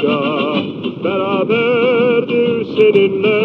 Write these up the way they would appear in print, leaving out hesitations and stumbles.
durdukça beraberdir seninle.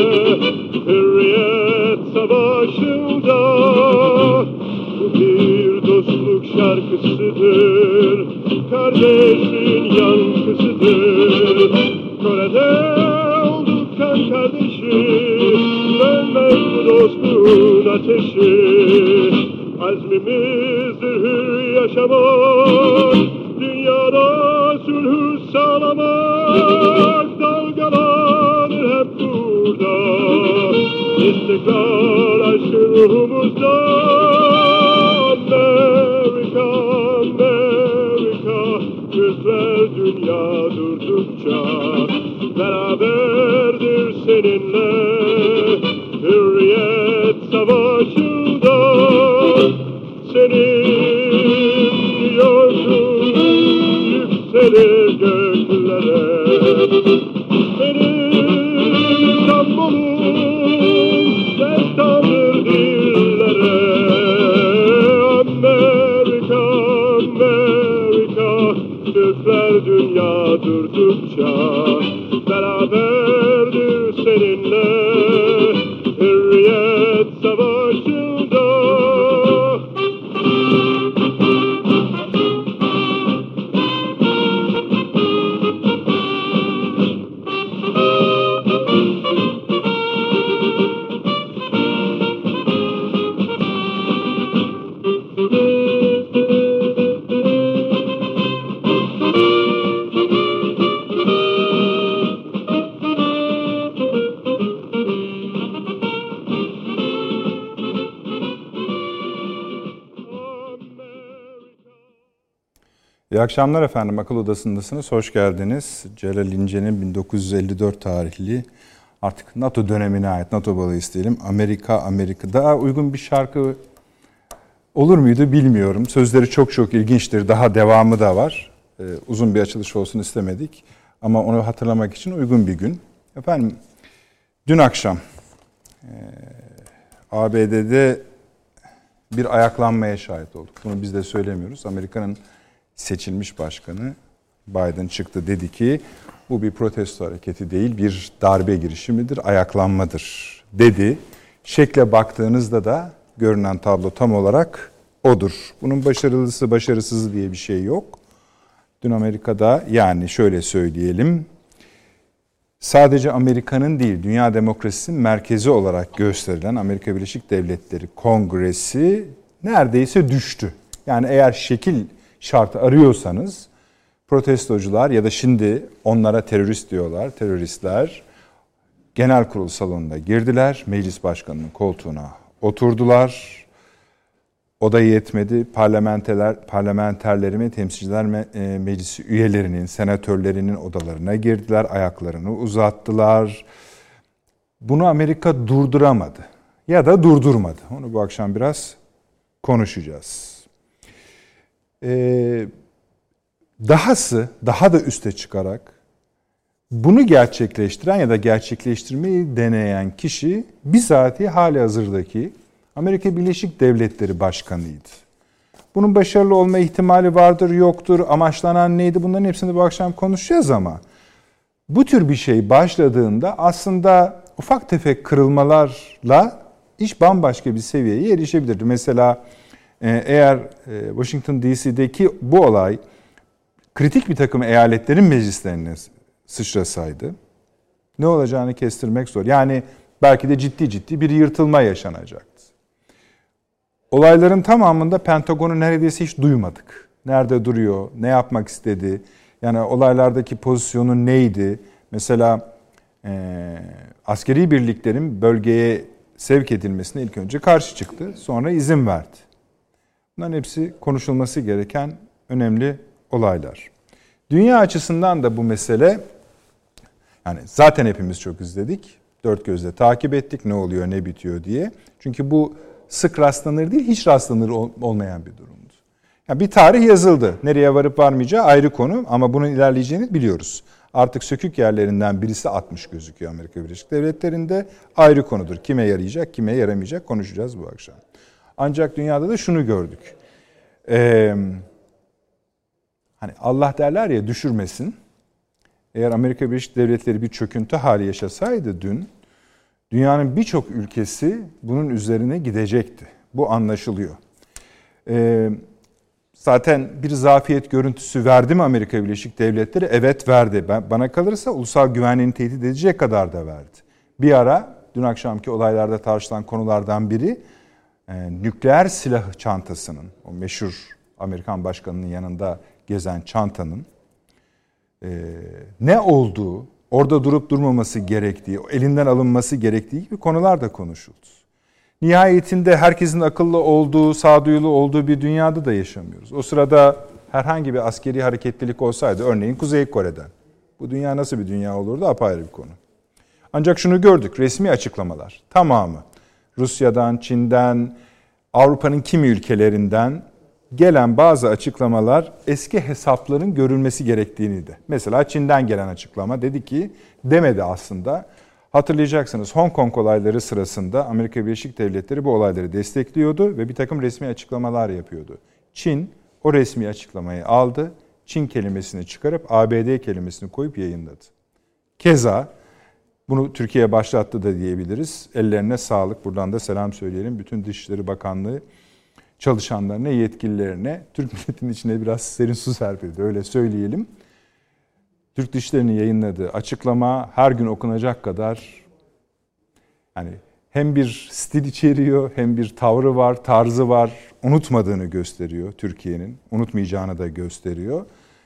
Hürriyet savaşında bu bir dostluk şarkısıdır, kardeşin yankısıdır. Kore'de olduk kan kardeşi, sönmez bu dostluğun ateşi. Azmimizdir hür yaşamak, dünyada sulhü sağlamak. Dalgalanır hep burada, İstiklal aşkı ruhumuzda. Amerika, Amerika, güzel dünya durdukça beraberdir seninle. Hürriyet savaşında senin diyorsun yükselir göklere. Benim İstanbul'um destandır dillere. Amerika, Amerika, Türkler dünya durdukça beraberdir seninle. Hürriyet savaşında. İyi akşamlar efendim. Akıl Odası'ndasınız. Hoş geldiniz. Celal İnce'nin 1954 tarihli, artık NATO dönemine ait, NATO balayısı diyelim, Amerika, Amerika. Daha uygun bir şarkı olur muydu bilmiyorum. Sözleri çok çok ilginçtir. Daha devamı da var. Uzun bir açılış olsun istemedik. Ama onu hatırlamak için uygun bir gün. Efendim, dün akşam ABD'de bir ayaklanmaya şahit olduk. Bunu biz de söylemiyoruz. Amerika'nın seçilmiş başkanı Biden çıktı, dedi ki bu bir protesto hareketi değil, bir darbe girişimidir, ayaklanmadır dedi. Şekle baktığınızda da görünen tablo tam olarak odur. Bunun başarılısı başarısızı diye bir şey yok. Dün Amerika'da, yani şöyle söyleyelim, sadece Amerika'nın değil, dünya demokrasisinin merkezi olarak gösterilen Amerika Birleşik Devletleri Kongresi neredeyse düştü. Yani eğer şekil şartı arıyorsanız, protestocular ya da şimdi onlara terörist diyorlar, teröristler genel kurul salonuna girdiler, meclis başkanının koltuğuna oturdular. O da yetmedi, parlamenterlerin, temsilciler meclisi üyelerinin, senatörlerinin odalarına girdiler, ayaklarını uzattılar. Bunu Amerika durduramadı ya da durdurmadı. Onu bu akşam biraz konuşacağız. Dahası, daha da üste çıkarak bunu gerçekleştiren ya da gerçekleştirmeyi deneyen kişi bizatihi halihazırdaki Amerika Birleşik Devletleri Başkanı'ydı. Bunun başarılı olma ihtimali vardır, yoktur, amaçlanan neydi, bunların hepsini bu akşam konuşacağız ama bu tür bir şey başladığında aslında ufak tefek kırılmalarla iş bambaşka bir seviyeye erişebilirdi. Mesela eğer Washington DC'deki bu olay kritik bir takım eyaletlerin meclislerine sıçrasaydı ne olacağını kestirmek zor. Yani belki de ciddi bir yırtılma yaşanacaktı. Olayların tamamında Pentagon'u neredeyse hiç duymadık. Nerede duruyor, ne yapmak istedi, yani olaylardaki pozisyonu neydi? Mesela askeri birliklerin bölgeye sevk edilmesine ilk önce karşı çıktı, sonra izin verdi. Bunların hepsi konuşulması gereken önemli olaylar. Dünya açısından da bu mesele, yani zaten hepimiz çok izledik, dört gözle takip ettik ne oluyor ne bitiyor diye. Çünkü bu sık rastlanır değil, hiç rastlanır olmayan bir durumdu. Yani bir tarih yazıldı. Nereye varıp varmayacağı ayrı konu ama bunun ilerleyeceğini biliyoruz. Artık sökük yerlerinden birisi atmış gözüküyor Amerika Birleşik Devletleri'nde. Ayrı konudur. Kime yarayacak, kime yaramayacak konuşacağız bu akşam. Ancak dünyada da şunu gördük. Hani Allah derler ya, düşürmesin. Eğer Amerika Birleşik Devletleri bir çöküntü hali yaşasaydı dün, dünyanın birçok ülkesi bunun üzerine gidecekti. Bu anlaşılıyor. Zaten bir zafiyet görüntüsü verdi mi Amerika Birleşik Devletleri? Evet verdi. Bana kalırsa ulusal güvenliğini tehdit edecek kadar da verdi. Bir ara dün akşamki olaylarda tartışılan konulardan biri nükleer silah çantasının, o meşhur Amerikan başkanının yanında gezen çantanın ne olduğu, orada durup durmaması gerektiği, elinden alınması gerektiği gibi konular da konuşuldu. Nihayetinde herkesin akıllı olduğu, sağduyulu olduğu bir dünyada da yaşamıyoruz. O sırada herhangi bir askeri hareketlilik olsaydı, örneğin Kuzey Kore'den, bu dünya nasıl bir dünya olurdu apayrı bir konu. Ancak şunu gördük, resmi açıklamalar tamamı Rusya'dan, Çin'den, Avrupa'nın kimi ülkelerinden gelen bazı açıklamalar eski hesapların görülmesi gerektiğini de. Mesela Çin'den gelen açıklama dedi ki, demedi aslında. Hatırlayacaksınız Hong Kong olayları sırasında Amerika Birleşik Devletleri bu olayları destekliyordu ve bir takım resmi açıklamalar yapıyordu. Çin o resmi açıklamayı aldı, Çin kelimesini çıkarıp ABD kelimesini koyup yayınladı. Keza bunu Türkiye başlattı da diyebiliriz. Ellerine sağlık. Buradan da selam söyleyelim. Bütün Dışişleri Bakanlığı çalışanlarına, yetkililerine, Türk milletinin içine biraz serin su serpildi. Öyle söyleyelim. Türk Dışişleri'nin yayınladığı açıklama her gün okunacak kadar, yani hem bir stil içeriyor, hem bir tavrı var, tarzı var. Unutmadığını gösteriyor Türkiye'nin. Unutmayacağını da gösteriyor.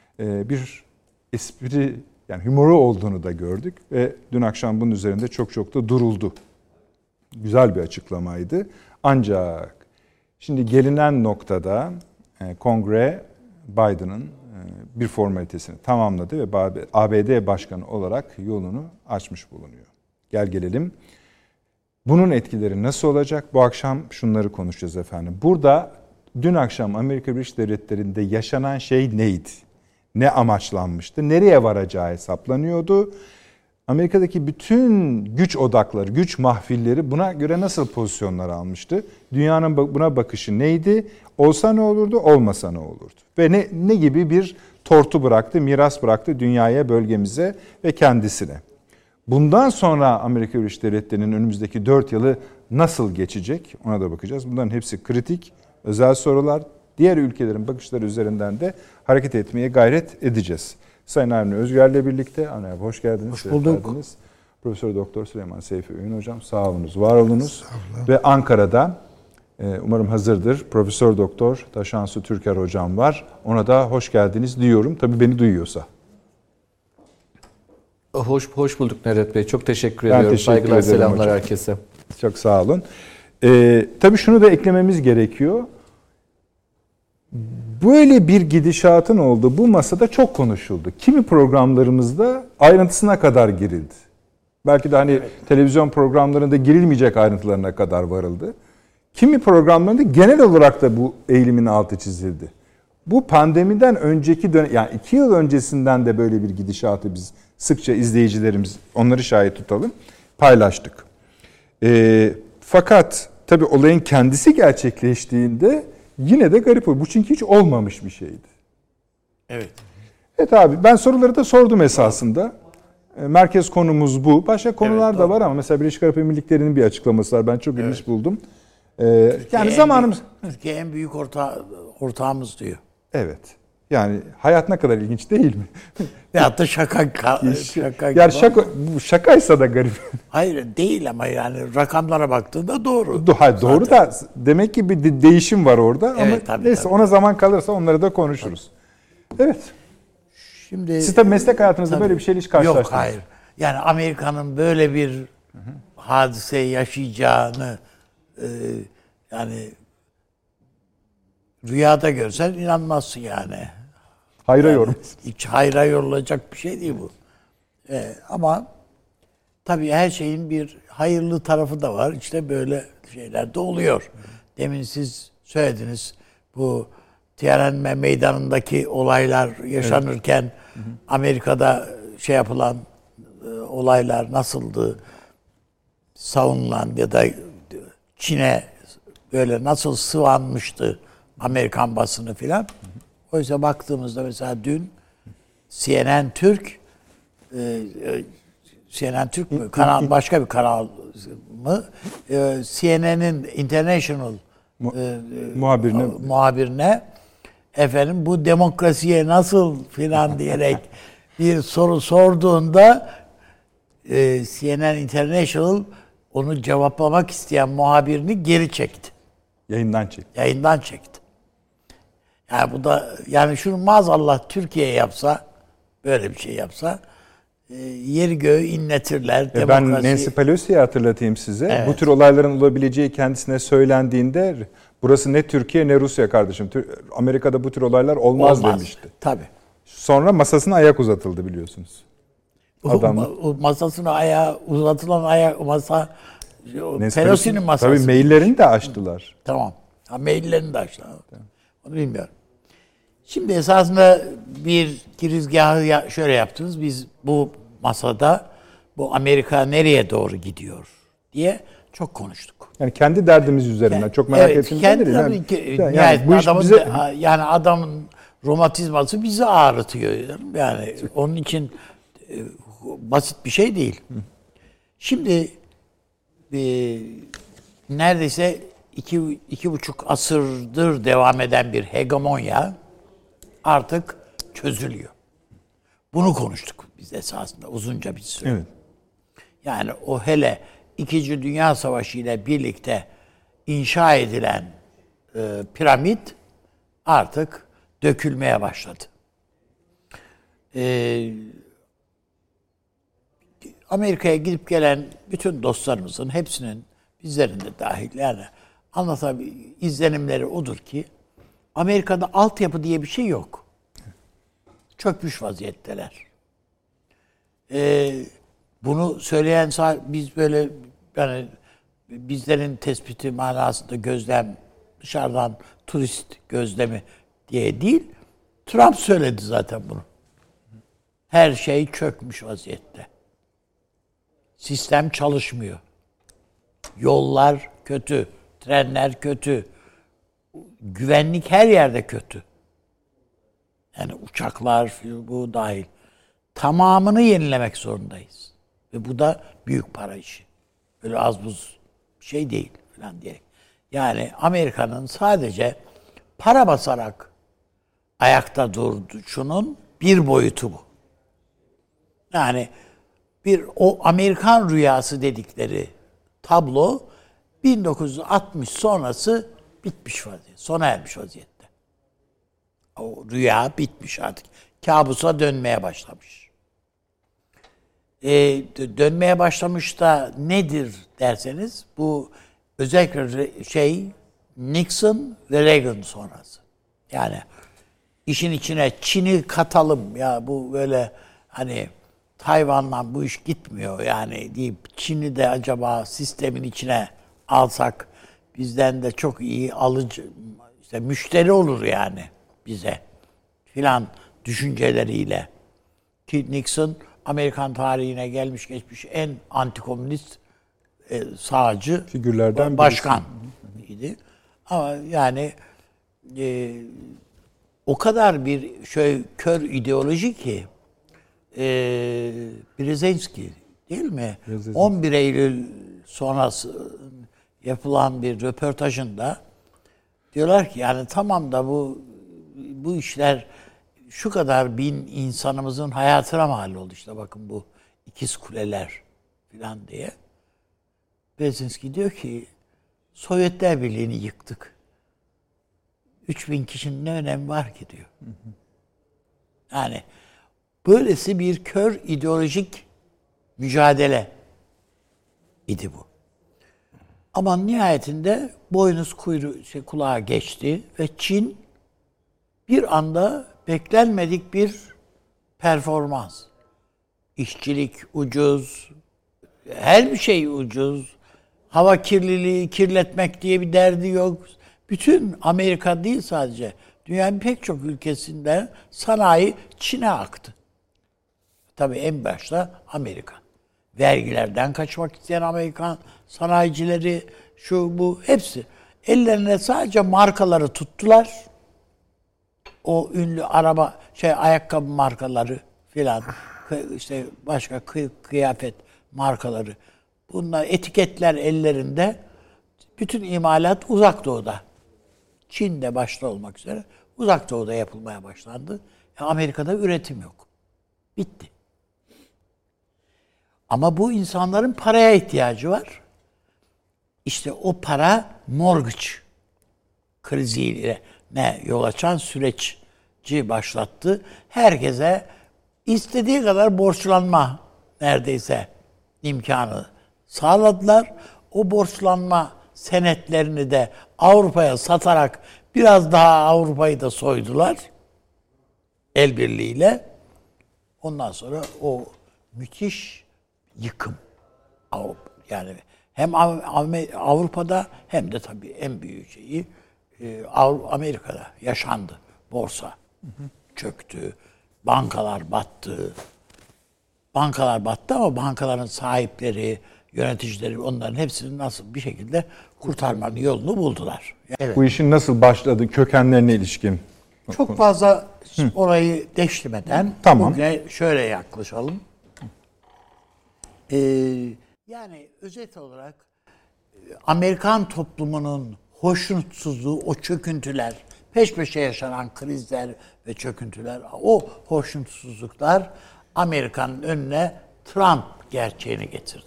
Bir espri, yani humoru olduğunu da gördük ve dün akşam bunun üzerinde çok da duruldu. Güzel bir açıklamaydı. Ancak şimdi gelinen noktada Kongre Biden'ın bir formalitesini tamamladı ve ABD Başkanı olarak yolunu açmış bulunuyor. Gel gelelim. Bunun etkileri nasıl olacak? Bu akşam şunları konuşacağız efendim. Burada dün akşam Amerika Birleşik Devletleri'nde yaşanan şey neydi? Ne amaçlanmıştı? Nereye varacağı hesaplanıyordu? Amerika'daki bütün güç odakları, güç mahfilleri buna göre nasıl pozisyonlar almıştı? Dünyanın buna bakışı neydi? Olsa ne olurdu, olmasa ne olurdu? Ve ne gibi bir tortu bıraktı, miras bıraktı dünyaya, bölgemize ve kendisine? Bundan sonra Amerika Birleşik Devletleri'nin önümüzdeki 4 yılı nasıl geçecek? Ona da bakacağız. Bunların hepsi kritik, özel sorular. Diğer ülkelerin bakışları üzerinden de hareket etmeye gayret edeceğiz. Sayın Avni Özgür'le birlikte. Avni abi hoş geldiniz. Hoş bulduk. Profesör Doktor Süleyman Seyfi Öğün hocam sağ olunuz, var olunuz. Ve Ankara'da umarım hazırdır Profesör Doktor Taşansu Türker hocam var. Ona da hoş geldiniz diyorum. Tabii beni duyuyorsa. Hoş bulduk Nedret Bey. Çok teşekkür ediyorum. Teşekkür Saygılar, selamlar hocam. herkese. Çok sağ olun. Tabii şunu da eklememiz gerekiyor. Böyle bir gidişatın olduğu bu masada çok konuşuldu. Kimi programlarımızda ayrıntısına kadar girildi. Belki de hani televizyon programlarında girilmeyecek ayrıntılarına kadar varıldı. Kimi programlarında genel olarak da bu eğilimin altı çizildi. Bu pandemiden önceki dönem, yani 2 yıl öncesinden de böyle bir gidişatı biz sıkça izleyicilerimiz, onları şahit tutalım, paylaştık. Fakat tabii olayın kendisi gerçekleştiğinde yine de garip oldu. Bu çünkü hiç olmamış bir şeydi. Evet. Evet abi, ben soruları da sordum esasında. Merkez konumuz bu. Başka konular da var ama mesela Birleşik Arap Emirlikleri'nin bir açıklaması var. Ben çok ilginç buldum. Yani zamanımız... Türkiye en büyük ortağımız diyor. Evet. Yani hayat ne kadar ilginç değil mi? Veyahut da şaka Yani bu şakaysa da garip. Hayır değil ama yani rakamlara baktığında doğru. Doğru da demek ki bir değişim var orada. Evet, ama neyse ona zaman kalırsa onları da konuşuruz. Evet. Şimdi siz tabii meslek hayatınızda böyle bir şeyle hiç karşılaştınız. Yok hayır. Yani Amerika'nın böyle bir hadiseyi yaşayacağını yani rüyada görsen inanmazsın yani. Hayra yorum. Hiç hayra yorulacak bir şey değil bu. Ama tabii her şeyin bir hayırlı tarafı da var. İşte böyle şeyler de oluyor. Demin siz söylediniz. Bu Tiananmen Meydanı'ndaki olaylar yaşanırken Amerika'da şey yapılan olaylar nasıldı? Savunulan ya da Çin'e böyle nasıl sıvanmıştı Amerikan basını filan. Oysa baktığımızda mesela dün CNN Türk CNN Türk mü? Kanal, başka bir kanal mı? CNN'in International muhabirine efendim bu demokrasiye nasıl filan diyerek bir soru sorduğunda CNN International onu cevaplamak isteyen muhabirini geri çekti. Yayından çekti. Yani bu da, yani şunu maazallah Türkiye yapsa, böyle bir şey yapsa yeri göğü inletirler. Ben Nancy Pelosi'yi hatırlatayım size. Evet. Bu tür olayların olabileceği kendisine söylendiğinde burası ne Türkiye ne Rusya kardeşim. Amerika'da bu tür olaylar olmaz demişti. Tabii. Sonra masasına ayak uzatıldı biliyorsunuz. Masasına uzatılan masa Pelosi'nin masası. Tabii maillerini de açtılar. Tamam. Maillerini de açtılar. Tamam. Onu bilmiyorum. Şimdi esasında bir girizgahı şöyle yaptınız. Biz bu masada bu Amerika nereye doğru gidiyor diye çok konuştuk. Yani kendi derdimiz üzerinden çok merak ettiğiniz yani adamın romatizması bizi ağrıtıyor. Yani onun için basit bir şey değil. Şimdi neredeyse 2,5 asırdır devam eden bir hegemonya artık çözülüyor. Bunu konuştuk biz esasında uzunca bir süre. Evet. Yani o hele İkinci Dünya Savaşı ile birlikte inşa edilen piramit artık dökülmeye başladı. Amerika'ya gidip gelen bütün dostlarımızın hepsinin, bizlerin de dahil, yani izlenimleri odur ki Amerika'da altyapı diye bir şey yok. Çökmüş vaziyetteler. Bunu söyleyen biz böyle, yani bizlerin tespiti manasında gözlem, dışarıdan turist gözlemi diye değil, Trump söyledi zaten bunu. Her şey çökmüş vaziyette. Sistem çalışmıyor. Yollar kötü, trenler kötü, güvenlik her yerde kötü. Yani uçaklar, bu dahil. Tamamını yenilemek zorundayız. Ve bu da büyük para işi. Öyle az buz bir şey değil falan diyerek. Yani Amerika'nın sadece para basarak ayakta duruşunun bir boyutu bu. Yani o Amerikan rüyası dedikleri tablo 1960 sonrası bitmiş vaziyette, sona ermiş vaziyette. O rüya bitmiş artık. Kabusa dönmeye başlamış. Dönmeye başlamış da nedir derseniz, bu özellikle Nixon ve Reagan sonrası. Yani işin içine Çin'i katalım ya, bu böyle hani Tayvan'la bu iş gitmiyor yani deyip Çin'i de acaba sistemin içine alsak bizden de çok iyi alıcı, işte müşteri olur yani bize filan düşünceleriyle. Ki Nixon Amerikan tarihine gelmiş geçmiş en antikomünist sağcı figürlerden başkan idi. Ama yani o kadar bir kör ideoloji ki Brzezinski değil mi? 11 Eylül sonrası yapılan bir röportajında diyorlar ki yani tamam da bu işler şu kadar bin insanımızın hayatına mal oldu, işte bakın bu ikiz kuleler filan diye. Brzezinski diyor ki Sovyetler Birliği'ni yıktık. 3000 kişinin ne önemi var ki diyor. Yani böylesi bir kör ideolojik mücadele idi bu. Ama nihayetinde boynuz kulağa geçti ve Çin bir anda beklenmedik bir performans. İşçilik ucuz, her bir şey ucuz. Hava kirliliği, kirletmek diye bir derdi yok. Bütün Amerika değil sadece, dünyanın pek çok ülkesinde sanayi Çin'e aktı. Tabii en başta Amerika. Vergilerden kaçmak isteyen Amerikan sanayicileri, şu bu hepsi. Ellerine sadece markaları tuttular. O ünlü ayakkabı markaları filan. işte başka kıyafet markaları. Bunlar etiketler ellerinde. Bütün imalat Uzak Doğu'da. Çin'de başta olmak üzere Uzak Doğu'da yapılmaya başlandı. Amerika'da üretim yok. Bitti. Ama bu insanların paraya ihtiyacı var. İşte o para mortgage kriziyle yol açan süreci başlattı. Herkese istediği kadar borçlanma neredeyse imkanı sağladılar. O borçlanma senetlerini de Avrupa'ya satarak biraz daha Avrupa'yı da soydular. El birliğiyle. Ondan sonra o müthiş yıkım Avrupa, yani hem Avrupa'da hem de tabii en büyük şeyi Amerika'da yaşandı. Borsa çöktü, bankalar battı. Bankalar battı ama bankaların sahipleri, yöneticileri onların hepsini nasıl bir şekilde kurtarmanın yolunu buldular. Evet. Bu işin nasıl başladı, kökenlerine ilişkin? Çok fazla orayı deşlemeden bugüne şöyle yaklaşalım. Yani özet olarak Amerikan toplumunun hoşnutsuzluğu, o çöküntüler, peş peşe yaşanan krizler ve çöküntüler, o hoşnutsuzluklar Amerika'nın önüne Trump gerçeğini getirdi.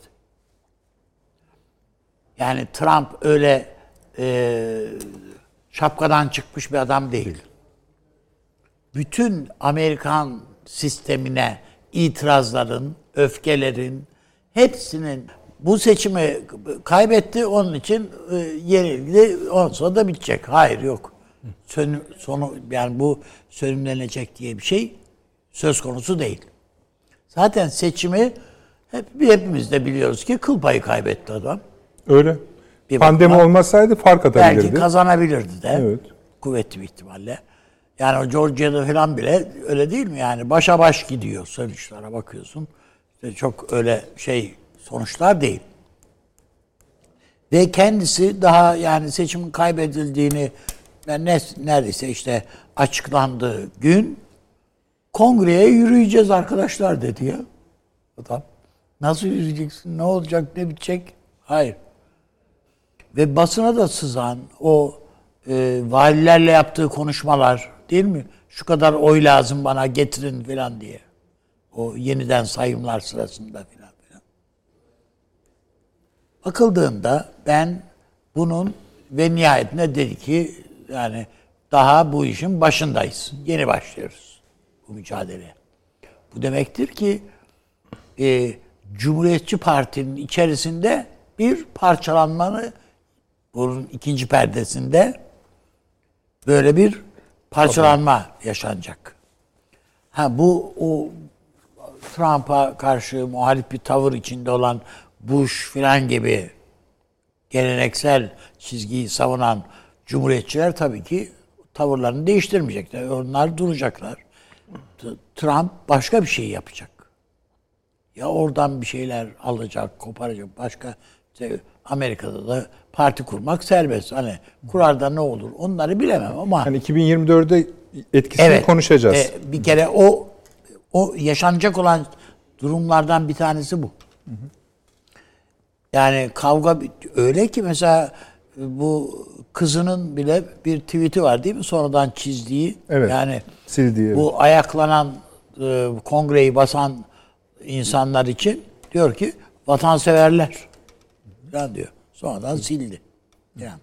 Yani Trump öyle şapkadan çıkmış bir adam değil. Bütün Amerikan sistemine itirazların, öfkelerin hepsinin bu seçimi kaybetti. Onun için yenildi. Ondan sonra da bitecek. Hayır, yok. Sonu yani bu sönümlenecek diye bir şey söz konusu değil. Zaten seçimi hepimiz de biliyoruz ki kıl payı kaybetti adam. Öyle. Bir pandemi bakıma, olmasaydı fark atabilirdi. Belki kazanabilirdi de. Evet. Kuvvetli bir ihtimalle. Yani o Georgia'da falan bile öyle değil mi? Yani başa baş gidiyor sonuçlara bakıyorsun. İşte çok öyle sonuçlar değil. Ve kendisi daha yani seçimin kaybedildiğini neredeyse işte açıklandığı gün kongreye yürüyeceğiz arkadaşlar dedi ya. Adam nasıl yürüyeceksin? Ne olacak? Ne bitecek? Hayır. Ve basına da sızan o valilerle yaptığı konuşmalar değil mi? Şu kadar oy lazım bana getirin falan diye. O yeniden sayımlar sırasında falan. Bakıldığında ben bunun ve nihayetinde dedi ki yani daha bu işin başındayız. Yeni başlıyoruz bu mücadeleye. Bu demektir ki Cumhuriyetçi Parti'nin içerisinde bir parçalanmanı bunun ikinci perdesinde böyle bir parçalanma yaşanacak. Bu o Trump'a karşı muhalif bir tavır içinde olan Bush filan gibi geleneksel çizgiyi savunan cumhuriyetçiler tabii ki tavırlarını değiştirmeyecekler. Onlar duracaklar. Trump başka bir şey yapacak. Ya oradan bir şeyler alacak, koparacak. Başka Amerika'da da parti kurmak serbest. Hani kurar da ne olur onları bilemem ama. Yani 2024'de etkisini konuşacağız. Bir kere o yaşanacak olan durumlardan bir tanesi bu. Hı hı. Yani kavga öyle ki mesela bu kızının bile bir tweet'i var değil mi? Sonradan çizdiği. Evet. Yani sildiği. Bu ayaklanan kongreyi basan insanlar için diyor ki vatanseverler falan diyor. Sonradan sildi. Yani.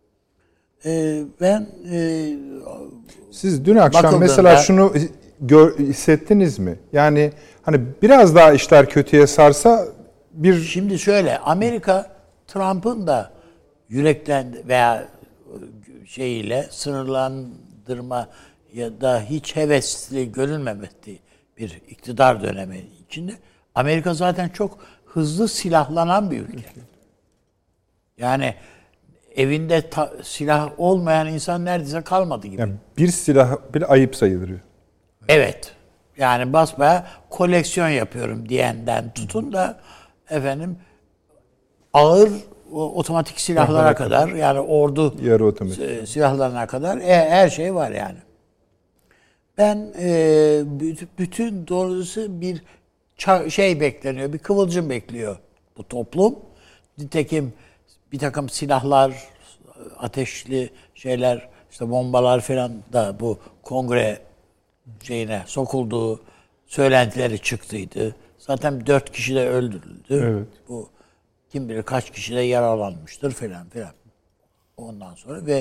Ben siz dün akşam mesela şunu hissettiniz mi? Yani hani biraz daha işler kötüye sarsa Şimdi şöyle Amerika Trump'ın da yüreklendi veya sınırlandırma ya da hiç hevesli görülmemesi bir iktidar dönemi içinde Amerika zaten çok hızlı silahlanan bir ülke. Yani evinde silah olmayan insan neredeyse kalmadı gibi. Yani bir silah bile ayıp sayılır. Evet. Yani basbaya koleksiyon yapıyorum diyenden tutun da ağır otomatik silahlara kadar yani ordu yarı otomatik silahlarına kadar her şey var yani. Ben bütün doğrusu bir şey bekleniyor, bir kıvılcım bekliyor bu toplum. Nitekim bir takım silahlar, ateşli şeyler, işte bombalar falan da bu kongre şeyine sokulduğu söylentileri çıktıydı. Zaten 4 kişi de öldürüldü. Evet. Bu kim bilir kaç kişi de yaralanmıştır falan. Ondan sonra ve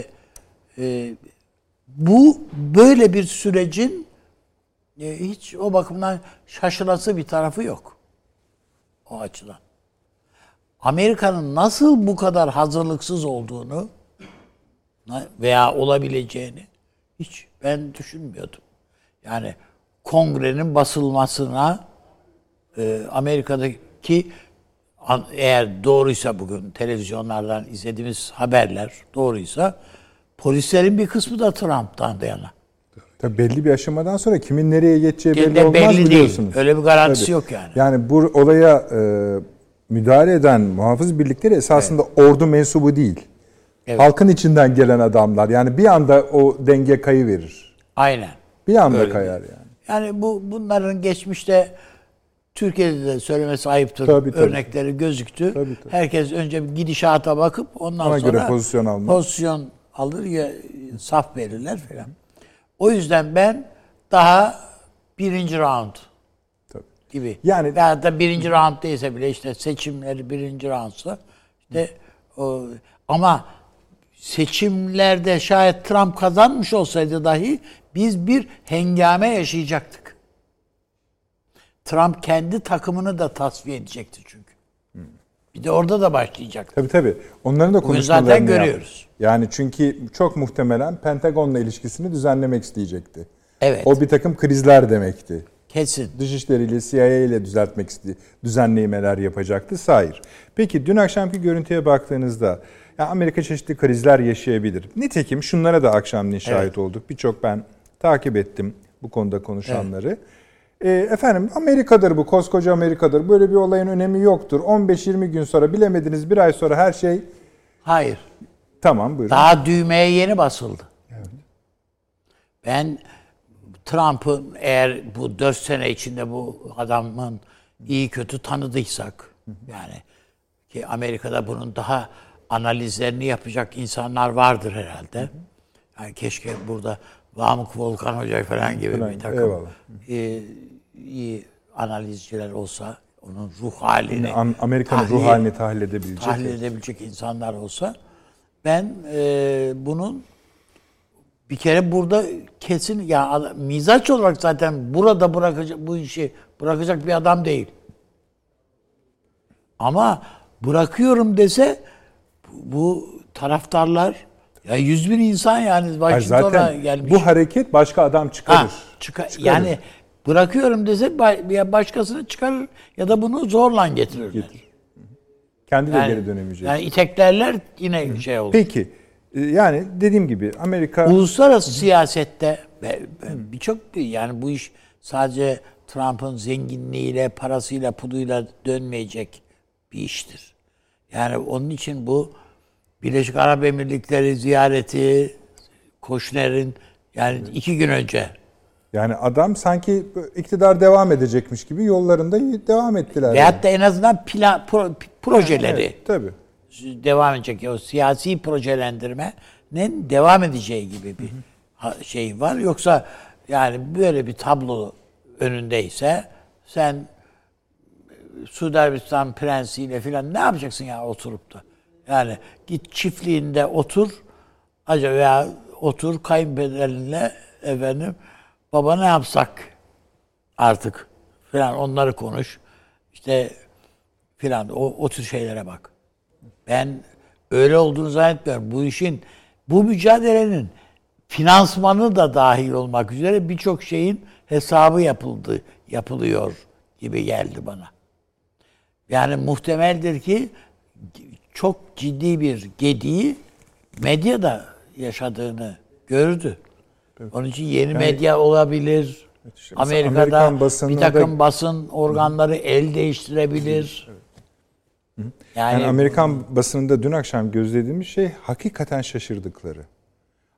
bu böyle bir sürecin hiç o bakımdan şaşılası bir tarafı yok. O açıdan. Amerika'nın nasıl bu kadar hazırlıksız olduğunu veya olabileceğini hiç ben düşünmüyordum. Yani kongrenin basılmasına Amerika'daki eğer doğruysa bugün televizyonlardan izlediğimiz haberler doğruysa polislerin bir kısmı da Trump'tan yana. Tabii belli bir aşamadan sonra kimin nereye geçeceği belli olmaz belli biliyorsunuz. Değil. Öyle bir garantisi Tabii. yok yani. Yani bu olaya müdahale eden muhafız birlikleri esasında ordu mensubu değil. Evet. Halkın içinden gelen adamlar. Yani bir anda o denge kayıverir. Aynen. Bir anda Öyle kayar yani. Yani bunların geçmişte Türkiye'de de söylemesi ayıptır. Tabii. Örnekleri gözüktü. Tabii. Herkes önce bir gidişata bakıp ondan Ona sonra göre pozisyon alır ya saf verirler falan. O yüzden ben daha birinci round gibi. Yani veya da birinci round değilse bile işte seçimleri birinci roundsa işte ama seçimlerde şayet Trump kazanmış olsaydı dahi biz bir hengame yaşayacaktık. Trump kendi takımını da tasfiye edecekti çünkü. Bir de orada da başlayacaktı. Tabii. Onların da konuşmalarını zaten görüyoruz. Yani çünkü çok muhtemelen Pentagon'la ilişkisini düzenlemek isteyecekti. Evet. O bir takım krizler demekti. Kesin. Dışişleri ile CIA ile düzenlemeler yapacaktı. Hayır. Peki dün akşamki görüntüye baktığınızda Amerika çeşitli krizler yaşayabilir. Nitekim şunlara da akşamleyin şahit olduk. Birçok ben takip ettim bu konuda konuşanları. Evet. Efendim Amerika'dır bu, koskoca Amerika'dır. Böyle bir olayın önemi yoktur. 15-20 gün sonra bilemediniz bir ay sonra her şey... Hayır. Tamam buyurun. Daha düğmeye yeni basıldı. Evet. Ben Trump'ın eğer bu 4 sene içinde bu adamın iyi kötü tanıdıysak yani ki Amerika'da bunun daha analizlerini yapacak insanlar vardır herhalde. Yani keşke burada Vamuk Volkan Hoca falan gibi bir takım iyi analizciler olsa, onun ruh halini Amerika'nın ruh halini tahlil edebilecek insanlar olsa ben bunun bir kere burada kesin ya mizaç olarak zaten burada bu işi bırakacak bir adam değil. Ama bırakıyorum dese bu taraftarlar ya 100 bin insan yani Washington'a gelmiş. Bu hareket başka adam çıkarır. Çıkarır. Yani bırakıyorum dese ya başkasını çıkarır ya da bunu zorla getirirler. Kendi de geri dönemeyecek. Yani iteklerler yine şey olur. Peki yani dediğim gibi Amerika... Uluslararası siyasette birçok yani bu iş sadece Trump'ın zenginliğiyle, parasıyla, puluyla dönmeyecek bir iştir. Yani onun için bu Birleşik Arap Emirlikleri ziyareti, Kushner'in yani 2 gün önce. Yani adam sanki iktidar devam edecekmiş gibi yollarında devam ettiler. Veyahut da en azından projeleri evet, tabii. devam edecek. O siyasi projelendirmenin devam edeceği gibi bir şey var. Yoksa yani böyle bir tablo önündeyse sen Suudi Arabistan prensiyle filan ne yapacaksın ya oturup da? Yani git çiftliğinde otur acaba veya otur kayınpederinle efendim baba ne yapsak artık filan onları konuş. İşte filan o tür şeylere bak. Ben öyle olduğunu zannetmiyorum. Bu mücadelenin finansmanı da dahil olmak üzere birçok şeyin hesabı yapılıyor gibi geldi bana. Yani muhtemeldir ki çok ciddi bir gediği medyada yaşadığını gördü. Evet. Onun için yeni medya olabilir. İşte Amerika'da bir takım basın organları el değiştirebilir. Evet. Yani Amerikan basınında dün akşam gözlediğimiz şey hakikaten şaşırdıkları.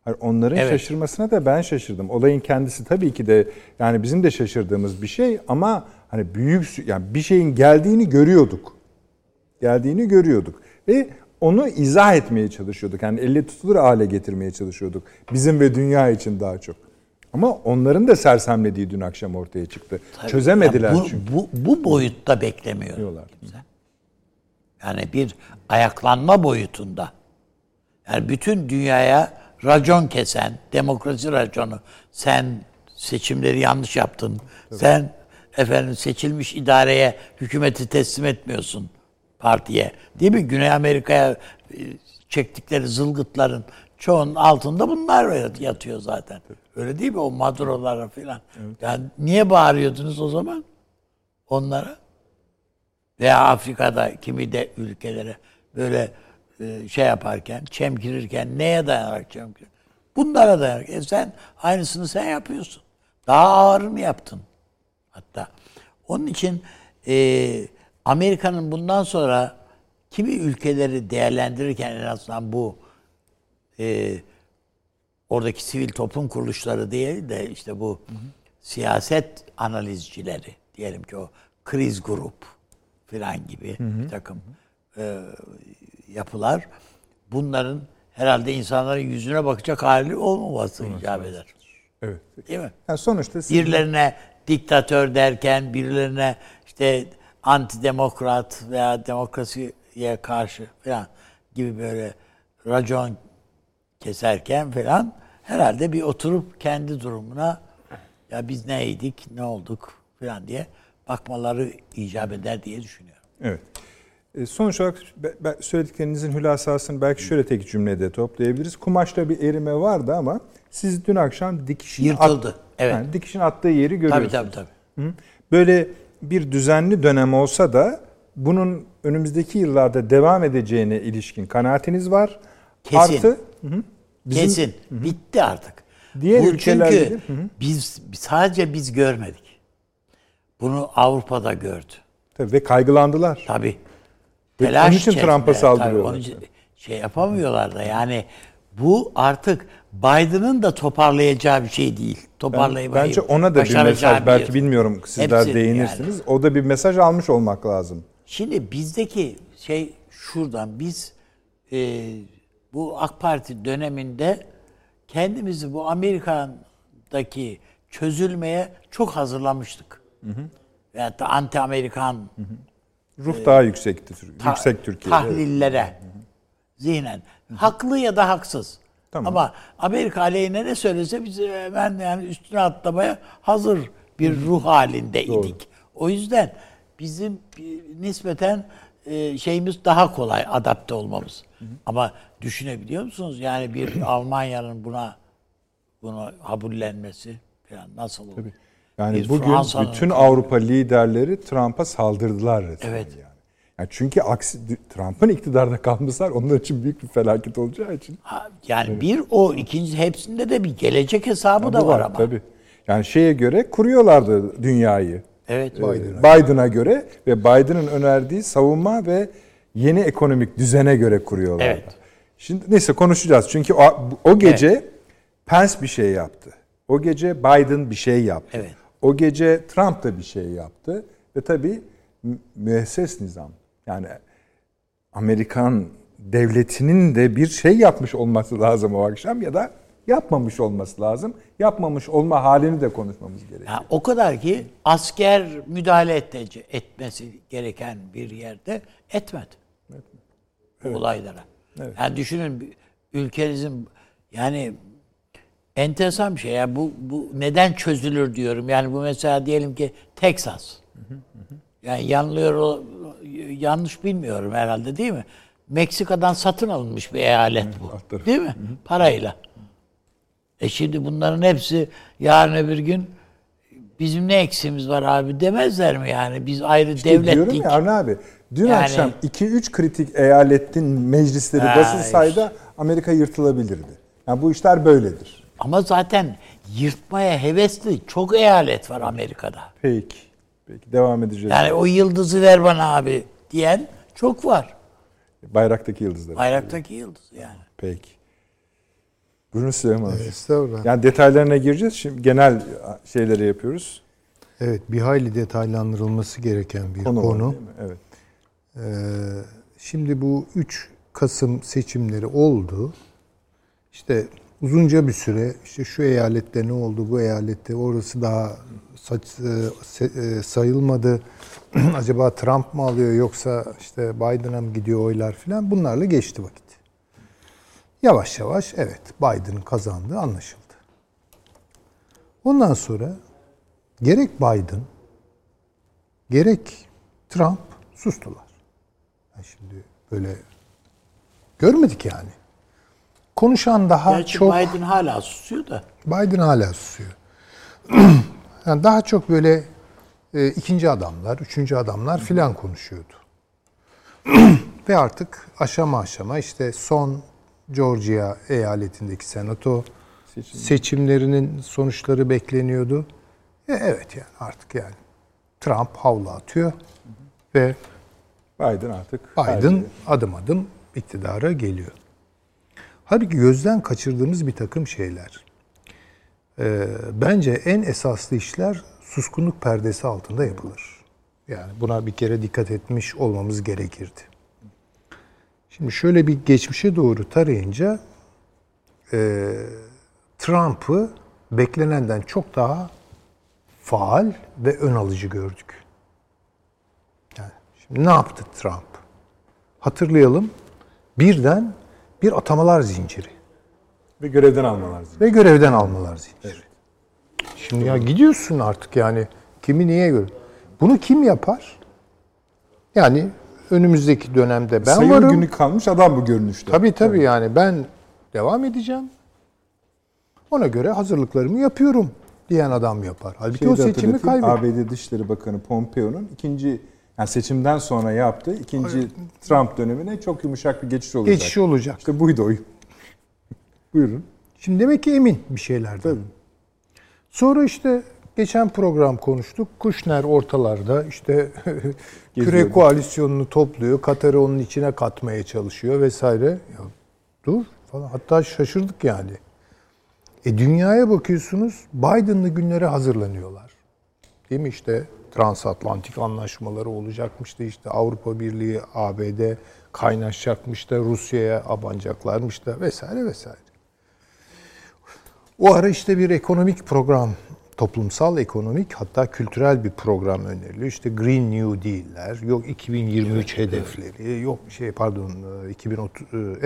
Yani onların şaşırmasına da ben şaşırdım. Olayın kendisi tabii ki de yani bizim de şaşırdığımız bir şey ama hani büyük yani bir şeyin geldiğini görüyorduk. Geldiğini görüyorduk ve onu izah etmeye çalışıyorduk. Yani elle tutulur hale getirmeye çalışıyorduk. Bizim ve dünya için daha çok. Ama onların da sersemlediği dün akşam ortaya çıktı. Tabii. Çözemediler Ya çünkü. Bu boyutta beklemiyor kimse. Yani bir ayaklanma boyutunda. Yani bütün dünyaya racon kesen, demokrasi raconu, sen seçimleri yanlış yaptın, sen seçilmiş idareye hükümeti teslim etmiyorsun partiye. Değil mi? Güney Amerika'ya çektikleri zılgıtların çoğunun altında bunlar yatıyor zaten. Öyle değil mi? O Maduro'lara falan. Evet. Yani niye bağırıyordunuz o zaman onlara? Veya Afrika'da kimi de ülkelere böyle şey yaparken, çemkirirken neye dayanarak çemkirir? Bunlara dayanarak. Sen aynısını sen yapıyorsun. Daha ağırını yaptın hatta. Onun için Amerika'nın bundan sonra kimi ülkeleri değerlendirirken en azından bu oradaki sivil toplum kuruluşları değil de işte bu siyaset analizcileri diyelim ki o kriz grup filan gibi bir takım yapılar bunların herhalde insanların yüzüne bakacak hali olmaması icap eder. Evet. Değil mi? Yani sonuçta birilerine diktatör derken birilerine işte antidemokrat veya demokrasiye karşı falan gibi böyle racon keserken falan herhalde bir oturup kendi durumuna ya biz neydik, ne olduk falan diye bakmaları icap eder diye düşünüyorum. Evet. Sonuç olarak söylediklerinizin hülasasını belki şöyle tek cümlede toplayabiliriz. Kumaşta bir erime vardı ama siz dün akşam dikişin yırtıldı. Evet. Yani dikişin attığı yeri görüyorsunuz. Tabii. Böyle bir düzenli dönem olsa da bunun önümüzdeki yıllarda devam edeceğine ilişkin kanaatiniz var. Kesin. Artı, kesin. Bitti artık. Diğer bu ülkelerde çünkü sadece biz görmedik. Bunu Avrupa'da gördü. Tabii ve kaygılandılar. Tabii. Onun için Trump'a saldırıyorlar. Onun için şey yapamıyorlar da yani bu artık Biden'ın da toparlayacağı bir şey değil. Bence ona da bir mesaj belki bilmiyorum sizler değinirsiniz. Yani. O da bir mesaj almış olmak lazım. Şimdi bizdeki şey şuradan biz bu AK Parti döneminde kendimizi bu Amerika'daki çözülmeye çok hazırlamıştık. Veyahut da anti-Amerikan ruh daha yüksekti. Yüksek Türkiye. Tahlillere zihnen. Haklı ya da haksız. Tamam. Ama Amerika aleyhine ne söylese biz hemen yani üstüne atlamaya hazır bir ruh halindeydik. Doğru. O yüzden bizim nispeten şeyimiz daha kolay adapte olmamız. Ama düşünebiliyor musunuz? Yani bir Almanya'nın bunu kabullenmesi falan nasıl olur? Tabii. Yani bugün bütün Avrupa liderleri Trump'a saldırdılar resmen. Evet. Yani çünkü Trump'ın iktidarda kalması onlar için büyük bir felaket olacağı için. Yani evet. İkinci hepsinde de bir gelecek hesabı da var ama. Tabii. Yani şeye göre kuruyorlardı dünyayı. Evet. Biden'a göre ve Biden'ın önerdiği savunma ve yeni ekonomik düzene göre kuruyorlardı. Evet. Şimdi neyse konuşacağız. Çünkü o gece Pence bir şey yaptı. O gece Biden bir şey yaptı. Evet. O gece Trump da bir şey yaptı. Ve tabii müesses nizam. Yani Amerikan devletinin de bir şey yapmış olması lazım o akşam ya da yapmamış olması lazım. Yapmamış olma halini de konuşmamız gerekiyor. Yani o kadar ki asker müdahale etmesi gereken bir yerde etmedi. Evet. Olaylara. Evet. Yani düşünün ülkenizin yani enteresan bir şey. Yani bu neden çözülür diyorum. Yani bu mesela diyelim ki Teksas. Yani yanlış bilmiyorum herhalde değil mi? Meksika'dan satın alınmış bir eyalet bu. Değil mi? Parayla. Şimdi bunların hepsi yarın öbür gün bizim ne eksiğimiz var abi demezler mi yani? Biz ayrı işte devlettik. Diyorum ya Arne abi. Dün akşam 2-3 kritik eyaletin meclisleri basılsaydı Amerika yırtılabilirdi. Yani bu işler böyledir. Ama zaten yırtmaya hevesli çok eyalet var Amerika'da. Peki devam edeceğiz. Yani o yıldızı ver bana abi diyen çok var. Bayraktaki yıldızları. Bayraktaki yıldız yani. Peki. Buyurun Süleyman Hocam. Estağfurullah. Yani detaylarına gireceğiz. Şimdi genel şeyleri yapıyoruz. Evet, bir hayli detaylandırılması gereken bir konu. Var, değil mi? Evet. Şimdi bu 3 Kasım seçimleri oldu. İşte uzunca bir süre işte şu eyalette ne oldu, bu eyalette orası daha sayılmadı. Acaba Trump mı alıyor yoksa işte Biden'a mı gidiyor oylar filan, bunlarla geçti vakit. Yavaş yavaş evet Biden'ın kazandığı anlaşıldı. Ondan sonra gerek Biden gerek Trump sustular. Yani şimdi böyle görmedik yani. Konuşan daha Gerçi çok... Biden hala susuyor da. Biden hala susuyor. Yani daha çok böyle ikinci adamlar, üçüncü adamlar filan konuşuyordu. Ve artık aşama aşama işte son Georgia eyaletindeki senato seçimlerinin sonuçları bekleniyordu. Evet yani artık yani Trump havlu atıyor ve Biden artık Biden adım adım iktidara geliyor. Halbuki gözden kaçırdığımız bir takım şeyler. Bence en esaslı işler suskunluk perdesi altında yapılır. Yani buna bir kere dikkat etmiş olmamız gerekirdi. Şimdi şöyle bir geçmişe doğru tarayınca Trump'ı beklenenden çok daha faal ve ön alıcı gördük. Yani şimdi ne yaptı Trump? Hatırlayalım. Birden bir atamalar zinciri. ve görevden almalar. Ve görevden almalar zinciri. Evet. Şimdi ya gidiyorsun artık yani. Kimi niye göre? Bunu kim yapar? Yani önümüzdeki dönemde ben Sayılı varım. günü kalmış adam bu görünüşte. Tabii yani ben devam edeceğim. Ona göre hazırlıklarımı yapıyorum diyen adam yapar. Halbuki o seçimi kaybeder. ABD Dışişleri Bakanı Pompeo'nun yani seçimden sonra yaptığı ikinci Trump dönemine çok yumuşak bir geçiş olacak. Geçiş olacak. İşte buydu o. Buyurun. Şimdi demek ki emin bir şeylerden. Tabii. Sonra işte geçen program konuştuk. Kushner ortalarda işte küre koalisyonunu topluyor. Katar'ı onun içine katmaya çalışıyor vesaire. Ya dur falan. Hatta şaşırdık yani. Dünyaya bakıyorsunuz, Biden'lı günlere hazırlanıyorlar. Değil mi işte transatlantik anlaşmaları olacakmıştı, işte Avrupa Birliği, ABD kaynaşacakmış da Rusya'ya abanacaklarmış da vesaire vesaire. O ara işte bir ekonomik program, toplumsal ekonomik hatta kültürel bir program öneriliyor. İşte Green New Deal'ler, yok 2023 hedefleri, yok 2030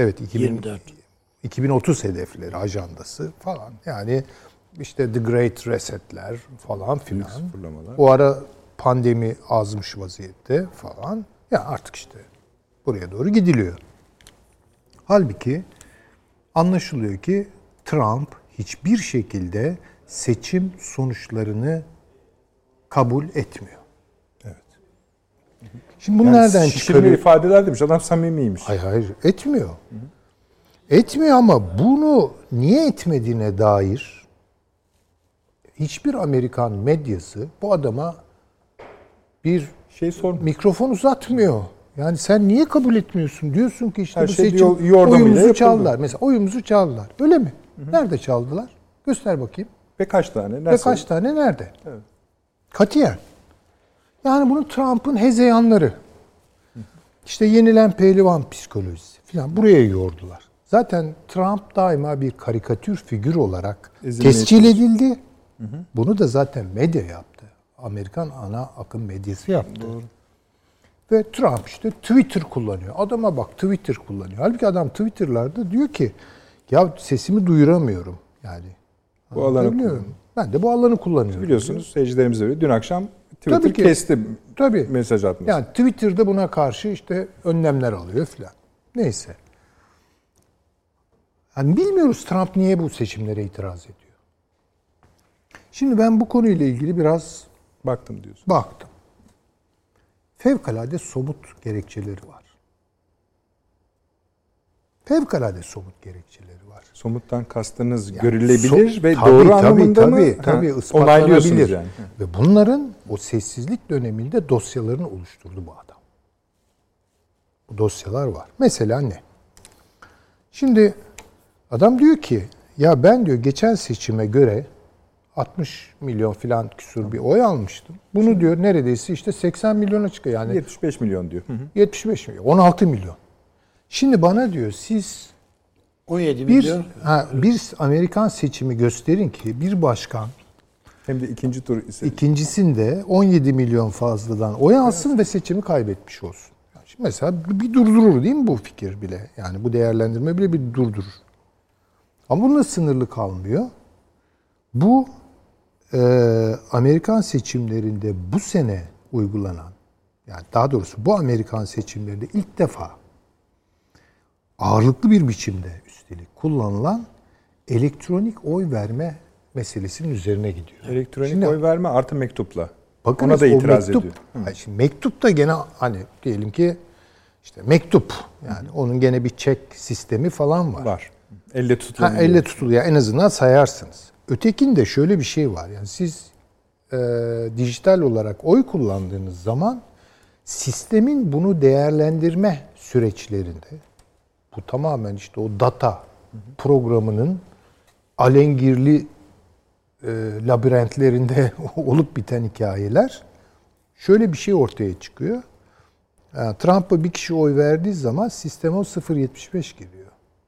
2030 hedefleri, ajandası falan. Yani işte The Great Reset'ler falan filan. O ara pandemi azmış vaziyette falan. Ya artık işte buraya doğru gidiliyor. Halbuki anlaşılıyor ki Trump hiçbir şekilde seçim sonuçlarını kabul etmiyor. Evet. Şimdi bunu nereden çıkarıyor? ifadeler demiş. Adam samimiymiş. Hayır etmiyor. Etmiyor ama bunu niye etmediğine dair hiçbir Amerikan medyası bu adama bir mikrofon uzatmıyor. Yani sen niye kabul etmiyorsun? Diyorsun ki işte her bu şey seçim oyumuzu çaldılar. Mesela oyumuzu çaldılar. Öyle mi? Nerede çaldılar? Göster bakayım. Ve kaç tane? Nasıl? Ve kaç tane nerede? Evet. Katiyen. Yani bunu Trump'ın hezeyanları. İşte yenilen pehlivan psikolojisi falan buraya yordular. Zaten Trump daima bir karikatür figür olarak tescil edildi. Bunu da zaten medya yaptı. Amerikan ana akım medyası yaptı. Doğru. Ve Trump işte Twitter kullanıyor. Adama bak Twitter kullanıyor. Halbuki adam Twitter'larda diyor ki ya sesimi duyuramıyorum. Yani bu alanı kullanıyorum. Ben de bu alanı kullanıyorum. Biliyorsunuz seyircilerimiz öyle. Dün akşam Twitter kesti mesaj atması. Yani Twitter'da buna karşı işte önlemler alıyor filan. Neyse. Yani bilmiyoruz Trump niye bu seçimlere itiraz ediyor. Şimdi ben bu konuyla ilgili biraz baktım diyorsun. Baktım. Fevkalade somut gerekçeleri var. Fevkalade somut gerekçeleri var. Somuttan kastınız yani görülebilir ve tabii, doğru anlamında mı? Tabii ispatlanabilir. Yani. Ve bunların o sessizlik döneminde dosyalarını oluşturdu bu adam. Bu dosyalar var. Mesela ne? Şimdi adam diyor ki Ya ben diyor geçen seçime göre 60 milyon filan küsur bir oy almıştım. Bunu diyor neredeyse işte 80 milyona çıkıyor. Yani 75 milyon diyor. 75 milyon, 16 milyon. Şimdi bana diyor siz 17 milyon. bir Amerikan seçimi gösterin ki bir başkan Hem de ikinci tur ise ikincisinde 17 milyon fazladan oy alsın ve seçimi kaybetmiş olsun. Yani şimdi mesela bir durdurur değil mi bu fikir bile? Yani bu değerlendirme bile bir durdurur. Ama bununla sınırlı kalmıyor. Bu Amerikan seçimlerinde bu sene uygulanan, yani daha doğrusu bu Amerikan seçimlerinde ilk defa ağırlıklı bir biçimde üstelik kullanılan elektronik oy verme meselesinin üzerine gidiyor. elektronik Şimdi, oy verme artı mektupla. bakın Ona da itiraz mektup, ediyor. yani şimdi mektup da gene hani diyelim ki işte mektup, yani onun gene bir çek sistemi falan var. Var. Elle tutulan. Elle tutuluyor. En azından sayarsınız. Ötekinde şöyle bir şey var. Yani siz dijital olarak oy kullandığınız zaman sistemin bunu değerlendirme süreçlerinde bu tamamen işte o data programının alengirli labirentlerinde olup biten hikayeler, şöyle bir şey ortaya çıkıyor. Yani Trump'a bir kişi oy verdiği zaman sisteme o 0.75 giriyor.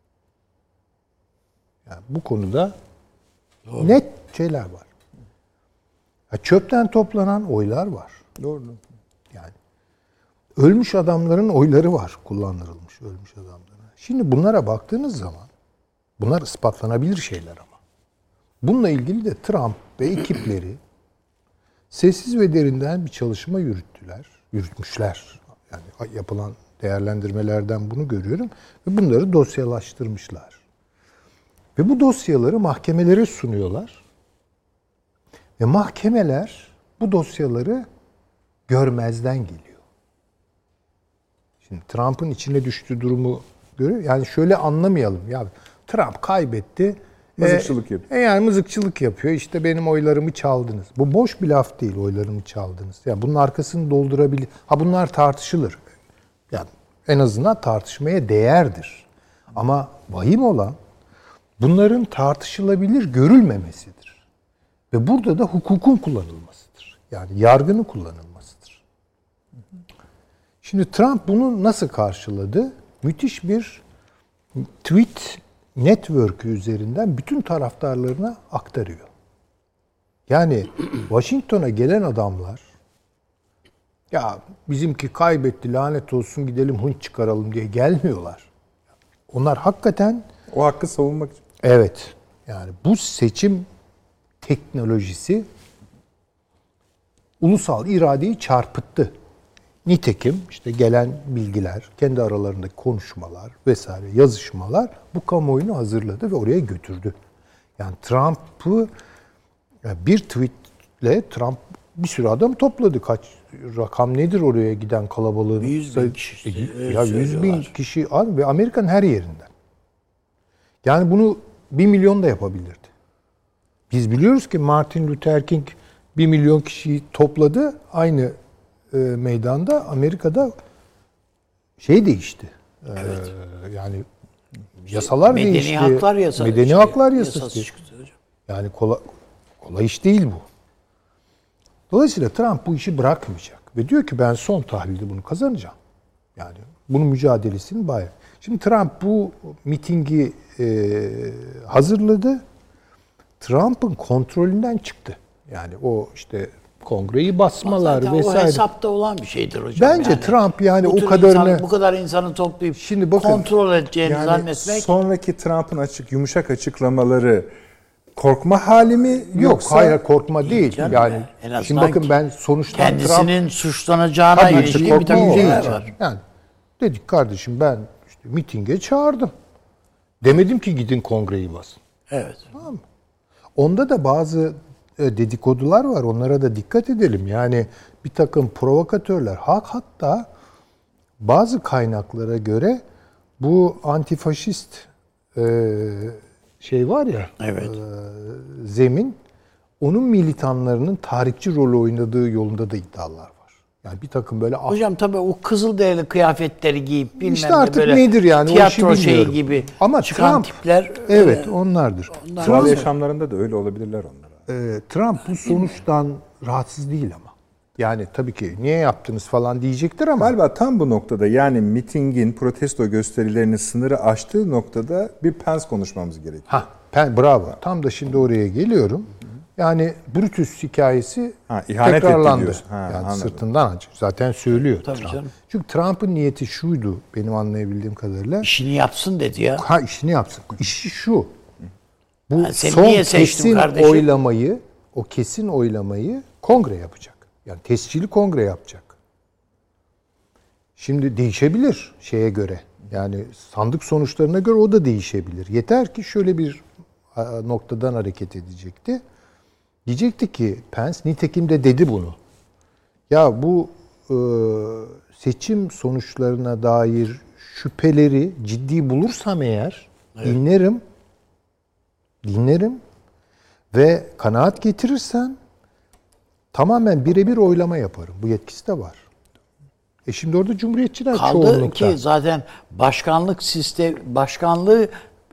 Yani bu konuda net şeyler var. Ya çöpten toplanan oylar var. Doğru. Yani ölmüş adamların oyları var, kullanılmış ölmüş adamlara. Şimdi bunlara baktığınız zaman bunlar ispatlanabilir şeyler ama. Bununla ilgili de Trump ve ekipleri sessiz ve derinden bir çalışma yürütmüşler. Yani yapılan değerlendirmelerden bunu görüyorum ve bunları dosyalaştırmışlar. Ve bu dosyaları mahkemelere sunuyorlar. Ve mahkemeler bu dosyaları görmezden geliyor. Şimdi Trump'ın içine düştüğü durumu görüyor. Yani şöyle anlamayalım. Ya Trump kaybetti. Mızıkçılık yapıyor. Yani mızıkçılık yapıyor. İşte benim oylarımı çaldınız. Bu boş bir laf değil, oylarımı çaldınız. Yani bunun arkasını doldurabilir. Bunlar tartışılır. Yani en azından tartışmaya değerdir. Ama vahim olan bunların tartışılabilir görülmemesidir. Ve burada da hukukun kullanılmasıdır. Yani yargının kullanılmasıdır. Şimdi Trump bunu nasıl karşıladı? Müthiş bir tweet network'ü üzerinden bütün taraftarlarına aktarıyor. Yani Washington'a gelen adamlar, ya bizimki kaybetti lanet olsun gidelim hınç çıkaralım diye gelmiyorlar. Onlar hakikaten O hakkı savunmak için. evet, yani bu seçim teknolojisi ulusal iradeyi çarpıttı. Nitekim işte gelen bilgiler, kendi aralarındaki konuşmalar vesaire, yazışmalar bu kamuoyunu hazırladı ve oraya götürdü. Yani Trump'ı bir tweetle Trump bir sürü adam topladı. Kaç rakam nedir oraya giden kalabalığın? 100.000 kişi işte, Ya 100.000 kişi al ve Amerika'nın her yerinden. Yani bunu 1 milyon da yapabilirdi. Biz biliyoruz ki Martin Luther King 1 milyon kişiyi topladı. Aynı meydanda Amerika'da şey değişti. Evet. Yani yasalar değişti. Medeni haklar yasası. Medeni haklar yasası. çıktı hocam. Yani kolay iş değil bu. Dolayısıyla Trump bu işi bırakmayacak. Ve diyor ki ben son tahlilde bunu kazanacağım. Yani bunun mücadelesini bayağı. Şimdi Trump bu mitingi hazırladı. Trump'ın kontrolünden çıktı. Yani o işte kongreyi basmalar Zaten vesaire. o hesapta olan bir şeydir hocam. Bence Trump yani o tür kadarını bu kadar insanı toplayıp Şimdi bakın, kontrol edeceğini Yani zannetmek sonraki Trump'ın yumuşak açıklamaları korkma hali mi yok, yoksa hayır korkma değil. canım Yani ya, en azından şimdi bakın ben sonuçta kendisinin suçlanacağına Tabii ilişkin bir korkma takım o. şeyler var. Yani dedik kardeşim ben işte mitinge çağırdım. Demedim ki gidin kongreyi basın. Evet. Onda da bazı dedikodular var. Onlara da dikkat edelim. Yani bir takım provokatörler hatta bazı kaynaklara göre bu antifaşist şey var ya Evet. zemin onun militanlarının tarihçi rol oynadığı yolunda da iddialar var. Yani bir takım böyle Hocam tabii o kızılderili kıyafetleri giyip bilmem İşte ne artık böyle nedir yani, o işi tiyatro şeyi bilmiyorum. gibi Ama çıkan Trump, tipler evet onlardır. Doğal yaşamlarında da öyle olabilirler onlar. Trump bu sonuçtan rahatsız değil ama. Yani tabii ki niye yaptınız falan diyecektir ama. Galiba tam bu noktada, yani mitingin, protesto gösterilerinin sınırı aştığı noktada bir Pence konuşmamız gerekiyor. Bravo. Tam da şimdi oraya geliyorum. Yani Brutus hikayesi ihanet etti tekrarlandı. diyorsun. Yani Anladım. sırtından açık. Zaten söylüyor Tabii Trump. canım. Çünkü Trump'ın niyeti şuydu benim anlayabildiğim kadarıyla. işini yapsın dedi ya. İşini yapsın. İşi şu. Bu Ben seni son niye seçtim kesin kardeşim? oylamayı, o kesin oylamayı kongre yapacak. Yani tescilli kongre yapacak. Şimdi değişebilir şeye göre. Yani sandık sonuçlarına göre o da değişebilir. Yeter ki şöyle bir noktadan hareket edecekti. Diyecekti ki Pence, nitekim de dedi bunu. Ya bu seçim sonuçlarına dair şüpheleri ciddi bulursam eğer dinlerim ve kanaat getirirsem tamamen birebir oylama yaparım. Bu yetkisi de var. Şimdi orada Cumhuriyetçiler Kaldı çoğunlukta. ki zaten başkanlığı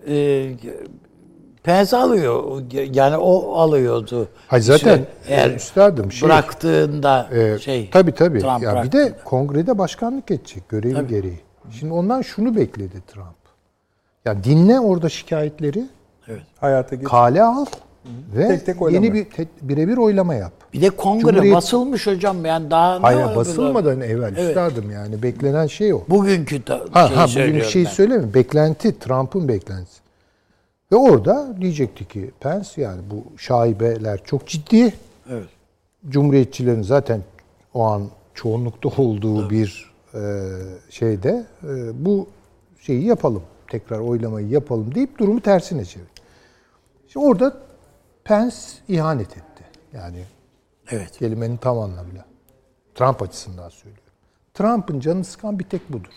Pence alıyor. Yani o alıyordu. Hayır zaten eğer üstadım bıraktığında tabii. Trump Ya bir de kongrede başkanlık edecek görevi gereği. Şimdi ondan şunu bekledi Trump. Ya dinle orada şikayetleri. Evet. Hayata geç. Kale al ve Tek tek oylama. yeni bir birebir oylama yap. Bir de kongre basılmış hocam, yani daha ne Hayır, var basılmadan evvel Evet. üstadım, yani beklenen şey o. bugünkü Bugün söylüyorum şeyi ben. söylemiyorum. Beklenti, Trump'ın beklentisi. Ve orada diyecekti ki Pence, yani bu şaibeler çok ciddi. Evet. Cumhuriyetçilerin zaten o an çoğunlukta olduğu bir şeyde bu şeyi yapalım. Tekrar oylamayı yapalım deyip durumu tersine çevir. Şimdi orada Pence ihanet etti. Yani Evet. kelimenin tam anlamıyla. Trump açısından söylüyorum. Trump'ın canını sıkan bir tek budur.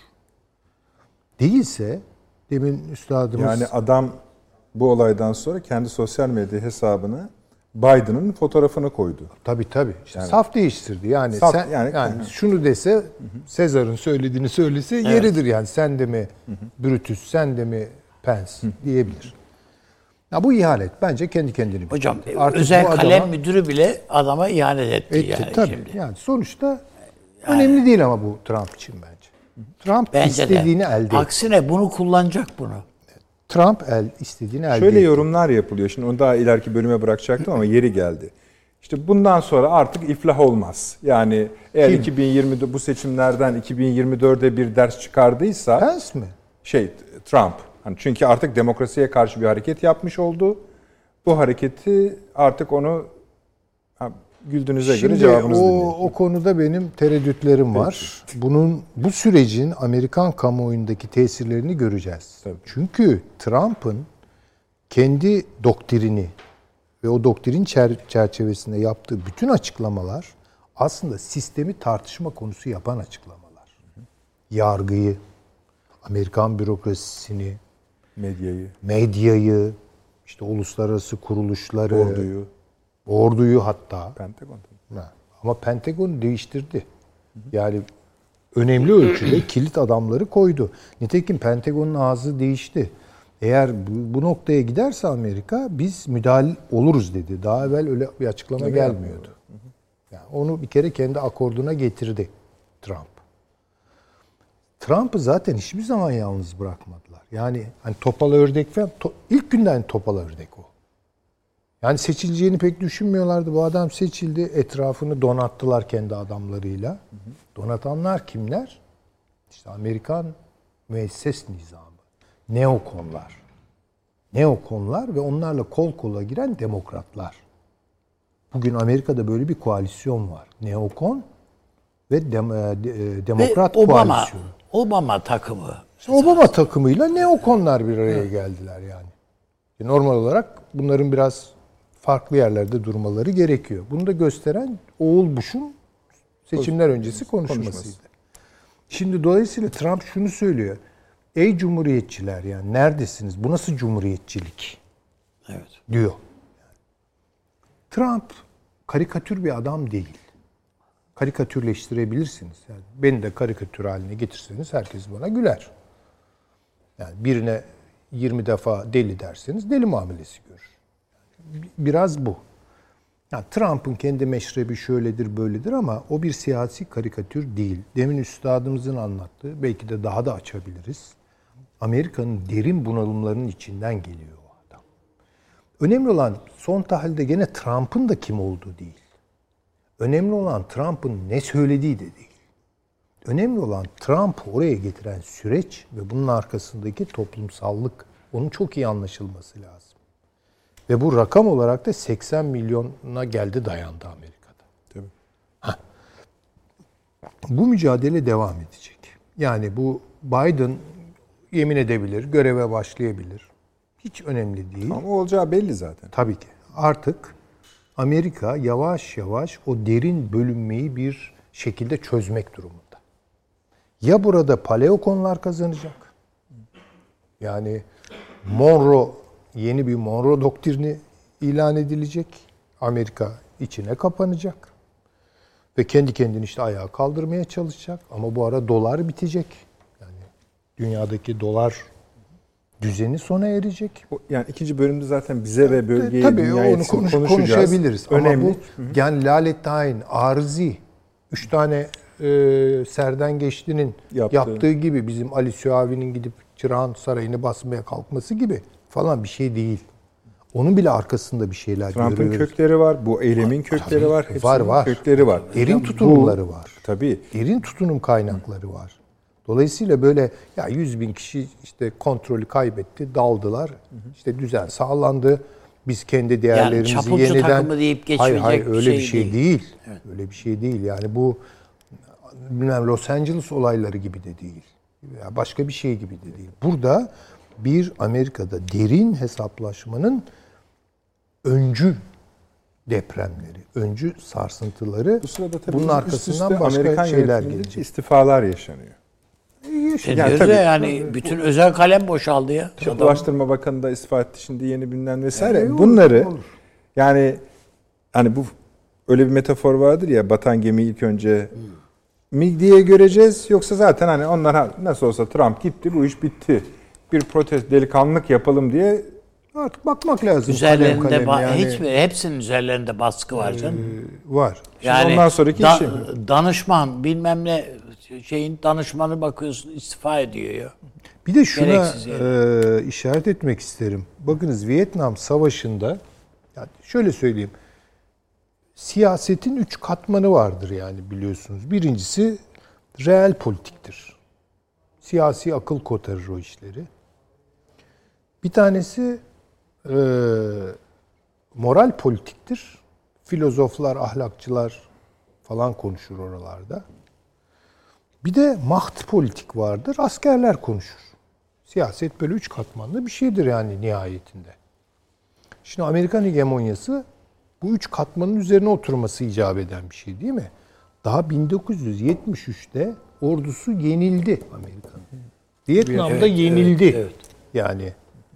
Değilse demin üstadımız... Yani adam bu olaydan sonra kendi sosyal medya hesabına Biden'ın fotoğrafını koydu. Tabii. İşte saf değiştirdi. Yani Saf, sen yani şunu dese, Sezar'ın söylediğini söylese yeridir yani. Sen de mi Brutus, sen de mi Pence diyebilir. Ya bu ihanet bence kendi kendini. Hocam Artık özel bu kalem adama müdürü bile adama ihanet etti yani tabii. şimdi. Yani sonuçta önemli değil ama bu Trump için bence. Trump Bence istediğini de. elde etti. Aksine bunu kullanacak bunu. Trump istediğini elde Şöyle etti. yorumlar yapılıyor. Şimdi onu daha ileriki bölüme bırakacaktım ama yeri geldi. İşte bundan sonra artık iflah olmaz. Yani eğer 2020'de bu seçimlerden 2024'de bir ders çıkardıysa Pence mi? Trump. Hani çünkü artık demokrasiye karşı bir hareket yapmış oldu. Bu hareketi artık onu güldüğünüze göre cevabınızı dinleyin. O konuda benim tereddütlerim var. Bu sürecin Amerikan kamuoyundaki tesirlerini göreceğiz. Tabii. Çünkü Trump'ın kendi doktrini ve o doktrin çerçevesinde yaptığı bütün açıklamalar aslında sistemi tartışma konusu yapan açıklamalar. Yargıyı, Amerikan bürokrasisini, medyayı, işte uluslararası kuruluşları, orduyu hatta. Pentagon. Ama Pentagon değiştirdi. Yani önemli ölçüde kilit adamları koydu. Nitekim Pentagon'un ağzı değişti. Eğer bu noktaya giderse Amerika, biz müdahil oluruz dedi. Daha evvel öyle bir açıklama gelmiyordu. Yani onu bir kere kendi akorduna getirdi Trump. Trump'ı zaten hiçbir zaman yalnız bırakmadılar. Yani hani topal ördek falan, ilk günden topal ördek o. Yani seçileceğini pek düşünmüyorlardı. Bu adam seçildi. Etrafını donattılar kendi adamlarıyla. Donatanlar kimler? İşte Amerikan müesses nizamı. Neokonlar ve onlarla kol kola giren demokratlar. Bugün Amerika'da böyle bir koalisyon var. Neokon ve demokrat koalisyonu. Obama takımı. İşte Obama takımıyla neokonlar bir araya geldiler yani. Normal olarak bunların biraz farklı yerlerde durmaları gerekiyor. Bunu da gösteren Oğul Bush'un seçimler öncesi konuşmasıydı. Şimdi dolayısıyla Trump şunu söylüyor. Ey cumhuriyetçiler, yani neredesiniz? Bu nasıl cumhuriyetçilik? Evet. Diyor. Trump karikatür bir adam değil. karikatürleştirebilirsiniz. Yani beni de karikatür haline getirseniz herkes bana güler. Yani birine 20 defa deli derseniz deli muamelesi görür. Biraz bu. Yani Trump'ın kendi meşrebi şöyledir böyledir ama o bir siyasi karikatür değil. Demin üstadımızın anlattığı, belki de daha da açabiliriz. Amerika'nın derin bunalımlarının içinden geliyor o adam. Önemli olan son tahlilde gene Trump'ın da kim olduğu değil. Önemli olan Trump'ın ne söylediği de değil. Önemli olan Trump'ı oraya getiren süreç ve bunun arkasındaki toplumsallık. Onun çok iyi anlaşılması lazım. Ve bu rakam olarak da 80 milyona geldi, dayandı Amerika'da. Tabii. Bu mücadele devam edecek. Yani bu Biden yemin edebilir, göreve başlayabilir. Hiç önemli değil. Ama olacağı belli zaten. Tabii ki. Artık Amerika yavaş yavaş o derin bölünmeyi bir şekilde çözmek durumunda. Ya burada paleokonlar kazanacak. Yani yeni bir Monroe doktrini ilan edilecek. Amerika içine kapanacak. Ve kendi kendini işte ayağa kaldırmaya çalışacak. Ama bu ara dolar bitecek. Yani dünyadaki dolar düzeni sona erecek. Yani ikinci bölümde zaten bize ve bölgeye, tabii dünyaya onu konuşabiliriz. Önemli. Ama bu yani lalettayn, arzi, 3 tane Serden Geçti'nin yaptığı gibi bizim Ali Süavi'nin gidip Çırağan Sarayı'nı basmaya kalkması gibi falan bir şey değil. Onun bile arkasında bir şeyler görüyoruz. Trump'ın kökleri var, bu eylemin kökleri var. Var. Kökleri var. Derin tutunumları var. Tabii. Derin tutunum kaynakları var. Dolayısıyla böyle ya 100 bin kişi işte kontrolü kaybetti, daldılar. İşte düzen sağlandı. Biz kendi değerlerimizi yani çapulcu yeniden... takımı deyip geçmeyecek hayır, öyle bir şey değil. Evet. Öyle bir şey değil. Yani bu Los Angeles olayları gibi de değil. Ya başka bir şey gibi de değil. Burada bir Amerika'da derin hesaplaşmanın öncü depremleri, öncü sarsıntıları, Bu sırada tabii bunun arkasından üst üste başka Amerikan şeyler yönetiminde gelecek. istifalar yaşanıyor. Yani, tabii. yani bütün özel kalem boşaldı ya. İşte Adam- Ulaştırma Bakanı da istifa etti, şimdi yeni bilinen vesaire. Olur, Bunları olur. yani hani bu öyle bir metafor vardır ya, batan gemiyi ilk önce mi diye göreceğiz, yoksa zaten hani onlar nasıl olsa Trump gitti, bu iş bitti. Bir protest, delikanlılık yapalım diye Artık bakmak lazım. Üzerlerinde kalem yani. hepsinin üzerlerinde baskı var canım. Var. Yani ondan sonraki işi. danışman bilmem ne şeyin danışmanı bakıyorsun istifa ediyor ya. Bir de şuna Gereksiz yani. işaret etmek isterim. Bakınız Vietnam Savaşı'nda, yani şöyle söyleyeyim, siyasetin 3 katmanı vardır yani biliyorsunuz. Birincisi reel politiktir. Siyasi akıl kotarır o işleri. Bir tanesi moral politiktir. Filozoflar, ahlakçılar falan konuşur oralarda. Bir de maht politik vardır. Askerler konuşur. Siyaset böyle 3 katmanlı bir şeydir yani nihayetinde. Şimdi Amerikan hegemonyası bu 3 katmanın üzerine oturması icap eden bir şey değil mi? Daha 1973'te ordusu yenildi Amerika'nın. Vietnam'da yenildi. Evet. Yani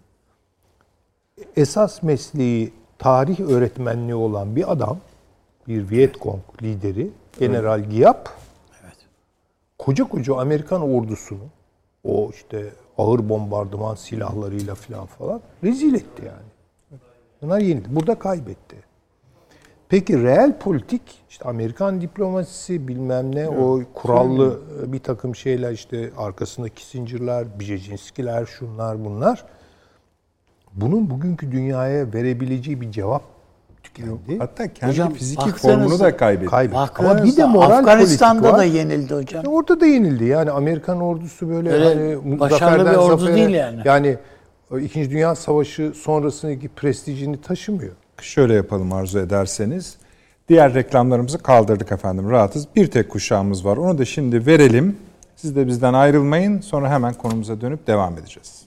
esas mesleği tarih öğretmenliği olan bir adam, bir Vietcong lideri, General Giap, koca Amerikan ordusunu o işte ağır bombardıman silahlarıyla falan rezil etti yani. Bunlar yenildi. Burada kaybetti. Peki reel politik, işte Amerikan diplomasisi bilmem ne, o kurallı bir takım şeyler, işte arkasında Kissinger'lar, Brzezinski'ler, şunlar bunlar. Bunun bugünkü dünyaya verebileceği bir cevap tükendi. Hatta kendi Hocam, fiziki baksanıza, formunu da kaybetti. Ama bir de moral Afganistan'da politik var. da yenildi hocam. Orada da yenildi. Yani Amerikan ordusu böyle Öyle hani başarılı zaferden bir ordu zafere, değil yani. Yani İkinci Dünya Savaşı sonrasındaki prestijini taşımıyor. Şöyle yapalım arzu ederseniz. Diğer reklamlarımızı kaldırdık efendim, rahatız. Bir tek kuşağımız var, onu da şimdi verelim. Siz de bizden ayrılmayın. Sonra hemen konumuza dönüp devam edeceğiz.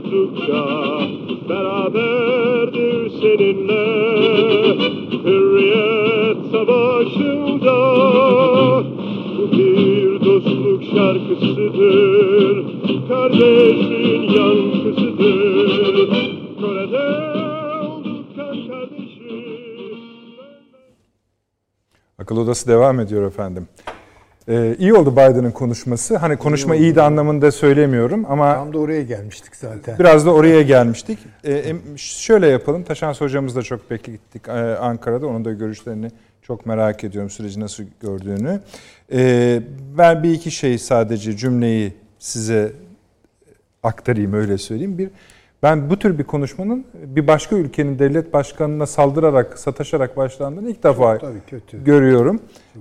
oldukça beraberdir seninle. Hürriyet savaşında bu bir dostluk şarkısıdır, kardeşin yankısıdır. Kore'de olduk kan kardeşim. Akıl Odası devam ediyor efendim. İyi oldu Biden'ın konuşması. Hani konuşma iyiydi anlamında söylemiyorum ama Tam da oraya gelmiştik zaten. biraz da oraya gelmiştik. Şöyle yapalım. Taşans hocamız da çok beklettik Ankara'da. Onun da görüşlerini çok merak ediyorum. Süreci nasıl gördüğünü. Ben bir iki şey sadece cümleyi size aktarayım, öyle söyleyeyim. Ben bu tür bir konuşmanın bir başka ülkenin devlet başkanına saldırarak, sataşarak başlandığını ilk defa görüyorum.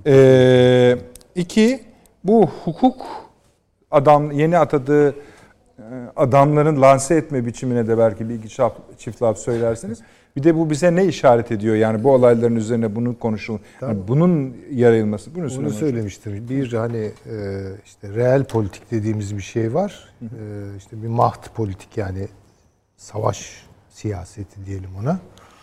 İki, bu hukuk yeni atadığı adamların lanse etme biçimine de belki bir iki çift laf söylerseniz. Bir de bu bize ne işaret ediyor? Yani bu olayların üzerine bunun konuşulması, yani bunun yayılması. Bunu söylemiştim. Bir hani işte real politik dediğimiz bir şey var. İşte bir maht politik, yani savaş siyaseti diyelim ona.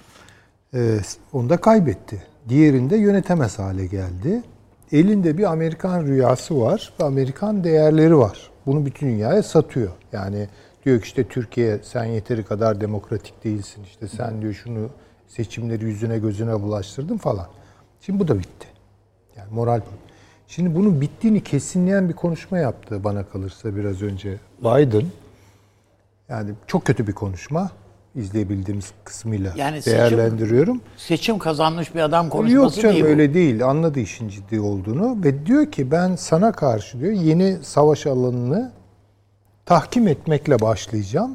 Onu da kaybetti. Diğerinde yönetemez hale geldi. Elinde bir Amerikan rüyası var ve Amerikan değerleri var. Bunu bütün dünyaya satıyor. Yani diyor ki işte Türkiye sen yeteri kadar demokratik değilsin. İşte sen diyor şunu seçimleri yüzüne gözüne bulaştırdın falan. Şimdi bu da bitti. Yani moral. Şimdi bunun bittiğini kesinleyen bir konuşma yaptı bana kalırsa biraz önce Biden. Yani çok kötü bir konuşma. İzleyebildiğimiz kısmıyla yani değerlendiriyorum. Seçim kazanmış bir adam konuşması değil. Yok canım, öyle değil. Anladı işin ciddi olduğunu ve diyor ki ben sana karşı diyor yeni savaş tahkim etmekle başlayacağım.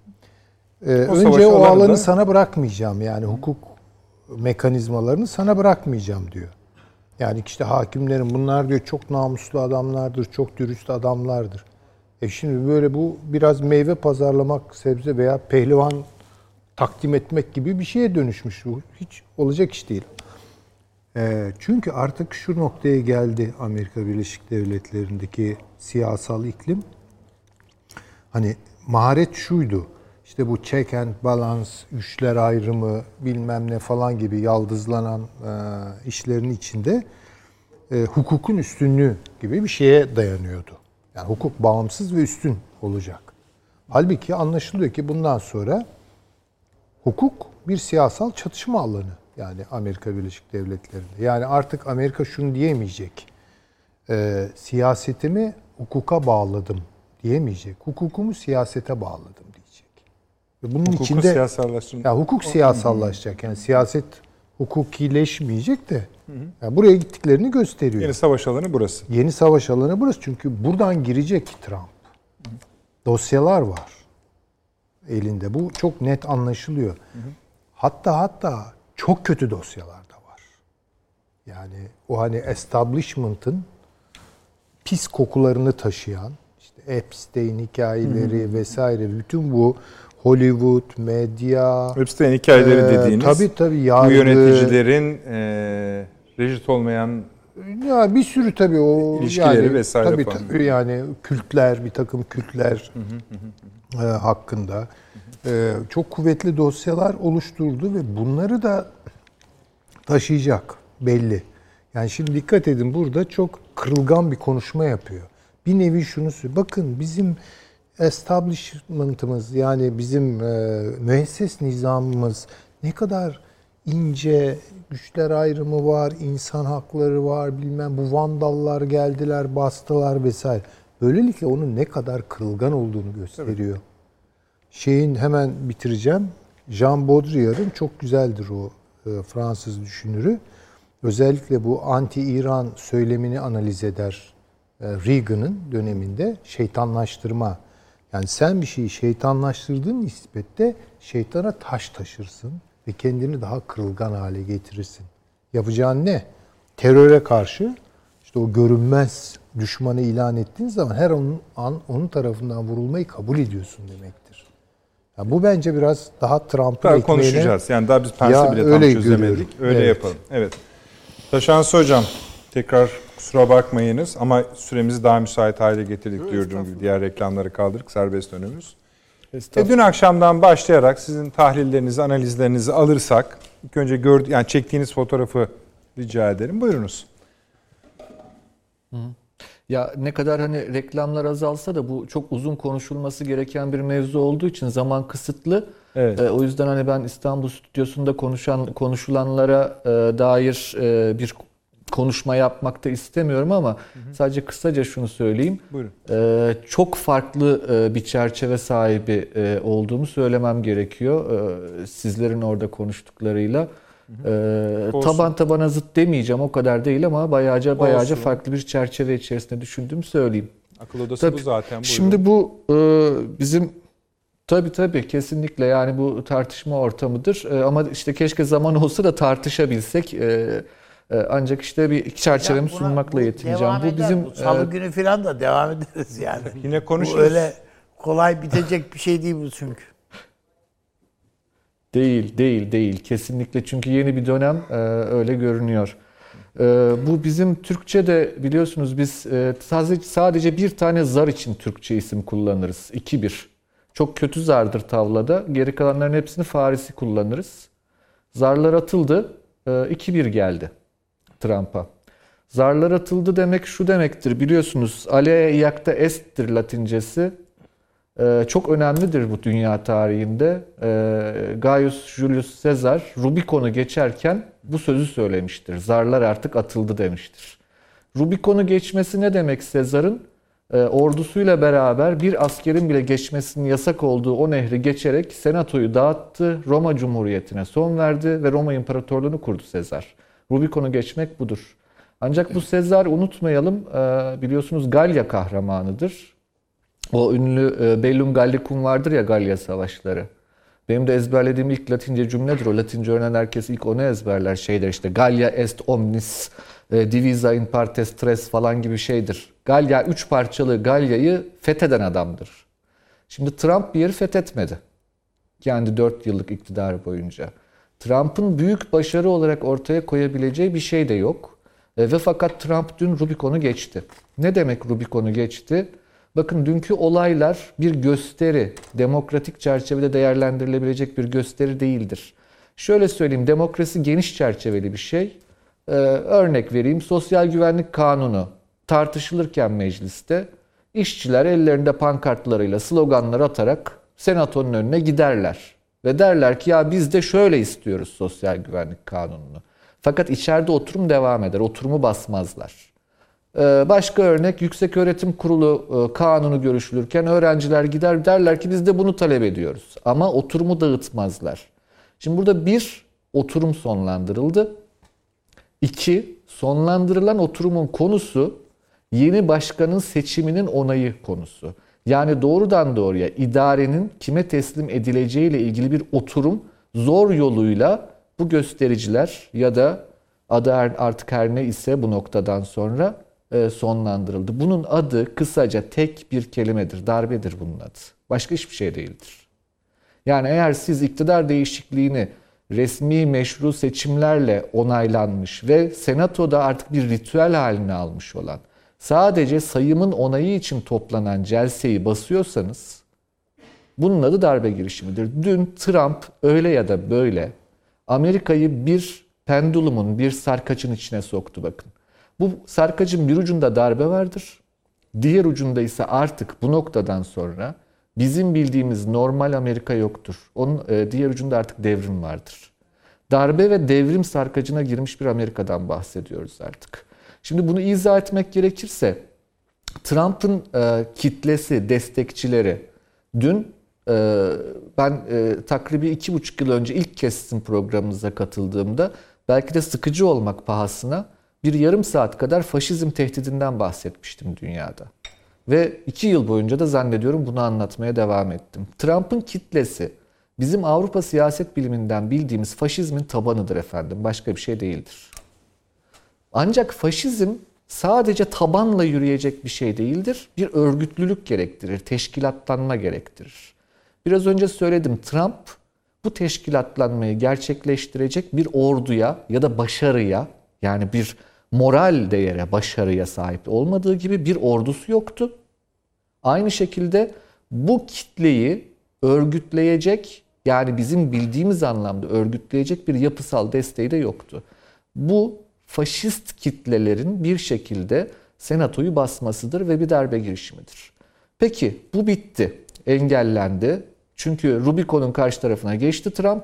Önce o alanı sana bırakmayacağım. Yani hukuk mekanizmalarını sana bırakmayacağım diyor. Yani işte hakimlerin bunlar diyor çok namuslu adamlardır, çok dürüst adamlardır. Şimdi böyle bu biraz meyve pazarlamak, sebze veya pehlivan takdim etmek gibi bir şeye dönüşmüş. Bu hiç olacak iş değil. Çünkü artık şu noktaya geldi Amerika Birleşik Devletleri'ndeki siyasal iklim. Hani maharet şuydu. İşte bu check and balance, güçler ayrımı, bilmem ne falan gibi yaldızlanan işlerin içinde hukukun üstünlüğü gibi bir şeye dayanıyordu. Yani hukuk bağımsız ve üstün olacak. Halbuki anlaşılıyor ki bundan sonra hukuk bir siyasal çatışma alanı. Yani Amerika Birleşik Devletleri'nde. Yani artık Amerika şunu diyemeyecek. Siyasetimi hukuka bağladım diyemeyecek. Hukukumu siyasete bağladım diyecek. Ve bunun hukuku içinde siyasallaştırın. Ya hukuk siyasallaşacak. Yani siyaset hukukileşmeyecek de. Yani buraya gittiklerini gösteriyor. Yeni savaş alanı burası. Yeni savaş alanı burası. Çünkü buradan girecek Trump. Dosyalar var elinde. Bu çok net anlaşılıyor. Hatta çok kötü dosyalar da var. Yani o hani establishment'ın pis kokularını taşıyan, işte Epstein hikayeleri vesaire, bütün bu Hollywood, medya... Epstein hikayeleri dediğiniz, tabii yargı, bu yöneticilerin rejit olmayan ya bir sürü tabii o ilişkileri yani, vesaire falan. Tabii yani kültler, bir takım kültler hakkında çok kuvvetli dosyalar oluşturdu ve bunları da taşıyacak belli. Yani şimdi dikkat edin, burada çok kırılgan bir konuşma yapıyor. Bir nevi şunu söylüyor. Bakın bizim establishment'ımız, yani bizim müesses nizamımız ne kadar ince, güçler ayrımı var, insan hakları var, bilmem bu vandallar geldiler, bastılar vesaire. Böylelikle onun ne kadar kırılgan olduğunu gösteriyor. Evet. Hemen bitireceğim. Jean Baudrillard'ın çok güzeldir o Fransız düşünürü. Özellikle bu anti-İran söylemini analiz eder. Reagan'ın döneminde şeytanlaştırma. Yani sen bir şeyi şeytanlaştırdığın nispette şeytana taş taşırsın ve kendini daha kırılgan hale getirirsin. Yapacağın ne? Teröre karşı işte o görünmez düşmanı ilan ettiğin zaman her onun tarafından vurulmayı kabul ediyorsun demektir. Yani bu bence biraz daha Trump'ın ekmeğine... konuşacağız. Yani daha biz pense bile tam çözemedik. Öyle yapalım. Evet. Taşansı Hocam, tekrar kusura bakmayınız ama süremizi daha müsait hale getirdik, gördüğüm gibi. Diğer reklamları kaldırdık. Serbest önümüz. Dün akşamdan başlayarak sizin tahlillerinizi, analizlerinizi alırsak, ilk önce yani çektiğiniz fotoğrafı rica ederim. Buyurunuz. Ya ne kadar hani reklamlar azalsa da bu çok uzun konuşulması gereken bir mevzu olduğu için zaman kısıtlı. Evet. O yüzden hani ben İstanbul stüdyosunda konuşulanlara dair bir konuşma yapmak da istemiyorum ama sadece kısaca şunu söyleyeyim. Buyurun. Çok farklı bir çerçeve sahibi olduğumu söylemem gerekiyor. Sizlerin orada konuştuklarıyla. Taban tabana zıt demeyeceğim, o kadar değil ama bayağıca farklı bir çerçeve içerisinde düşündüğümü söyleyeyim. Akıl odası bu zaten. Buyurun. Şimdi bu bizim tabii kesinlikle yani bu tartışma ortamıdır. Ama işte keşke zaman olsa da tartışabilsek. Ancak işte bir çerçevemi sunmakla yetineceğim. Bu bizim Salı günü falan da devam ederiz yani. Yine konuşuruz. Bu öyle kolay bitecek bir şey değil bu çünkü. Değil. Kesinlikle, çünkü yeni bir dönem öyle görünüyor. Bu bizim Türkçe'de biliyorsunuz biz sadece bir tane zar için Türkçe isim kullanırız. 2-1. Çok kötü zardır tavlada. Geri kalanların hepsini Farisi kullanırız. Zarlar atıldı. 2-1 geldi Trump'a. Zarlar atıldı demek şu demektir. Biliyorsunuz alea iacta est'tir Latincesi. Çok önemlidir bu dünya tarihinde. Gaius Julius Caesar Rubikon'u geçerken bu sözü söylemiştir. Zarlar artık atıldı demiştir. Rubikon'u geçmesi ne demek Caesar'ın? Ordusuyla beraber bir askerin bile geçmesinin yasak olduğu o nehri geçerek senatoyu dağıttı, Roma Cumhuriyeti'ne son verdi ve Roma İmparatorluğunu kurdu Caesar. Rubikon'u geçmek budur. Ancak bu Caesar, unutmayalım, biliyorsunuz Galya kahramanıdır. O ünlü Bellum Gallicum vardır ya, Galya savaşları. Benim de ezberlediğim ilk Latince cümledir o. Latince öğrenen herkes ilk onu ezberler. Şeydir işte, Gallia est omnis divisa in partes tres falan gibi şeydir. Galya, 3 parçalı Galya'yı fetheden adamdır. Şimdi Trump bir yeri fethetmedi. Kendi 4 yıllık iktidarı boyunca. Trump'ın büyük başarı olarak ortaya koyabileceği bir şey de yok. Ve fakat Trump dün Rubikon'u geçti. Ne demek Rubikon'u geçti? Bakın, dünkü olaylar bir gösteri, demokratik çerçevede değerlendirilebilecek bir gösteri değildir. Şöyle söyleyeyim, demokrasi geniş çerçeveli bir şey. Örnek vereyim, Sosyal Güvenlik Kanunu tartışılırken mecliste işçiler ellerinde pankartlarıyla sloganlar atarak senatonun önüne giderler. Ve derler ki ya biz de şöyle istiyoruz Sosyal Güvenlik Kanunu'nu. Fakat içeride oturum devam eder, oturumu basmazlar. Başka örnek, Yükseköğretim Kurulu kanunu görüşülürken öğrenciler gider derler ki biz de bunu talep ediyoruz. Ama oturumu dağıtmazlar. Şimdi burada bir, oturum sonlandırıldı. 2, sonlandırılan oturumun konusu yeni başkanın seçiminin onayı konusu. Yani doğrudan doğruya idarenin kime teslim edileceğiyle ilgili bir oturum zor yoluyla bu göstericiler ya da adı artık her ne ise bu noktadan sonra sonlandırıldı. Bunun adı kısaca tek bir kelimedir. Darbedir bunun adı. Başka hiçbir şey değildir. Yani eğer siz iktidar değişikliğini resmi meşru seçimlerle onaylanmış ve senatoda artık bir ritüel haline almış olan sadece sayımın onayı için toplanan celseyi basıyorsanız bunun adı darbe girişimidir. Dün Trump öyle ya da böyle Amerika'yı bir pendulumun, bir sarkaçın içine soktu bakın. Bu sarkacın bir ucunda darbe vardır. Diğer ucunda ise artık bu noktadan sonra bizim bildiğimiz normal Amerika yoktur. Onun diğer ucunda artık devrim vardır. Darbe ve devrim sarkacına girmiş bir Amerika'dan bahsediyoruz artık. Şimdi bunu izah etmek gerekirse Trump'ın kitlesi, destekçileri dün ben takribi 2,5 yıl önce ilk kez sizin programınıza katıldığımda belki de sıkıcı olmak pahasına bir yarım saat kadar faşizm tehdidinden bahsetmiştim dünyada. Ve 2 yıl boyunca da zannediyorum bunu anlatmaya devam ettim. Trump'ın kitlesi bizim Avrupa siyaset biliminden bildiğimiz faşizmin tabanıdır efendim. Başka bir şey değildir. Ancak faşizm sadece tabanla yürüyecek bir şey değildir. Bir örgütlülük gerektirir, teşkilatlanma gerektirir. Biraz önce söyledim, Trump bu teşkilatlanmayı gerçekleştirecek bir orduya ya da başarıya, yani bir moral değere, başarıya sahip olmadığı gibi bir ordusu yoktu. Aynı şekilde bu kitleyi örgütleyecek, yani bizim bildiğimiz anlamda örgütleyecek bir yapısal desteği de yoktu. Bu faşist kitlelerin bir şekilde senatoyu basmasıdır ve bir darbe girişimidir. Peki bu bitti, engellendi. Çünkü Rubicon'un karşı tarafına geçti Trump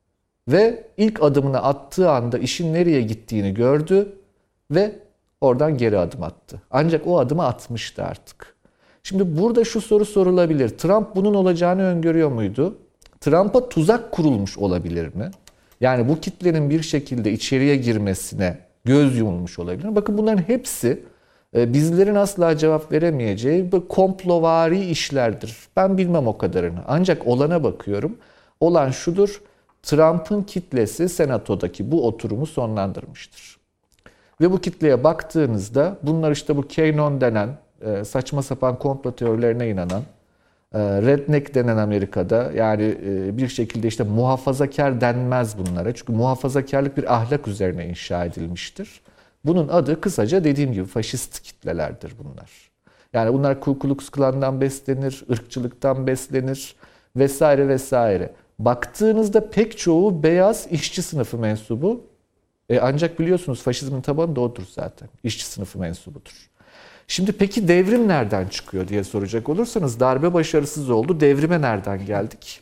ve ilk adımını attığı anda işin nereye gittiğini gördü ve oradan geri adım attı. Ancak o adımı atmıştı artık. Şimdi burada şu soru sorulabilir. Trump bunun olacağını öngörüyor muydu? Trump'a tuzak kurulmuş olabilir mi? Yani bu kitlenin bir şekilde içeriye girmesine göz yumulmuş olabilir mi? Bakın bunların hepsi bizlerin asla cevap veremeyeceği komplovari işlerdir. Ben bilmem o kadarını. Ancak olana bakıyorum. Olan şudur. Trump'ın kitlesi senatodaki bu oturumu sonlandırmıştır. Ve bu kitleye baktığınızda bunlar işte bu QAnon denen saçma sapan komplo teorilerine inanan, redneck denen Amerika'da, yani bir şekilde işte muhafazakar denmez bunlara. Çünkü muhafazakarlık bir ahlak üzerine inşa edilmiştir. Bunun adı kısaca dediğim gibi faşist kitlelerdir bunlar. Yani bunlar Ku Klux Klan'dan beslenir, ırkçılıktan beslenir vesaire vesaire. Baktığınızda pek çoğu beyaz işçi sınıfı mensubu. Ancak biliyorsunuz faşizmin tabanı da odur zaten. İşçi sınıfı mensubudur. Şimdi peki devrim nereden çıkıyor diye soracak olursanız, darbe başarısız oldu. Devrime nereden geldik?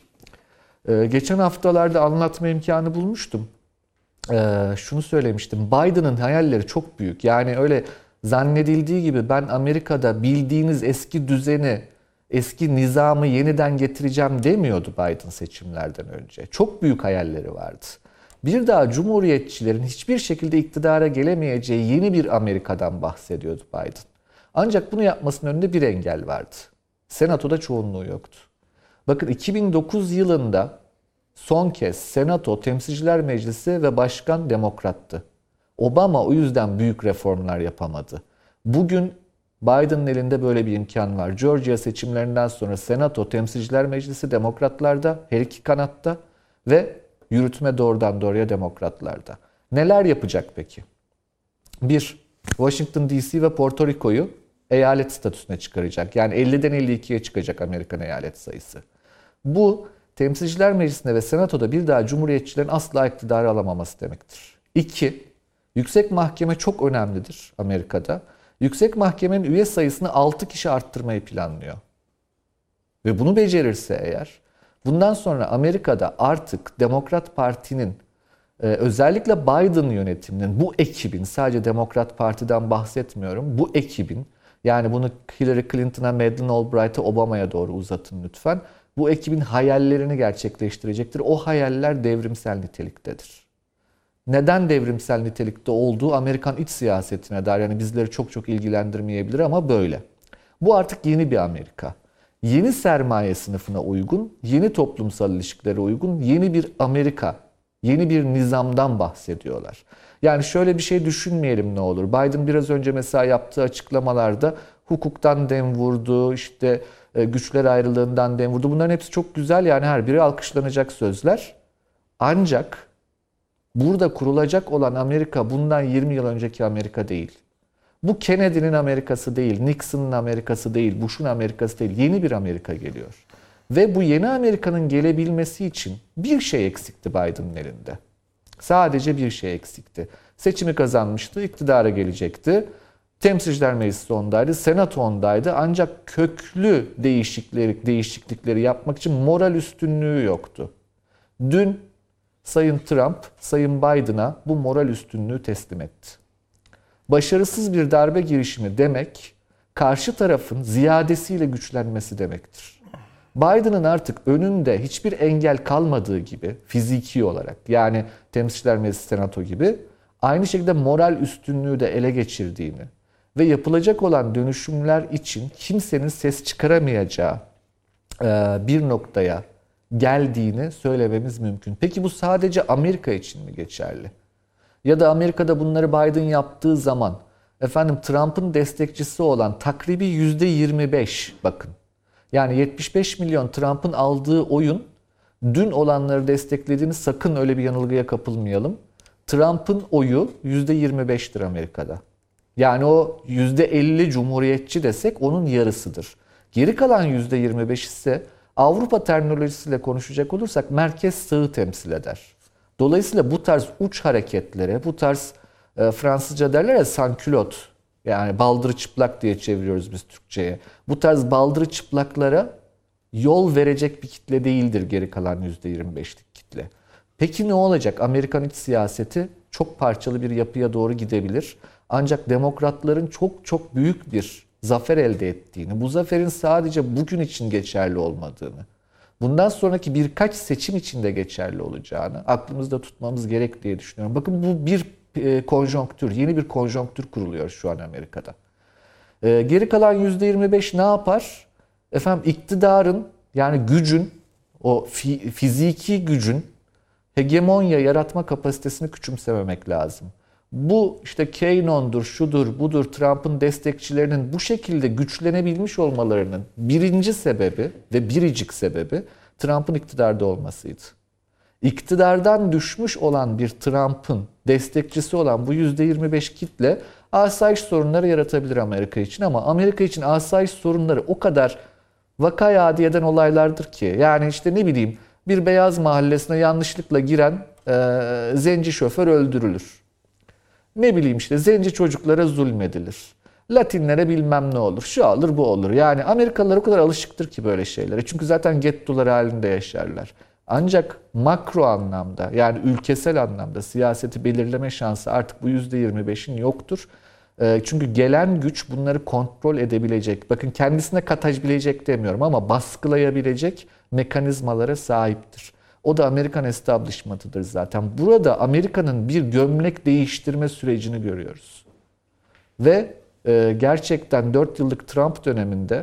Geçen haftalarda anlatma imkanı bulmuştum. Şunu söylemiştim. Biden'ın hayalleri çok büyük. Yani öyle zannedildiği gibi ben Amerika'da bildiğiniz eski düzeni, eski nizamı yeniden getireceğim demiyordu Biden seçimlerden önce. Çok büyük hayalleri vardı. Bir daha Cumhuriyetçilerin hiçbir şekilde iktidara gelemeyeceği yeni bir Amerika'dan bahsediyordu Biden. Ancak bunu yapmasının önünde bir engel vardı. Senatoda çoğunluğu yoktu. Bakın 2009 yılında son kez Senato, Temsilciler Meclisi ve Başkan Demokrattı. Obama o yüzden büyük reformlar yapamadı. Bugün Biden'ın elinde böyle bir imkan var. Georgia seçimlerinden sonra Senato, Temsilciler Meclisi Demokratlarda, her iki kanatta ve yürütme doğrudan doğruya Demokratlarda. Neler yapacak peki? 1. Washington DC ve Porto Rico'yu eyalet statüsüne çıkaracak. Yani 50'den 52'ye çıkacak Amerikan eyalet sayısı. Bu Temsilciler Meclisi'nde ve Senato'da bir daha Cumhuriyetçilerin asla iktidarı alamaması demektir. 2. Yüksek Mahkeme çok önemlidir Amerika'da. Yüksek Mahkemenin üye sayısını 6 kişi arttırmayı planlıyor. Ve bunu becerirse eğer, bundan sonra Amerika'da artık Demokrat Parti'nin, özellikle Biden yönetiminin, bu ekibin, sadece Demokrat Parti'den bahsetmiyorum, bu ekibin, yani bunu Hillary Clinton'a, Madeleine Albright'a, Obama'ya doğru uzatın lütfen. Bu ekibin hayallerini gerçekleştirecektir. O hayaller devrimsel niteliktedir. Neden devrimsel nitelikte olduğu Amerikan iç siyasetine dair, yani bizleri çok ilgilendirmeyebilir ama böyle. Bu artık yeni bir Amerika. Yeni sermaye sınıfına uygun, yeni toplumsal ilişkilere uygun yeni bir Amerika, yeni bir nizamdan bahsediyorlar. Yani şöyle bir şey düşünmeyelim ne olur. Biden biraz önce mesela yaptığı açıklamalarda hukuktan dem vurdu, işte güçler ayrılığından dem vurdu. Bunların hepsi çok güzel, yani her biri alkışlanacak sözler. Ancak burada kurulacak olan Amerika bundan 20 yıl önceki Amerika değil. Bu Kennedy'nin Amerikası değil, Nixon'ın Amerikası değil, Bush'un Amerikası değil. Yeni bir Amerika geliyor. Ve bu yeni Amerika'nın gelebilmesi için bir şey eksikti Biden'ın elinde. Sadece bir şey eksikti. Seçimi kazanmıştı, iktidara gelecekti. Temsilciler Meclisi ondaydı, Senato ondaydı. Ancak köklü değişiklikleri yapmak için moral üstünlüğü yoktu. Dün Sayın Trump, Sayın Biden'a bu moral üstünlüğü teslim etti. Başarısız bir darbe girişimi demek, karşı tarafın ziyadesiyle güçlenmesi demektir. Biden'ın artık önünde hiçbir engel kalmadığı gibi fiziki olarak, yani Temsilciler Meclisi, Senato gibi, aynı şekilde moral üstünlüğü de ele geçirdiğini ve yapılacak olan dönüşümler için kimsenin ses çıkaramayacağı bir noktaya geldiğini söylememiz mümkün. Peki bu sadece Amerika için mi geçerli? Ya da Amerika'da bunları Biden yaptığı zaman Trump'ın destekçisi olan takribi %25, bakın. Yani 75 milyon Trump'ın aldığı oyun dün olanları desteklediğini, sakın öyle bir yanılgıya kapılmayalım. Trump'ın oyu %25'tir Amerika'da. Yani o %50 cumhuriyetçi desek onun yarısıdır. Geri kalan %25 ise Avrupa terminolojisiyle konuşacak olursak merkez sağı temsil eder. Dolayısıyla bu tarz uç hareketlere, bu tarz Fransızca derler ya sansculot, yani baldırı çıplak diye çeviriyoruz biz Türkçe'ye. Bu tarz baldırı çıplaklara yol verecek bir kitle değildir geri kalan %25'lik kitle. Peki ne olacak? Amerikan iç siyaseti çok parçalı bir yapıya doğru gidebilir. Ancak demokratların çok çok büyük bir zafer elde ettiğini, bu zaferin sadece bugün için geçerli olmadığını, bundan sonraki birkaç seçim için de geçerli olacağını aklımızda tutmamız gerek diye düşünüyorum. Bakın bu bir konjonktür, yeni bir konjonktür kuruluyor şu an Amerika'da. Geri kalan %25 ne yapar? Efendim iktidarın, yani gücün, o fiziki gücün hegemonya yaratma kapasitesini küçümsememek lazım. Bu işte QAnon'dur, şudur, budur, Trump'ın destekçilerinin bu şekilde güçlenebilmiş olmalarının birinci sebebi ve biricik sebebi Trump'ın iktidarda olmasıydı. İktidardan düşmüş olan bir Trump'ın destekçisi olan bu %25 kitle asayiş sorunları yaratabilir Amerika için, ama Amerika için asayiş sorunları o kadar vakayı adi eden olaylardır ki. Yani işte ne bileyim, bir beyaz mahallesine yanlışlıkla giren zenci şoför öldürülür. Ne bileyim işte zenci çocuklara zulmedilir. Latinlere bilmem ne olur. Şu olur bu olur. Yani Amerikalılar o kadar alışıktır ki böyle şeylere. Çünkü zaten gettolar halinde yaşarlar. Ancak makro anlamda, yani ülkesel anlamda siyaseti belirleme şansı artık bu %25'in yoktur. Çünkü gelen güç bunları kontrol edebilecek, bakın kendisine katabilecek demiyorum ama baskılayabilecek mekanizmalara sahiptir. O da Amerikan establishment'ıdır zaten. Burada Amerika'nın bir gömlek değiştirme sürecini görüyoruz. Ve gerçekten 4 yıllık Trump döneminde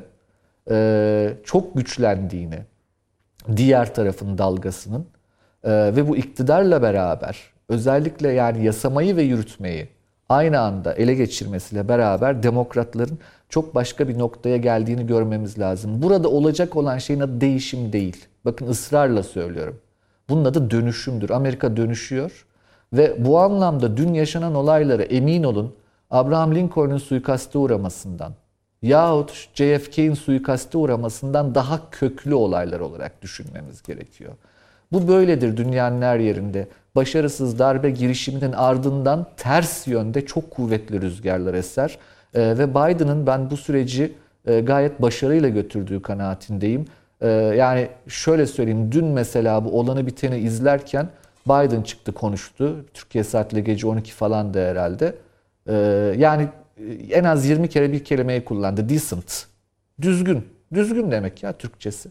çok güçlendiğini, diğer tarafın dalgasının ve bu iktidarla beraber özellikle yani yasamayı ve yürütmeyi aynı anda ele geçirmesiyle beraber demokratların çok başka bir noktaya geldiğini görmemiz lazım. Burada olacak olan şeyin adı değişim değil. Bakın ısrarla söylüyorum. Bunun adı dönüşümdür. Amerika dönüşüyor ve bu anlamda dün yaşanan olayları emin olun Abraham Lincoln'un suikaste uğramasından yahut JFK'in suikaste uğramasından daha köklü olaylar olarak düşünmemiz gerekiyor. Bu böyledir dünyanın her yerinde. Başarısız darbe girişiminin ardından ters yönde çok kuvvetli rüzgarlar eser. Ve Biden'ın ben bu süreci gayet başarıyla götürdüğü kanaatindeyim. Yani şöyle söyleyeyim, dün mesela bu olanı biteni izlerken Biden çıktı konuştu. Türkiye saatiyle gece 12 falan da herhalde. Yani en az 20 kere bir kelimeyi kullandı. Decent. Düzgün. Düzgün demek ya Türkçesi.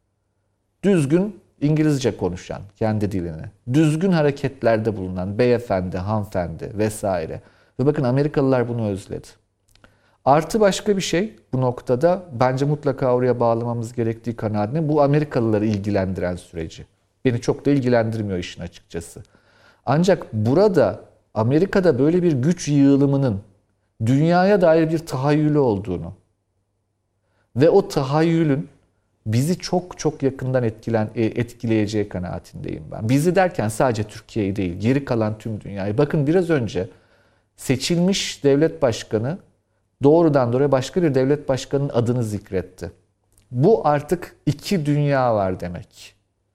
Düzgün İngilizce konuşan, kendi dilini. Düzgün hareketlerde bulunan beyefendi, hanımefendi vesaire. Ve bakın Amerikalılar bunu özledi. Artı başka bir şey bu noktada bence mutlaka oraya bağlamamız gerektiği kanaatine, bu Amerikalıları ilgilendiren süreci. Beni çok da ilgilendirmiyor işin açıkçası. Ancak burada Amerika'da böyle bir güç yığılımının dünyaya dair bir tahayyülü olduğunu ve o tahayyülün bizi çok çok yakından etkileyeceği kanaatindeyim ben. Bizi derken sadece Türkiye'yi değil, geri kalan tüm dünyayı. Bakın biraz önce seçilmiş devlet başkanı doğrudan doğruya başka bir devlet başkanının adını zikretti. Bu artık iki dünya var demek.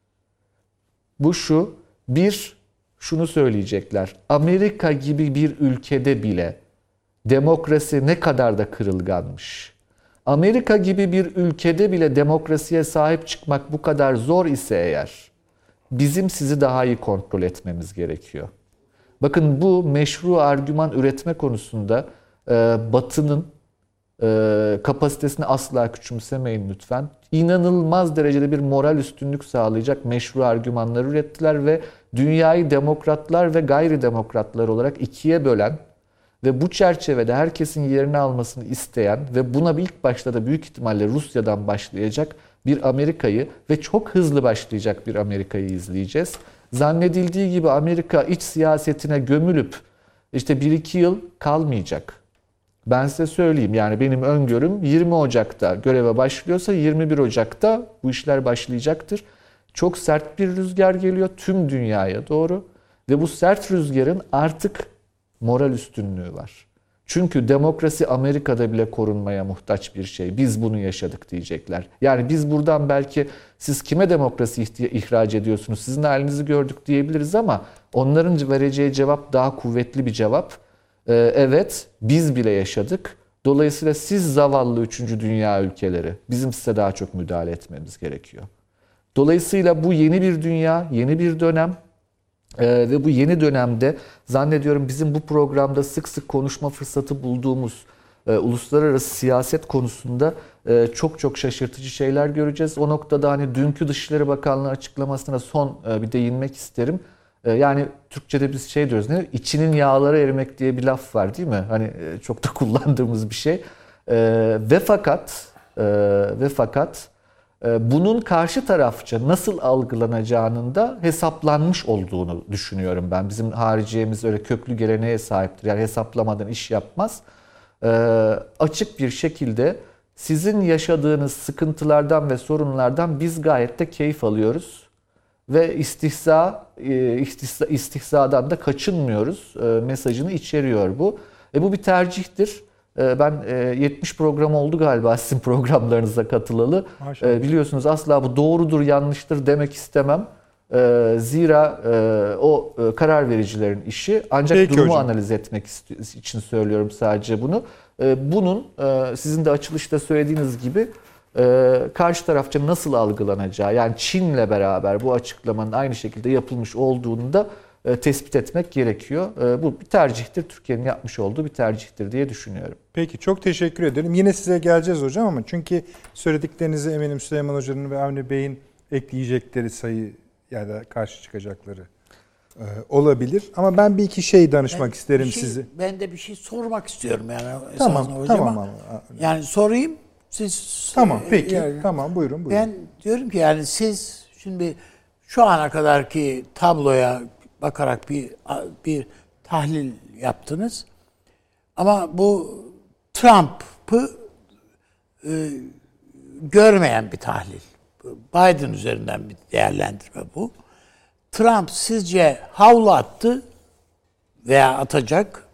Bu şu, şunu söyleyecekler. Amerika gibi bir ülkede bile demokrasi ne kadar da kırılganmış. Amerika gibi bir ülkede bile demokrasiye sahip çıkmak bu kadar zor ise eğer, bizim sizi daha iyi kontrol etmemiz gerekiyor. Bakın bu meşru argüman üretme konusunda Batı'nın kapasitesini asla küçümsemeyin lütfen. İnanılmaz derecede bir moral üstünlük sağlayacak meşru argümanlar ürettiler ve dünyayı demokratlar ve gayri demokratlar olarak ikiye bölen ve bu çerçevede herkesin yerini almasını isteyen ve buna ilk başta da büyük ihtimalle Rusya'dan başlayacak bir Amerika'yı ve çok hızlı başlayacak bir Amerika'yı izleyeceğiz. Zannedildiği gibi Amerika iç siyasetine gömülüp işte 1-2 yıl kalmayacak. Ben size söyleyeyim, yani benim öngörüm 20 Ocak'ta göreve başlıyorsa 21 Ocak'ta bu işler başlayacaktır. Çok sert bir rüzgar geliyor tüm dünyaya doğru ve bu sert rüzgarın artık moral üstünlüğü var. Çünkü demokrasi Amerika'da bile korunmaya muhtaç bir şey. Biz bunu yaşadık diyecekler. Yani biz buradan belki siz kime demokrasi ihraç ediyorsunuz, sizin halinizi gördük diyebiliriz ama onların vereceği cevap daha kuvvetli bir cevap. Evet, biz bile yaşadık. Dolayısıyla siz zavallı 3. dünya ülkeleri, bizim size daha çok müdahale etmemiz gerekiyor. Dolayısıyla bu yeni bir dünya, yeni bir dönem. Ve bu yeni dönemde zannediyorum bizim bu programda sık sık konuşma fırsatı bulduğumuz uluslararası siyaset konusunda çok çok şaşırtıcı şeyler göreceğiz. O noktada hani dünkü Dışişleri Bakanlığı açıklamasına son bir değinmek isterim. Yani Türkçe'de biz şey diyoruz, ne? İçinin yağlara erimek diye bir laf var değil mi? Hani çok da kullandığımız bir şey. Ve fakat bunun karşı tarafça nasıl algılanacağının da hesaplanmış olduğunu düşünüyorum ben. Bizim hariciyemiz öyle köklü geleneğe sahiptir. Yani hesaplamadan iş yapmaz. Açık bir şekilde sizin yaşadığınız sıkıntılardan ve sorunlardan biz gayet de keyif alıyoruz. Ve istihzadan da kaçınmıyoruz mesajını içeriyor bu. Bu bir tercihtir. Ben 70 program oldu galiba sizin programlarınıza katılalı. Biliyorsunuz asla bu doğrudur, yanlıştır demek istemem. Zira o karar vericilerin işi. Ancak Peki durumu hocam, analiz etmek için söylüyorum sadece bunu. Bunun sizin de açılışta söylediğiniz gibi karşı tarafça nasıl algılanacağı, yani Çin'le beraber bu açıklamanın aynı şekilde yapılmış olduğunu da tespit etmek gerekiyor. Bu bir tercihtir. Türkiye'nin yapmış olduğu bir tercihtir diye düşünüyorum. Peki, çok teşekkür ederim. Yine size geleceğiz hocam ama çünkü söylediklerinizi eminim Süleyman Hoca'nın ve Avni Bey'in ekleyecekleri sayı ya da karşı çıkacakları olabilir. Ama ben bir iki şey danışmak isterim size. Ben de bir şey sormak istiyorum yani. Tamam, hocama. tamam. Yani sorayım. Siz Tamam, peki. Tamam, buyurun. Ben diyorum ki yani siz şimdi şu ana kadarki tabloya bakarak bir tahlil yaptınız. Ama bu Trump'ı görmeyen bir tahlil. Biden üzerinden bir değerlendirme bu. Trump sizce havlu attı veya atacak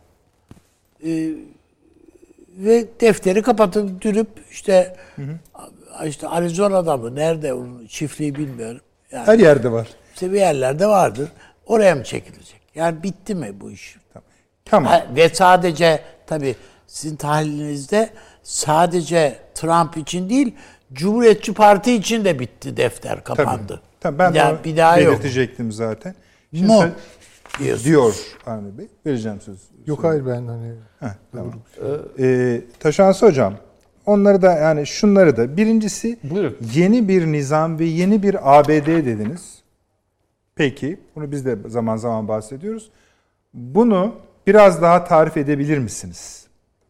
ve defteri kapatıp dürüp işte Arizona'da mı nerede onun çiftliği bilmiyorum. Yani her yerde var. İşte bir yerlerde vardır. Oraya mı çekilecek? Yani bitti mi bu iş? Tamam. Ve sadece tabii sizin tahlilinizde sadece Trump için değil, Cumhuriyetçi Parti için de bitti, defter kapandı. Tabii. Ben bir daha yok. belirtecektim zaten. Şimdi Diyor Avni Bey. Vereceğim söz. Yok hayır, ben hani... Tamam. Taşansı hocam, onları da yani şunları da. Birincisi, Buyurun. yeni bir nizam ve yeni bir ABD dediniz. Peki, bunu biz de zaman zaman bahsediyoruz. Bunu biraz daha tarif edebilir misiniz?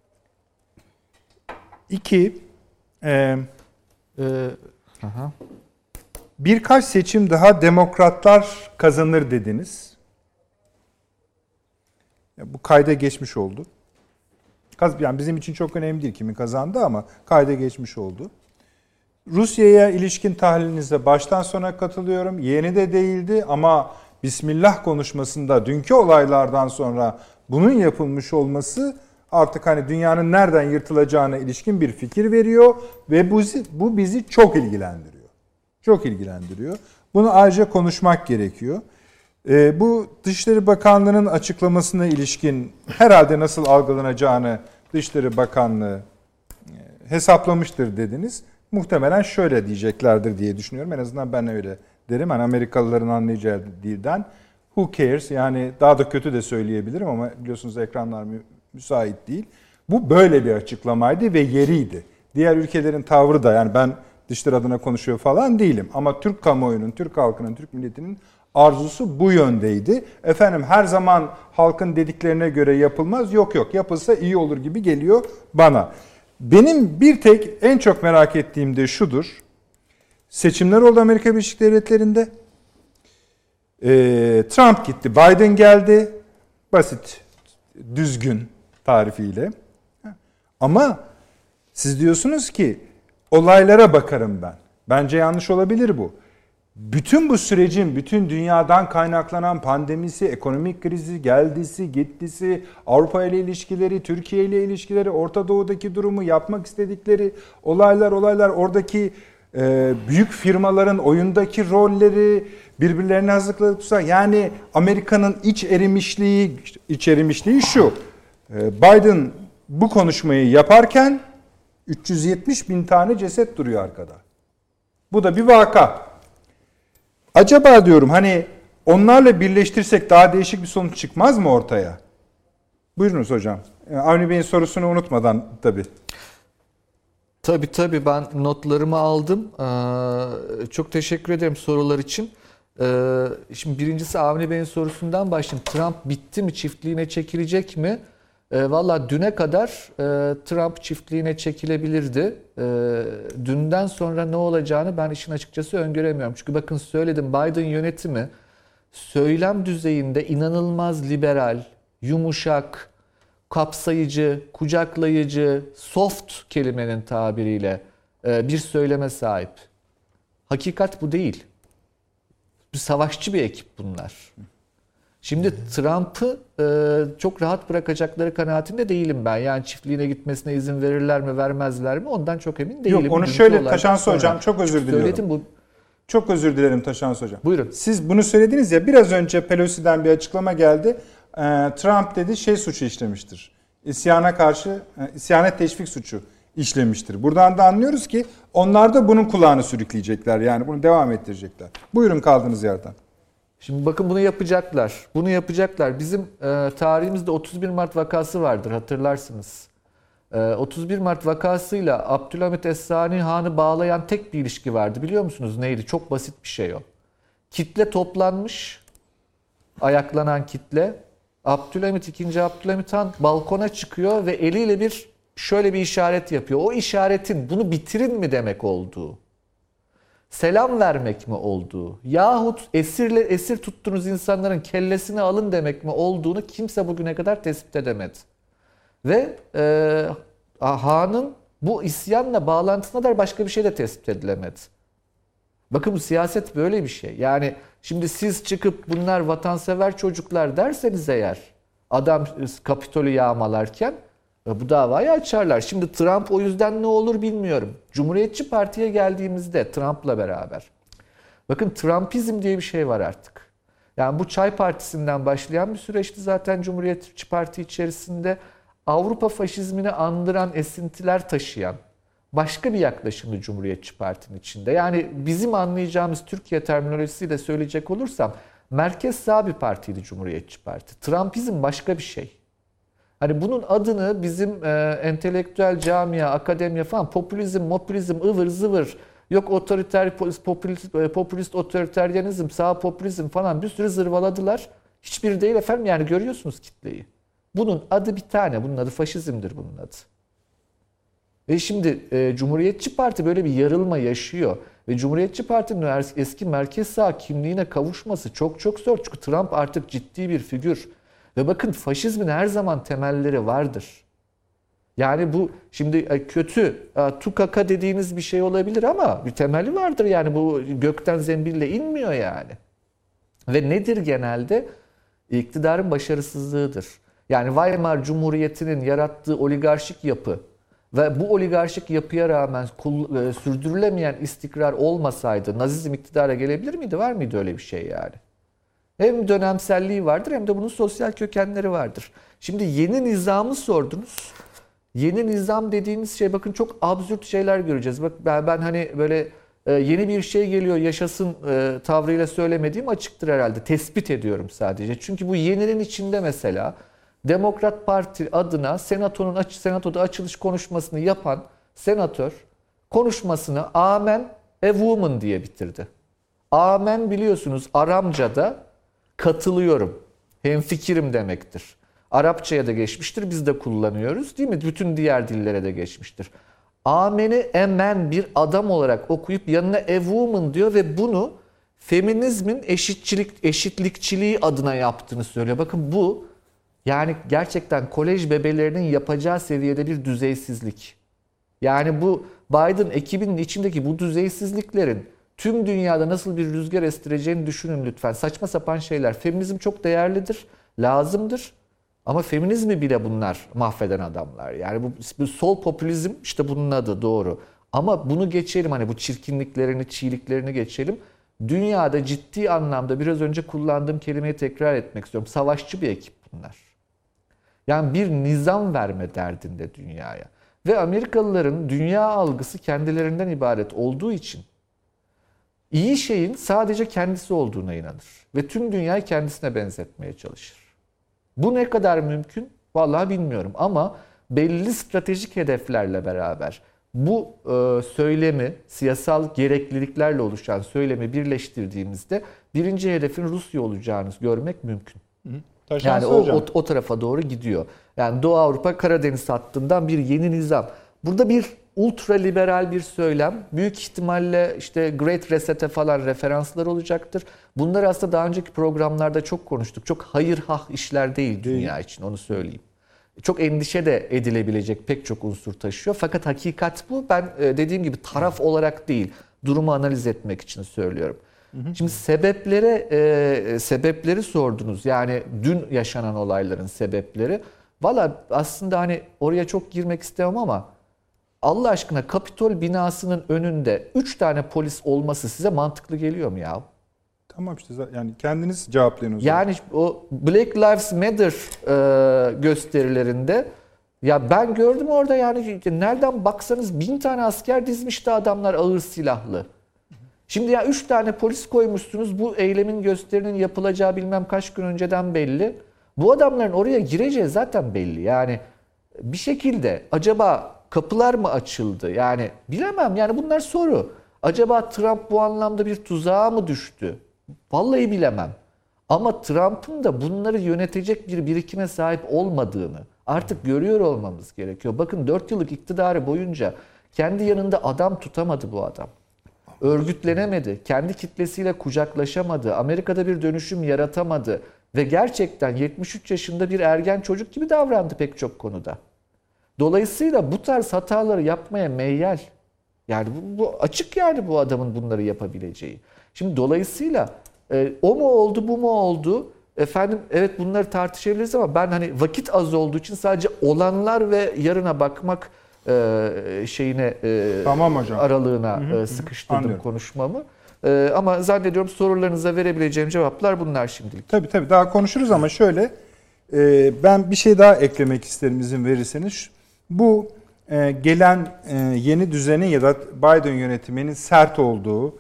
İki, birkaç seçim daha demokratlar kazanır dediniz. Bu kayda geçmiş oldu. Yani bizim için çok önemli değil kimin kazandı ama kayda geçmiş oldu. Rusya'ya ilişkin tahlilinize baştan sona katılıyorum. Yeni de değildi ama Bismillah konuşmasında dünkü olaylardan sonra bunun yapılmış olması artık hani dünyanın nereden yırtılacağına ilişkin bir fikir veriyor ve bu bizi çok ilgilendiriyor. Çok ilgilendiriyor. Bunu ayrıca konuşmak gerekiyor. Bu Dışişleri Bakanlığı'nın açıklamasına ilişkin herhalde nasıl algılanacağını Dışişleri Bakanlığı hesaplamıştır dediniz. Muhtemelen şöyle diyeceklerdir diye düşünüyorum. En azından ben öyle derim. Yani Amerikalıların anlayacağı dilden who cares, yani daha da kötü de söyleyebilirim ama biliyorsunuz ekranlar müsait değil. Bu böyle bir açıklamaydı ve yeriydi. Diğer ülkelerin tavrı da, yani ben Dışişleri adına konuşuyor falan değilim ama Türk kamuoyunun, Türk halkının, Türk milletinin arzusu bu yöndeydi. Efendim her zaman halkın dediklerine göre yapılmaz. Yok yapılsa iyi olur gibi geliyor bana. Benim bir tek en çok merak ettiğim de şudur. Seçimler oldu Amerika Birleşik Devletleri'nde. Trump gitti, Biden geldi. Basit, düzgün tarifiyle. Ama siz diyorsunuz ki olaylara bakarım ben. Bence yanlış olabilir bu. bütün bu sürecin, bütün dünyadan kaynaklanan pandemisi, ekonomik krizi, geldisi, gittisi, Avrupa ile ilişkileri, Türkiye ile ilişkileri, Orta Doğu'daki durumu, yapmak istedikleri olaylar, oradaki büyük firmaların oyundaki rolleri, birbirlerine hazırladıkları, yani Amerika'nın iç erimişliği şu: Biden bu konuşmayı yaparken 370 bin tane ceset duruyor arkada. Bu da bir vaka. Acaba diyorum, hani onlarla birleştirsek daha değişik bir sonuç çıkmaz mı ortaya? Buyurunuz hocam. Avni Bey'in sorusunu unutmadan tabii. Tabii ben notlarımı aldım. Çok teşekkür ederim sorular için. Şimdi birincisi Avni Bey'in sorusundan başlayayım. Trump bitti mi, çiftliğine çekilecek mi? Valla düne kadar Trump çiftliğine çekilebilirdi. Dünden sonra ne olacağını ben işin açıkçası öngöremiyorum. Çünkü bakın söyledim, Biden yönetimi söylem düzeyinde inanılmaz liberal, yumuşak, kapsayıcı, kucaklayıcı, soft kelimenin tabiriyle bir söyleme sahip. Hakikat bu değil. Bir savaşçı bir ekip bunlar. Şimdi Trump'ı çok rahat bırakacakları kanaatinde değilim ben. Yani çiftliğine gitmesine izin verirler mi, vermezler mi? Ondan çok emin değilim. Yok, onu şöyle Taşansı hocam, çok özür diliyorum. Söyledim bu. Çok özür dilerim Taşansı hocam. Buyurun. Siz bunu söylediniz ya, biraz önce Pelosi'den bir açıklama geldi. Trump dedi suçu işlemiştir. İsyana karşı, isyana teşvik suçu işlemiştir. Buradan da anlıyoruz ki onlar da bunun kulağını sürükleyecekler. Yani bunu devam ettirecekler. Buyurun kaldığınız yerden. Şimdi bakın bunu yapacaklar. Bunu yapacaklar. Bizim tarihimizde 31 Mart vakası vardır, hatırlarsınız. 31 Mart vakasıyla Abdülhamit Es-Sani Han'ı bağlayan tek bir ilişki vardı. Biliyor musunuz neydi? Çok basit bir şey o. Kitle toplanmış. Ayaklanan kitle. Abdülhamit, 2. Abdülhamit Han balkona çıkıyor ve eliyle şöyle bir işaret yapıyor. O işaretin bunu bitirin mi demek olduğu, selam vermek mi olduğu, yahut esir tuttuğunuz insanların kellesini alın demek mi olduğunu kimse bugüne kadar tespit edemedi. Ve Han'ın bu isyanla bağlantısına dair başka bir şey de tespit edilemedi. Bakın bu siyaset böyle bir şey. Yani şimdi siz çıkıp bunlar vatansever çocuklar derseniz eğer, adam Kapitol'ü yağmalarken bu davayı açarlar. Şimdi Trump o yüzden ne olur bilmiyorum. Cumhuriyetçi Parti'ye geldiğimizde Trump'la beraber, bakın Trumpizm diye bir şey var artık. Yani bu Çay Partisi'nden başlayan bir süreçti zaten Cumhuriyetçi Parti içerisinde. Avrupa faşizmini andıran esintiler taşıyan başka bir yaklaşımdı Cumhuriyetçi Parti'nin içinde. Yani bizim anlayacağımız Türkiye terminolojisiyle söyleyecek olursam merkez sağ bir partiydi Cumhuriyetçi Parti. Trumpizm başka bir şey. Hani bunun adını bizim entelektüel camia, akademiya falan popülizm, ıvır zıvır, yok otoriter, popülist otoriteryenizm, sağ popülizm falan bir sürü zırvaladılar. Hiçbiri değil efendim, yani görüyorsunuz kitleyi. Bunun adı bir tane, bunun adı faşizmdir bunun adı. Ve şimdi Cumhuriyetçi Parti böyle bir yarılma yaşıyor. Ve Cumhuriyetçi Parti'nin eski merkez sağ kimliğine kavuşması çok çok zor. Çünkü Trump artık ciddi bir figür. Ve bakın faşizmin her zaman temelleri vardır. Yani bu şimdi kötü, tukaka dediğiniz bir şey olabilir ama bir temeli vardır. Yani bu gökten zembille inmiyor yani. Ve nedir genelde? İktidarın başarısızlığıdır. Yani Weimar Cumhuriyeti'nin yarattığı oligarşik yapı ve bu oligarşik yapıya rağmen sürdürülemeyen istikrar olmasaydı Nazizm iktidara gelebilir miydi? Var mıydı öyle bir şey yani? Hem dönemselliği vardır hem de bunun sosyal kökenleri vardır. Şimdi yeni nizamı sordunuz. Yeni nizam dediğiniz şey, bakın çok absürt şeyler göreceğiz. Bak ben hani böyle yeni bir şey geliyor yaşasın tavrıyla söylemediğim açıktır herhalde. Tespit ediyorum sadece. Çünkü bu yeninin içinde mesela Demokrat Parti adına senatoda açılış konuşmasını yapan senatör konuşmasını "Amen a woman" diye bitirdi. Amen biliyorsunuz Aramca'da katılıyorum, hemfikirim demektir. Arapçaya da geçmiştir, biz de kullanıyoruz değil mi? Bütün diğer dillere de geçmiştir. Amen'i emen bir adam olarak okuyup yanına a woman diyor ve bunu feminizmin eşitlikçiliği adına yaptığını söylüyor. Bakın bu yani gerçekten kolej bebelerinin yapacağı seviyede bir düzeysizlik. Yani bu Biden ekibinin içindeki bu düzeysizliklerin tüm dünyada nasıl bir rüzgar estireceğini düşünün lütfen. Saçma sapan şeyler. Feminizm çok değerlidir, lazımdır. Ama feminizmi bile bunlar mahveden adamlar. Yani bu sol popülizm işte bunun adı, doğru. Ama bunu geçelim, hani bu çirkinliklerini, çiğliklerini geçelim. Dünyada ciddi anlamda biraz önce kullandığım kelimeyi tekrar etmek istiyorum. Savaşçı bir ekip bunlar. Yani bir nizam verme derdinde dünyaya. Ve Amerikalıların dünya algısı kendilerinden ibaret olduğu için iyi şeyin sadece kendisi olduğuna inanır. Ve tüm dünyayı kendisine benzetmeye çalışır. Bu ne kadar mümkün? Vallahi bilmiyorum ama belli stratejik hedeflerle beraber bu söylemi, siyasal gerekliliklerle oluşan söylemi birleştirdiğimizde birinci hedefin Rusya olacağını görmek mümkün. Yani o tarafa doğru gidiyor. Yani Doğu Avrupa Karadeniz hattından bir yeni nizam. Burada bir ultra liberal bir söylem. Büyük ihtimalle işte Great Reset'e falan referanslar olacaktır. Bunlar aslında daha önceki programlarda çok konuştuk. Çok hayır-hah işler değil dünya için, onu söyleyeyim. Çok endişe de edilebilecek pek çok unsur taşıyor. Fakat hakikat bu. Ben dediğim gibi taraf olarak değil, durumu analiz etmek için söylüyorum. Şimdi sebepleri sordunuz. Yani dün yaşanan olayların sebepleri. Valla aslında hani oraya çok girmek istemem ama Allah aşkına Kapitol binasının önünde 3 tane polis olması size mantıklı geliyor mu ya? Tamam işte yani kendiniz cevaplayın o zaman. Yani o Black Lives Matter gösterilerinde ya ben gördüm orada, yani nereden baksanız 1000 tane asker dizmişti adamlar ağır silahlı. Şimdi ya 3 tane polis koymuşsunuz, bu eylemin, gösterinin yapılacağı bilmem kaç gün önceden belli. Bu adamların oraya gireceği zaten belli. Yani bir şekilde acaba kapılar mı açıldı? Yani bilemem, yani bunlar soru. Acaba Trump bu anlamda bir tuzağa mı düştü? Vallahi bilemem. Ama Trump'ın da bunları yönetecek bir birikime sahip olmadığını artık görüyor olmamız gerekiyor. Bakın 4 yıllık iktidarı boyunca kendi yanında adam tutamadı bu adam. Örgütlenemedi, kendi kitlesiyle kucaklaşamadı, Amerika'da bir dönüşüm yaratamadı ve gerçekten 73 yaşında bir ergen çocuk gibi davrandı pek çok konuda. Dolayısıyla bu tarz hataları yapmaya meyyal. Yani bu açık, yani bu adamın bunları yapabileceği. Şimdi dolayısıyla o mu oldu, bu mu oldu? Efendim evet, bunları tartışabiliriz ama ben hani vakit az olduğu için sadece olanlar ve yarına bakmak tamam hocam, aralığına sıkıştırdım anlıyorum konuşmamı. Ama zannediyorum sorularınıza verebileceğim cevaplar bunlar şimdilik. Tabii daha konuşuruz ama şöyle ben bir şey daha eklemek isterim izin verirseniz. Bu gelen yeni düzenin ya da Biden yönetiminin sert olduğu,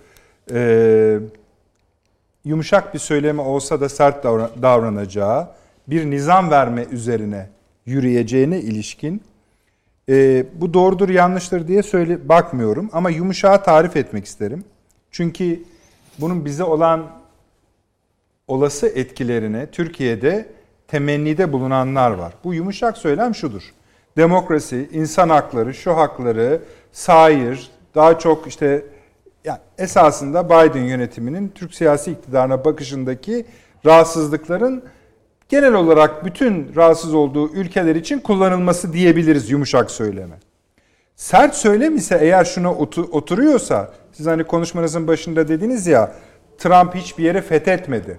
yumuşak bir söylemi olsa da sert davranacağı bir nizam verme üzerine yürüyeceğine ilişkin bu doğrudur yanlıştır diye bakmıyorum ama yumuşağı tarif etmek isterim. Çünkü bunun bize olan olası etkilerine Türkiye'de temennide bulunanlar var. Bu yumuşak söylem şudur: demokrasi, insan hakları, şu hakları, sair, daha çok işte yani esasında Biden yönetiminin Türk siyasi iktidarına bakışındaki rahatsızlıkların genel olarak bütün rahatsız olduğu ülkeler için kullanılması diyebiliriz yumuşak söyleme. Sert söylem ise eğer şuna oturuyorsa, siz hani konuşmanızın başında dediniz ya, Trump hiçbir yere fethetmedi.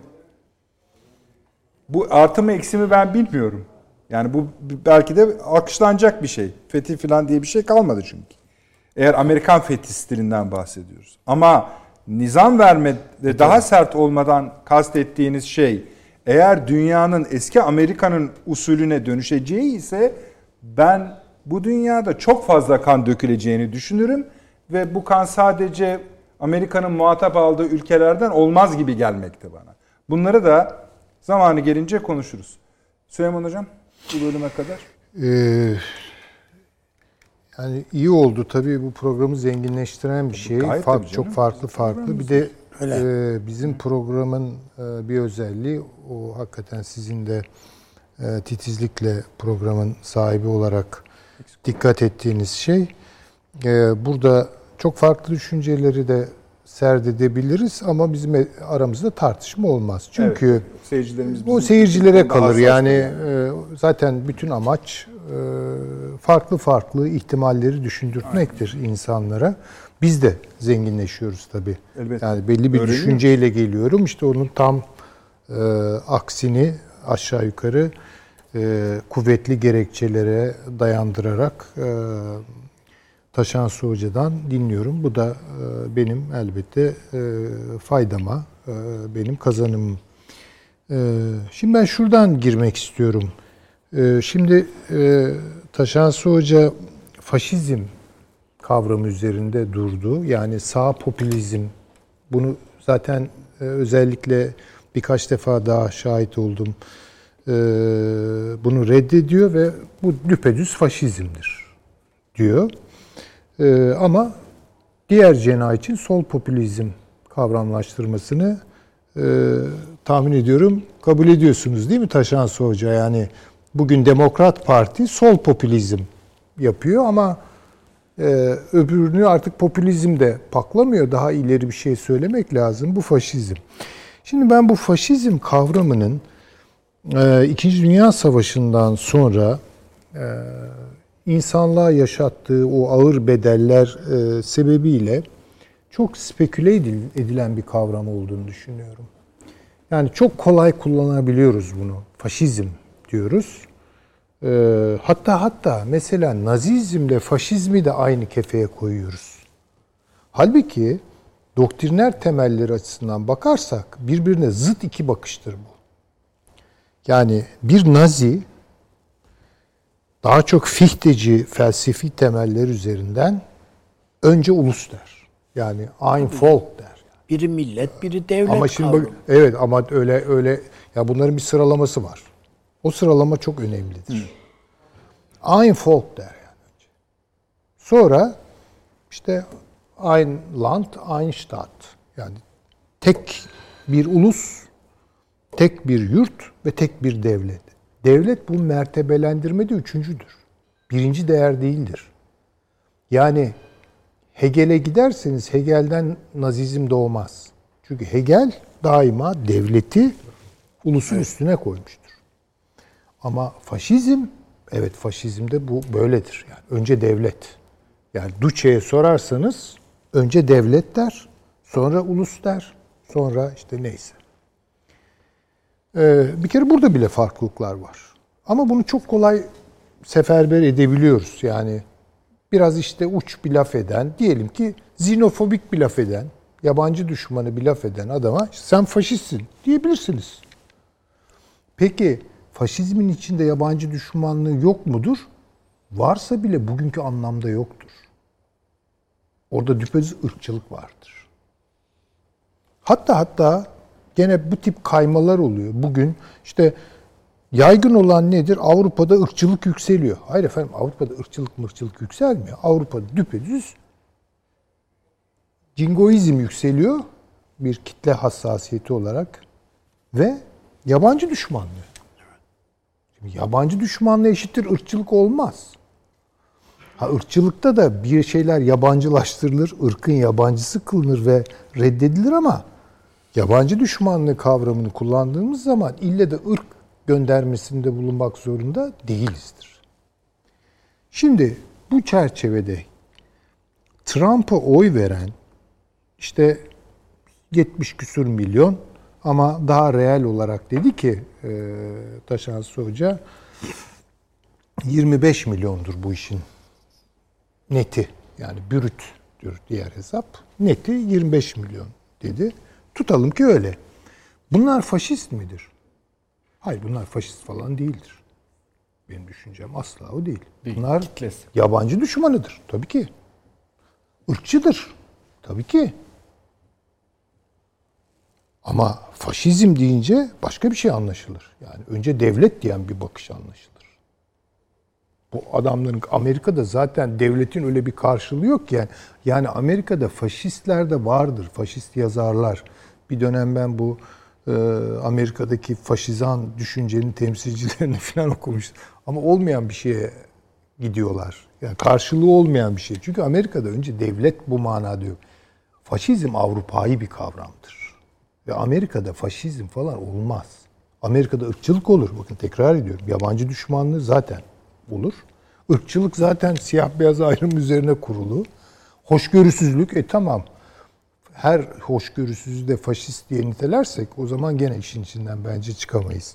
Bu artı mı eksi mi ben bilmiyorum. Yani bu belki de alkışlanacak bir şey. Fetih falan diye bir şey kalmadı çünkü. Eğer Amerikan fetih stilinden bahsediyoruz. Ama nizam vermede daha sert olmadan kastettiğiniz şey, eğer dünyanın eski Amerika'nın usulüne dönüşeceği ise ben bu dünyada çok fazla kan döküleceğini düşünürüm ve bu kan sadece Amerika'nın muhatap aldığı ülkelerden olmaz gibi gelmekte bana. Bunları da zamanı gelince konuşuruz. Süleyman Hocam, bu bölüme kadar. Yani iyi oldu tabii, bu programı zenginleştiren bir şey. Çok farklı. Bir de bizim programın bir özelliği, o hakikaten sizin de titizlikle programın sahibi olarak dikkat ettiğiniz şey. Burada çok farklı düşünceleri de serdedebiliriz ama bizim aramızda tartışma olmaz. Çünkü bu seyircilere kalır. Yani zaten bütün amaç farklı ihtimalleri düşündürtmektir insanlara. Biz de zenginleşiyoruz tabii. Elbette. Yani belli bir düşünceyle geliyorum. İşte onun tam aksini aşağı yukarı kuvvetli gerekçelere dayandırarak Taşansı Hoca'dan dinliyorum. Bu da benim elbette faydama, benim kazanımım. Şimdi ben şuradan girmek istiyorum. Şimdi Taşansı Hoca faşizm kavramı üzerinde durdu. Yani sağ popülizm, bunu zaten özellikle birkaç defa daha şahit oldum. Bunu reddediyor ve bu düpedüz faşizmdir diyor. Ama diğer cenah için sol popülizm kavramlaştırmasını tahmin ediyorum kabul ediyorsunuz değil mi Taşansı Hoca? Yani bugün Demokrat Parti sol popülizm yapıyor ama öbürünü artık popülizm de paklamıyor. Daha ileri bir şey söylemek lazım. Bu faşizm. Şimdi ben bu faşizm kavramının İkinci Dünya Savaşı'ndan sonra insanlığa yaşattığı o ağır bedeller sebebiyle çok speküle edilen bir kavram olduğunu düşünüyorum. Yani çok kolay kullanabiliyoruz bunu. Faşizm diyoruz. Hatta mesela Nazizmle faşizmi de aynı kefeye koyuyoruz. Halbuki doktriner temelleri açısından bakarsak birbirine zıt iki bakıştır bu. Yani bir Nazi daha çok Fichteci felsefi temeller üzerinden önce ulus der. Yani Ein Volk der. Biri millet, biri devlet. Ama şimdi bak, evet ama öyle ya bunların bir sıralaması var. O sıralama çok önemlidir. Ein Volk der yani önce. Sonra işte Ein Land, Ein Staat. Yani tek bir ulus, tek bir yurt ve tek bir devlet. Devlet bu mertebelendirmede üçüncüdür. Birinci değer değildir. Yani Hegel'e giderseniz Hegel'den Nazizm doğmaz. Çünkü Hegel daima devleti ulusun üstüne koymuştur. Ama faşizm, evet faşizmde bu böyledir. Yani önce devlet. Yani Duce'ye sorarsanız önce devlet der, sonra ulus der, sonra işte neyse. Bir kere burada bile farklılıklar var. Ama bunu çok kolay seferber edebiliyoruz. Yani biraz işte uç bir laf eden, diyelim ki xenofobik bir laf eden, yabancı düşmanı bir laf eden adama sen faşistsin diyebilirsiniz. Peki faşizmin içinde yabancı düşmanlığı yok mudur? Varsa bile bugünkü anlamda yoktur. Orada düpedüz ırkçılık vardır. Hatta gene bu tip kaymalar oluyor. Bugün işte yaygın olan nedir? Avrupa'da ırkçılık yükseliyor. Hayır efendim, Avrupa'da ırkçılık yükselmiyor. Avrupa'da düpedüz Cingoizm yükseliyor bir kitle hassasiyeti olarak ve yabancı düşmanlığı. Şimdi yabancı düşmanlığı eşittir ırkçılık olmaz. Irkçılıkta da bir şeyler yabancılaştırılır, ırkın yabancısı kılınır ve reddedilir ama yabancı düşmanlığı kavramını kullandığımız zaman ille de ırk göndermesinde bulunmak zorunda değilizdir. Şimdi bu çerçevede Trump'a oy veren işte 70 küsur milyon ama daha reel olarak dedi ki Taşansı Hoca 25 milyondur bu işin neti. Yani brüttür diğer hesap. Neti 25 milyon dedi. Tutalım ki öyle. Bunlar faşist midir? Hayır, bunlar faşist falan değildir. Benim düşüncem asla o değil. Bunlar kitlesi. Yabancı düşmanıdır. Tabii ki. Irkçıdır. Tabii ki. Ama faşizm deyince başka bir şey anlaşılır. Yani önce devlet diyen bir bakış anlaşılır. Bu adamların Amerika'da zaten devletin öyle bir karşılığı yok ki. Yani Amerika'da faşistler de vardır. Faşist yazarlar. Bir dönem ben bu Amerika'daki faşizan düşüncenin temsilcilerini falan okumuştum. Ama olmayan bir şeye gidiyorlar. Yani karşılığı olmayan bir şey. Çünkü Amerika'da önce devlet bu manada yok. Faşizm Avrupa'yı bir kavramdır. Ve Amerika'da faşizm falan olmaz. Amerika'da ırkçılık olur. Bakın tekrar ediyorum. Yabancı düşmanlığı zaten olur. Irkçılık zaten siyah beyaz ayrım üzerine kurulu. Hoşgörüsüzlük, tamam. Her hoşgörüsüzü de faşist diye nitelersek o zaman gene işin içinden bence çıkamayız.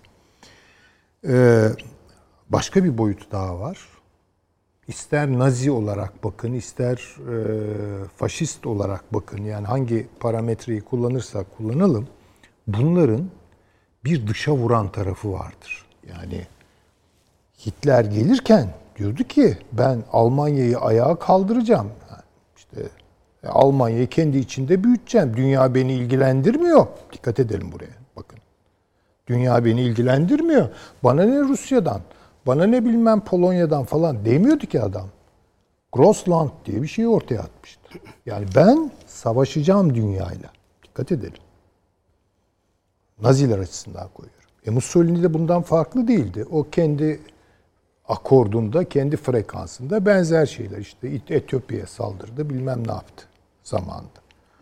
Başka bir boyutu daha var. İster Nazi olarak bakın, ister faşist olarak bakın. Yani hangi parametreyi kullanırsak kullanalım. Bunların bir dışa vuran tarafı vardır. Yani Hitler gelirken diyordu ki ben Almanya'yı ayağa kaldıracağım. Yani işte Almanya'yı kendi içinde büyüteceğim. Dünya beni ilgilendirmiyor. Dikkat edelim buraya. Bakın. Dünya beni ilgilendirmiyor. Bana ne Rusya'dan, bana ne bilmem Polonya'dan falan demiyordu ki adam. Grossland diye bir şeyi ortaya atmıştı. Yani ben savaşacağım dünyayla. Dikkat edelim. Naziler açısından koyuyorum. Mussolini de bundan farklı değildi. O kendi akordunda, kendi frekansında benzer şeyler. İşte Etiyopya'ya saldırdı, bilmem ne yaptı zamanında.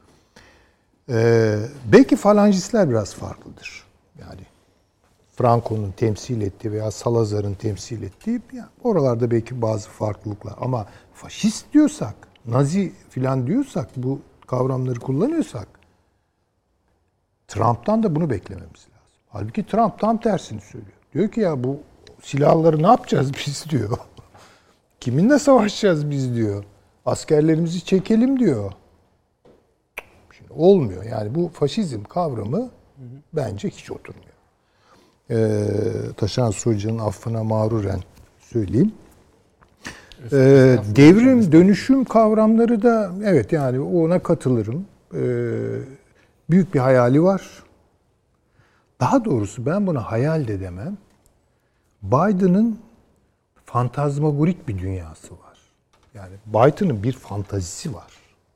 Belki falancistler biraz farklıdır. Yani Franco'nun temsil ettiği veya Salazar'ın temsil ettiği, yani oralarda belki bazı farklılıklar. Ama faşist diyorsak, Nazi filan diyorsak, bu kavramları kullanıyorsak Trump'tan da bunu beklememiz lazım. Halbuki Trump tam tersini söylüyor. Diyor ki ya bu silahları ne yapacağız biz diyor. Kiminle savaşacağız biz diyor. Askerlerimizi çekelim diyor. Şimdi olmuyor. Yani bu faşizm kavramı bence hiç oturmuyor. Taşan Hoca'nın affına mağruren söyleyeyim. Devrim, dönüşüm kavramları da evet yani ona katılırım. Büyük bir hayali var. Daha doğrusu ben buna hayal de demem. Biden'ın fantazmagorik bir dünyası var. Yani Biden'ın bir fantazisi var.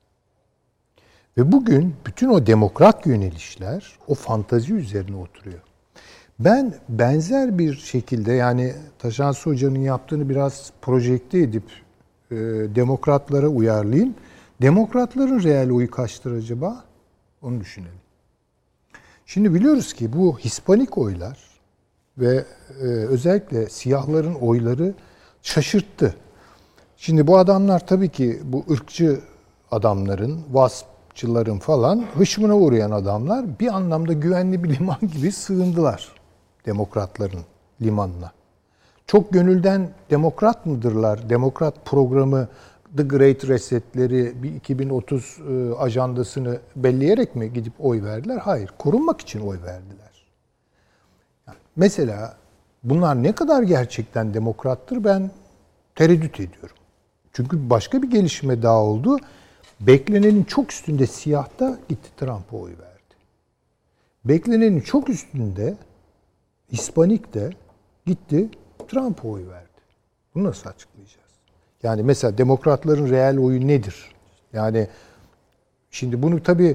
Ve bugün bütün o demokrat yönelişler o fantazi üzerine oturuyor. Ben benzer bir şekilde yani Taşan Hoca'nın yaptığını biraz projekte edip demokratlara uyarlayayım. Demokratların reel oyu kaçtır acaba? Onu düşünelim. Şimdi biliyoruz ki bu Hispanik oylar ve özellikle siyahların oyları şaşırttı. Şimdi bu adamlar tabii ki bu ırkçı adamların, vaspçıların falan hışmına uğrayan adamlar bir anlamda güvenli bir liman gibi sığındılar demokratların limanına. Çok gönülden demokrat mıdırlar? Demokrat programı The Great Reset'leri bir 2030 ajandasını belleyerek mi gidip oy verdiler? Hayır. Korunmak için oy verdiler. Yani mesela bunlar ne kadar gerçekten demokrattır ben tereddüt ediyorum. Çünkü başka bir gelişme daha oldu. Beklenenin çok üstünde siyah da gitti Trump'a oy verdi. Beklenenin çok üstünde Hispanik de gitti Trump'a oy verdi. Bunu nasıl açıklayacağız? Yani mesela demokratların reel oyu nedir? Yani şimdi bunu tabii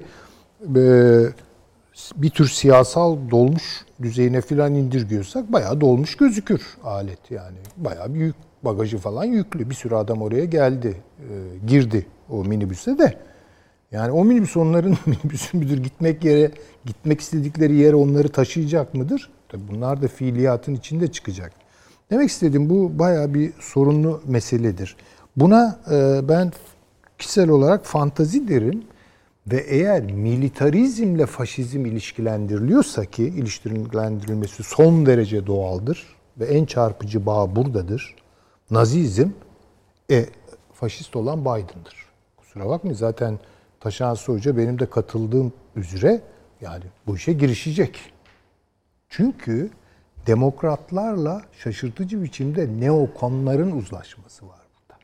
bir tür siyasal dolmuş düzeyine falan indirgiyorsak bayağı dolmuş gözükür alet yani. Bayağı büyük bagajı falan yüklü. Bir sürü adam oraya geldi, girdi o minibüse de. Yani o minibüs onların minibüsü müdür? Gitmek istedikleri yere onları taşıyacak mıdır? Tabii bunlar da fiiliyatın içinde çıkacak. Demek istediğim bu bayağı bir sorunlu meseledir. Buna ben kişisel olarak fantazi derim ve eğer militarizmle faşizm ilişkilendiriliyorsa ki ilişkilendirilmesi son derece doğaldır ve en çarpıcı bağ buradadır. Nazizm faşist olan Biden'dır. Kusura bakmayın zaten Taşan Hoca benim de katıldığım üzere yani bu işe girişecek. Çünkü demokratlarla şaşırtıcı biçimde neokonların uzlaşması var burada.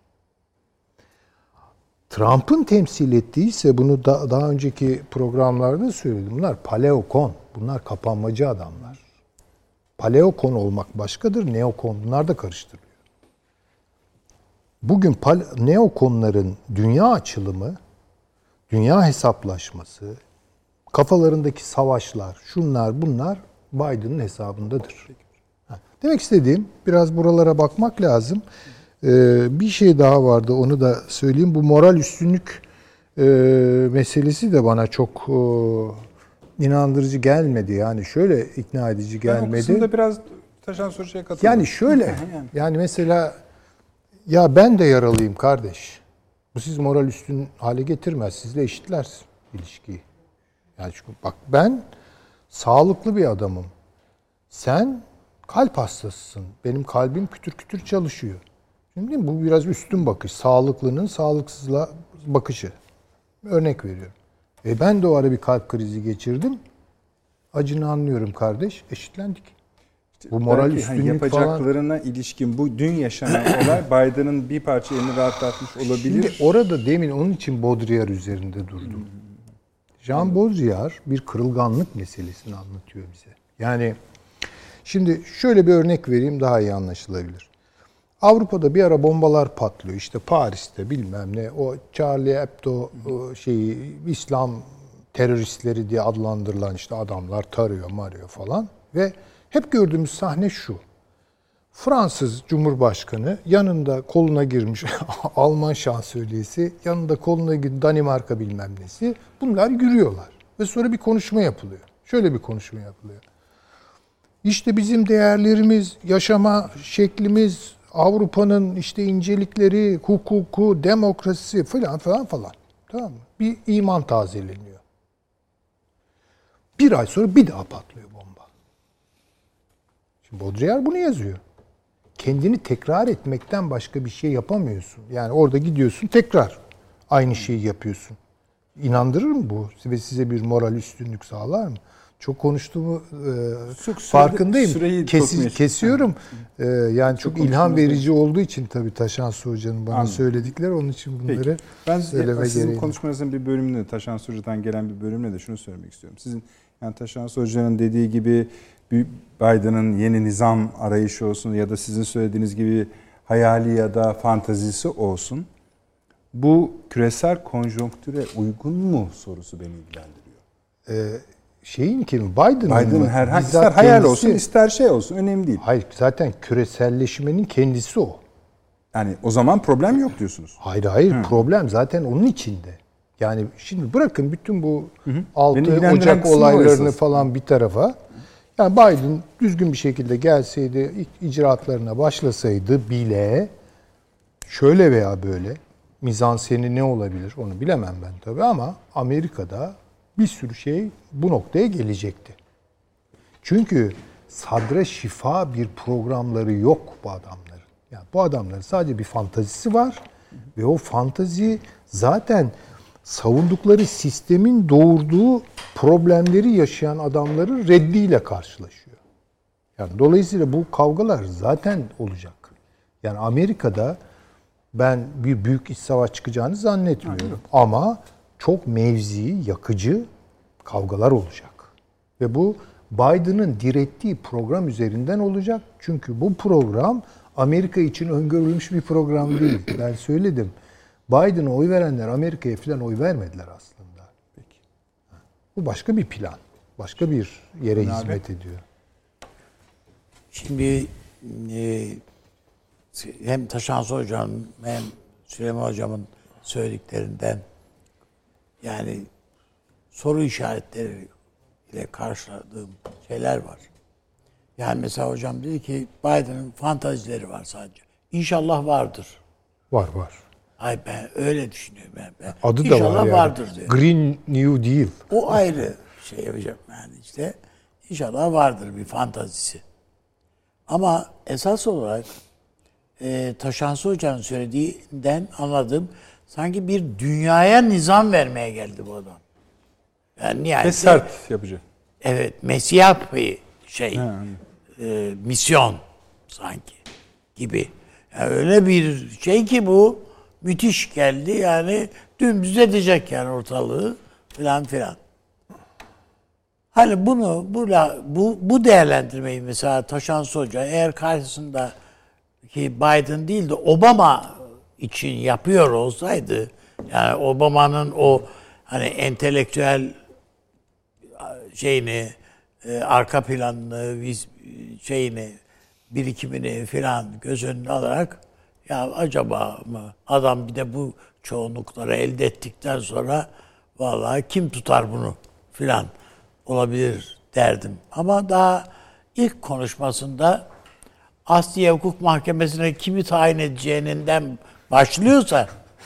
Trump'ın temsil ettiği ise bunu daha önceki programlarda söyledim. Bunlar paleokon, bunlar kapanmacı adamlar. Paleokon olmak başkadır, neokon bunlar da karıştırılıyor. Bugün neokonların dünya açılımı, dünya hesaplaşması, kafalarındaki savaşlar, şunlar bunlar Biden'ın hesabındadır. Demek istediğim biraz buralara bakmak lazım. Bir şey daha vardı onu da söyleyeyim. Bu moral üstünlük meselesi de bana çok inandırıcı gelmedi. Yani şöyle ikna edici gelmedi. Ben o kısımda biraz Taşan Hoca'ya katılıyorum. Yani şöyle yani mesela ya ben de yaralıyım kardeş. Bu siz moral üstün hale getirmez. Sizle eşitler ilişkiyi. Yani çünkü bak ben sağlıklı bir adamım. Sen kalp hastasısın. Benim kalbim kütür kütür çalışıyor. Şimdi bu biraz üstün bakış. Sağlıklının sağlıksızla bakışı. Örnek veriyorum. Ben de o ara bir kalp krizi geçirdim. Acını anlıyorum kardeş. Eşitlendik. Bu moral üstünlük yapacaklarına falan. ilişkin bu dün yaşanan olay Biden'ın bir parça elini rahatlatmış olabilir. Şimdi orada demin onun için Baudrillard üzerinde durdum. Jean Baudrillard bir kırılganlık meselesini anlatıyor bize. Yani şimdi şöyle bir örnek vereyim daha iyi anlaşılabilir. Avrupa'da bir ara bombalar patlıyor. İşte Paris'te bilmem ne o Charlie Hebdo İslam teröristleri diye adlandırılan işte adamlar tarıyor marıyor falan. Ve hep gördüğümüz sahne şu. Fransız Cumhurbaşkanı yanında koluna girmiş Alman şansölyesi, yanında koluna girmiş Danimarka bilmem nesi. Bunlar yürüyorlar. Ve sonra bir konuşma yapılıyor. Şöyle bir konuşma yapılıyor. İşte bizim değerlerimiz, yaşama şeklimiz, Avrupa'nın işte incelikleri, hukuku, demokrasisi falan falan falan. Tamam mı? Bir iman tazeleniyor. Bir ay sonra bir daha patlıyor bomba. Şimdi Baudrillard bunu yazıyor. Kendini tekrar etmekten başka bir şey yapamıyorsun. Yani orada gidiyorsun tekrar aynı şeyi yapıyorsun. İnandırır mı bu? Ve size bir moral üstünlük sağlar mı? Çok konuştuğumu farkındayım. Kesiyorum. Yani çok ilham verici olduğu için tabii Taşansı Hoca'nın bana söyledikleri onun için bunları söyleme gereği. Sizin konuşmanızın bir bölümünde Taşansı Hoca'dan gelen bir bölümle de şunu söylemek istiyorum. Sizin yani Taşansı Hoca'nın dediği gibi Biden'ın yeni nizam arayışı olsun ya da sizin söylediğiniz gibi hayali ya da fantazisi olsun. Bu küresel konjonktüre uygun mu sorusu beni ilgilendiriyor. Biden'ın herhangi ister hayal olsun ister şey olsun önemli değil. Hayır zaten küreselleşmenin kendisi o. Yani o zaman problem yok diyorsunuz. Hayır problem zaten onun içinde. Yani şimdi bırakın bütün bu 6 Ocak olaylarını falan bir tarafa. Yani Biden düzgün bir şekilde gelseydi, icraatlarına başlasaydı bile şöyle veya böyle mizanseni ne olabilir onu bilemem ben tabii ama Amerika'da bir sürü şey bu noktaya gelecekti. Çünkü sadra şifa bir programları yok bu adamların. Yani bu adamların sadece bir fantazisi var ve o fantazi zaten savundukları sistemin doğurduğu problemleri yaşayan adamların reddiyle karşılaşıyor. Yani dolayısıyla bu kavgalar zaten olacak. Yani Amerika'da ben bir büyük iç savaş çıkacağını zannetmiyorum. Ama çok mevzi, yakıcı kavgalar olacak. Ve bu Biden'ın direttiği program üzerinden olacak. Çünkü bu program Amerika için öngörülmüş bir program değil. Ben söyledim. Biden'a oy verenler Amerika'ya falan oy vermediler aslında. Peki. Bu başka bir plan. Başka bir yere hizmet ediyor. Şimdi hem Taşansı Hoca'nın hem Süleyman Hocam'ın söylediklerinden yani soru işaretleri ile karşıladığım şeyler var. Yani mesela hocam dedi ki Biden'ın fantazileri var sadece. İnşallah vardır. Var. Ay ben öyle düşünüyorum. Ben. Adı İnşallah da var yani. Vardır diyor. Green New Deal. O ayrı şey yapacağım yani işte. İnşallah vardır bir fantazisi. Ama esas olarak Taşansı Hoca'nın söylediğinden anladığım sanki bir dünyaya nizam vermeye geldi bu adam. Yani nihayet sert yapacak. Evet, mesiyah bir misyon sanki gibi. Yani öyle bir şey ki bu müthiş geldi yani dümdüz edecek yani ortalığı filan. Hani bu değerlendirmeyi mesela Taşansı Hoca eğer karşısında ki Biden değil de Obama için yapıyor olsaydı yani Obama'nın o hani entelektüel arka planını birikimini filan göz önüne alarak ya acaba mı adam bir de bu çoğunlukları elde ettikten sonra vallahi kim tutar bunu filan olabilir derdim. Ama daha ilk konuşmasında Asliye Hukuk Mahkemesi'ne kimi tayin edeceğinden başlıyorsa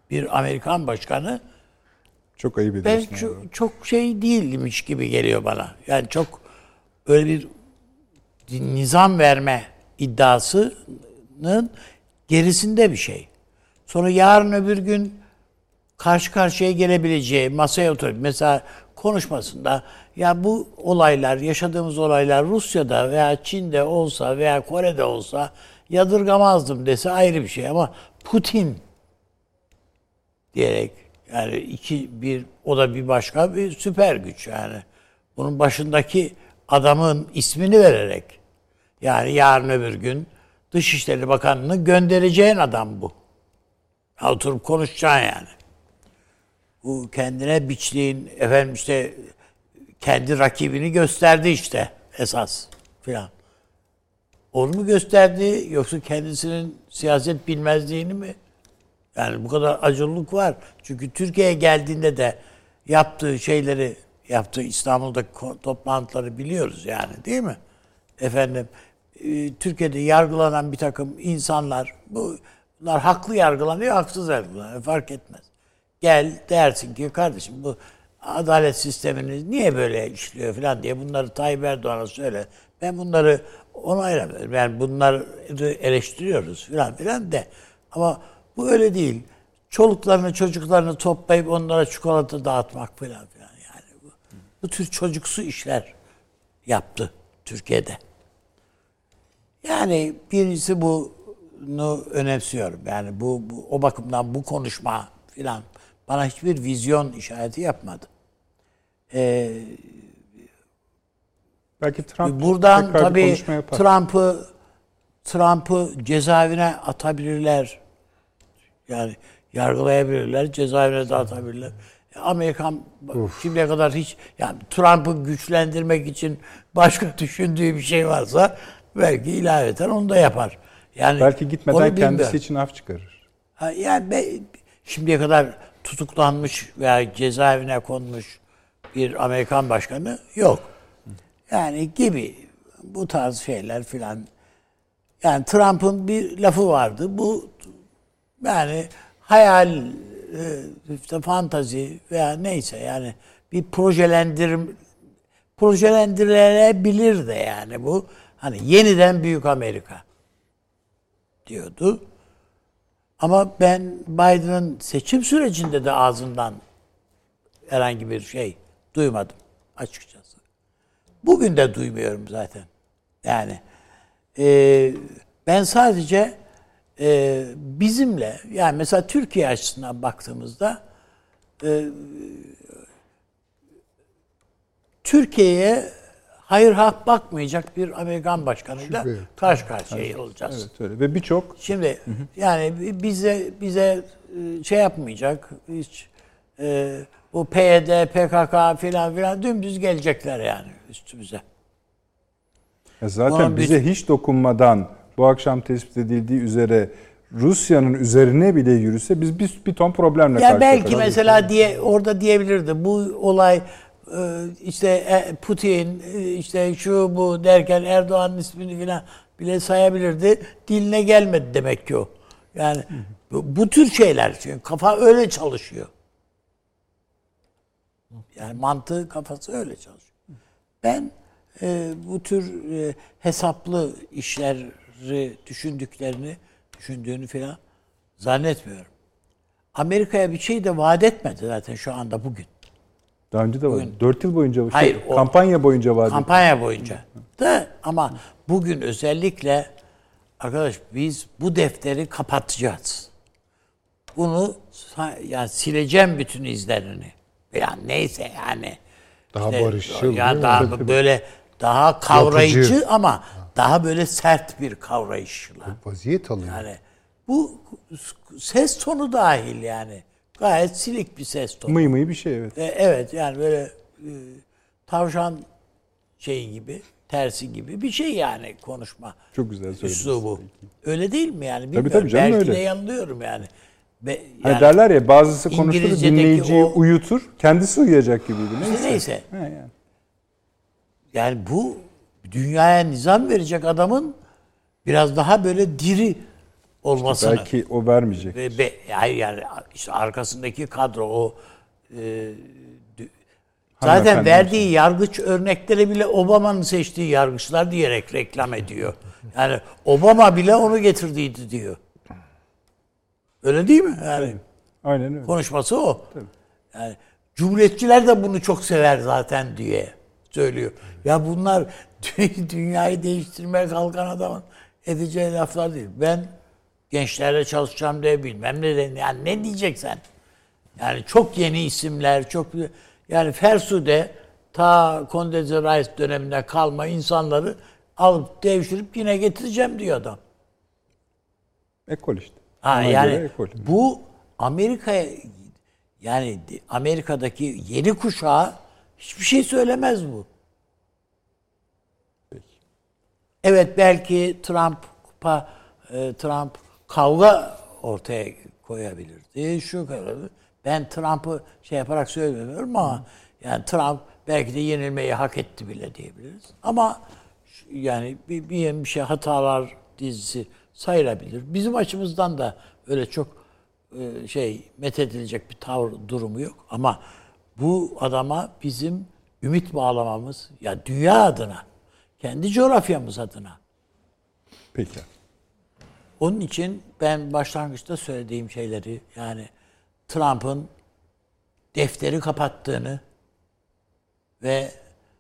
bir Amerikan başkanı Çok ayıp ben ediyorsun. çok şey değilmiş gibi geliyor bana. Yani çok öyle bir nizam verme iddiasının gerisinde bir şey. Sonra yarın öbür gün karşı karşıya gelebileceği, masaya oturup mesela konuşmasında ya bu olaylar, yaşadığımız olaylar Rusya'da veya Çin'de olsa veya Kore'de olsa yadırgamazdım dese ayrı bir şey, ama Putin diyerek, yani o da bir başka bir süper güç yani. Bunun başındaki adamın ismini vererek, yani yarın öbür gün Dışişleri Bakanı'nı göndereceğin adam bu. Oturup konuşacaksın yani. Bu kendine biçtiğin, efendim işte kendi rakibini gösterdi işte esas filan. Onu mu gösterdi, yoksa kendisinin siyaset bilmezliğini mi? Yani bu kadar acılılık var. Çünkü Türkiye'ye geldiğinde de yaptığı İstanbul'daki toplantıları biliyoruz yani, değil mi? Efendim, Türkiye'de yargılanan bir takım insanlar, bunlar haklı yargılanıyor, haksız yargılanıyor, fark etmez. Gel dersin ki kardeşim bu adalet sisteminiz niye böyle işliyor falan diye bunları Tayyip Erdoğan'a söyle. Ben bunları onaylamıyorum. Yani bunları eleştiriyoruz falan filan de. Ama bu öyle değil. Çoluklarını, çocuklarını toplayıp onlara çikolata dağıtmak falan filan yani. Bu tür çocuksu işler yaptı Türkiye'de. Yani birincisi bunu önemsiyorum. Yani o bakımdan bu konuşma filan bana hiçbir vizyon işareti yapmadı. Belki Trump buradan tabii Trump'ı cezaevine atabilirler. Yani yargılayabilirler, cezaevine de atabilirler. Amerikan şimdiye kadar hiç, yani Trump'ı güçlendirmek için başka düşündüğü bir şey varsa belki ilaveten onu da yapar. Yani belki gitmeden kendisi için af çıkarır. Yani şimdiye kadar tutuklanmış veya cezaevine konmuş bir Amerikan başkanı yok. Yani gibi bu tarz şeyler filan. Yani Trump'ın bir lafı vardı. Bu yani hayal, işte fantazi veya neyse yani bir projelendirilebilir de yani bu. Hani yeniden Büyük Amerika diyordu. Ama ben Biden'ın seçim sürecinde de ağzından herhangi bir şey duymadım açıkçası. Bugün de duymuyorum zaten. Yani ben sadece bizimle, yani mesela Türkiye açısından baktığımızda Türkiye'ye hayır hak bakmayacak bir Amerikan başkanıyla karşı karşıya olacağız. Evet, öyle. Ve birçok şimdi yani bize şey yapmayacak hiç, bu PYD, PKK filan dümdüz gelecekler yani üstümüze. Zaten bize hiç dokunmadan bu akşam tespit edildiği üzere Rusya'nın üzerine bile yürüse biz bir ton problemle karşılaşacağız. Belki mesela orada diyebilirdi bu olay işte Putin işte şu bu derken Erdoğan'ın ismini filan bile sayabilirdi. Diline gelmedi demek ki o. Yani bu tür şeyler, çünkü kafa öyle çalışıyor. Yani mantığı, kafası öyle çalışıyor. Ben bu tür hesaplı işleri düşündüğünü falan zannetmiyorum. Amerika'ya bir şey de vaat etmedi zaten şu anda bugün. Daha önce de var. 4 yıl boyunca Hayır, kampanya boyunca vaat etti. Kampanya boyunca. Ama bugün özellikle arkadaş biz bu defteri kapatacağız. Bunu yani sileceğim bütün izlerini. Yani neyse yani. Daha işte, barışçıl. Yani daha böyle daha kavrayıcı yapıcı, ama daha böyle sert bir kavrayışla. Vaziyet alıyor. Yani bu ses tonu dahil yani. Gayet silik bir ses tonu. Mıy bir şey, evet. Evet yani böyle tavşan şeyi gibi, tersi gibi bir şey yani konuşma. Çok güzel söylediniz. Üslubu. Öyle değil mi yani? Bilmiyorum. Tabii canım, belki öyle. de yanılıyorum yani. Hani derler ya, bazısı konuşur dinleyiciyi uyutur, kendisi uyuyacak gibiydi. Neyse. Yani bu dünyaya nizam verecek adamın biraz daha böyle diri olmasını. İşte belki o vermeyecek. Hayır yani işte arkasındaki kadro o zaten verdiği yargıç örnekleri bile Obama'nın seçtiği yargıçlar diyerek reklam ediyor. Yani Obama bile onu getirdiydi diyor. Öyle değil mi? Yani aynen öyle. Konuşması o. Tabii. Yani Cumhuriyetçiler de bunu çok sever zaten diye söylüyor. Ya bunlar dünyayı değiştirmeye kalkan adamın edeceği laflar değil. Ben gençlerle çalışacağım diye bilmem ne de yani ne diyeceksen. Yani çok yeni isimler, çok yani Fersu'de ta Condoleezza Rice döneminde kalma insanları alıp devşirip yine getireceğim diyor adam. Ekol işte. Yani bu Amerika'ya yani Amerika'daki yeni kuşağa hiçbir şey söylemez bu. Peki. Evet belki Trump kavga ortaya koyabilirdi. Şu kadar. Ben Trump'ı şey yaparak söylemiyorum ama yani Trump belki de yenilmeyi hak etti bile diyebiliriz. Ama yani bir şey hatalar dizisi sayılabilir. Bizim açımızdan da öyle çok methedilecek bir tavır durumu yok. Ama bu adama bizim ümit bağlamamız ya dünya adına, kendi coğrafyamız adına. Peki. Onun için ben başlangıçta söylediğim şeyleri yani Trump'ın defteri kapattığını ve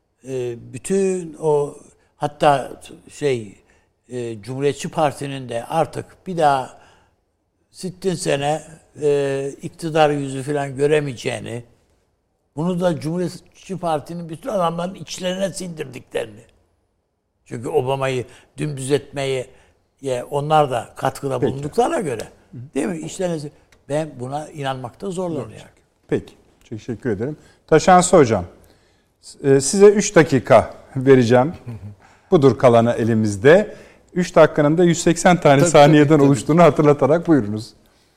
bütün o hatta Cumhuriyetçi Parti'nin de artık bir daha 60 sene iktidar yüzü falan göremeyeceğini, bunu da Cumhuriyetçi Parti'nin bütün adamların içlerine sindirdiklerini. Çünkü Obama'yı dümdüz etmeye onlar da katkıda bulunduklarına göre. Değil mi? İşlerine ben buna inanmakta zorlanıyorum. Peki. Teşekkür ederim. Taşansı Hocam, size 3 dakika vereceğim. Budur kalanı elimizde. 3 dakikanın da 180 tane saniyeden oluştuğunu hatırlatarak buyurunuz.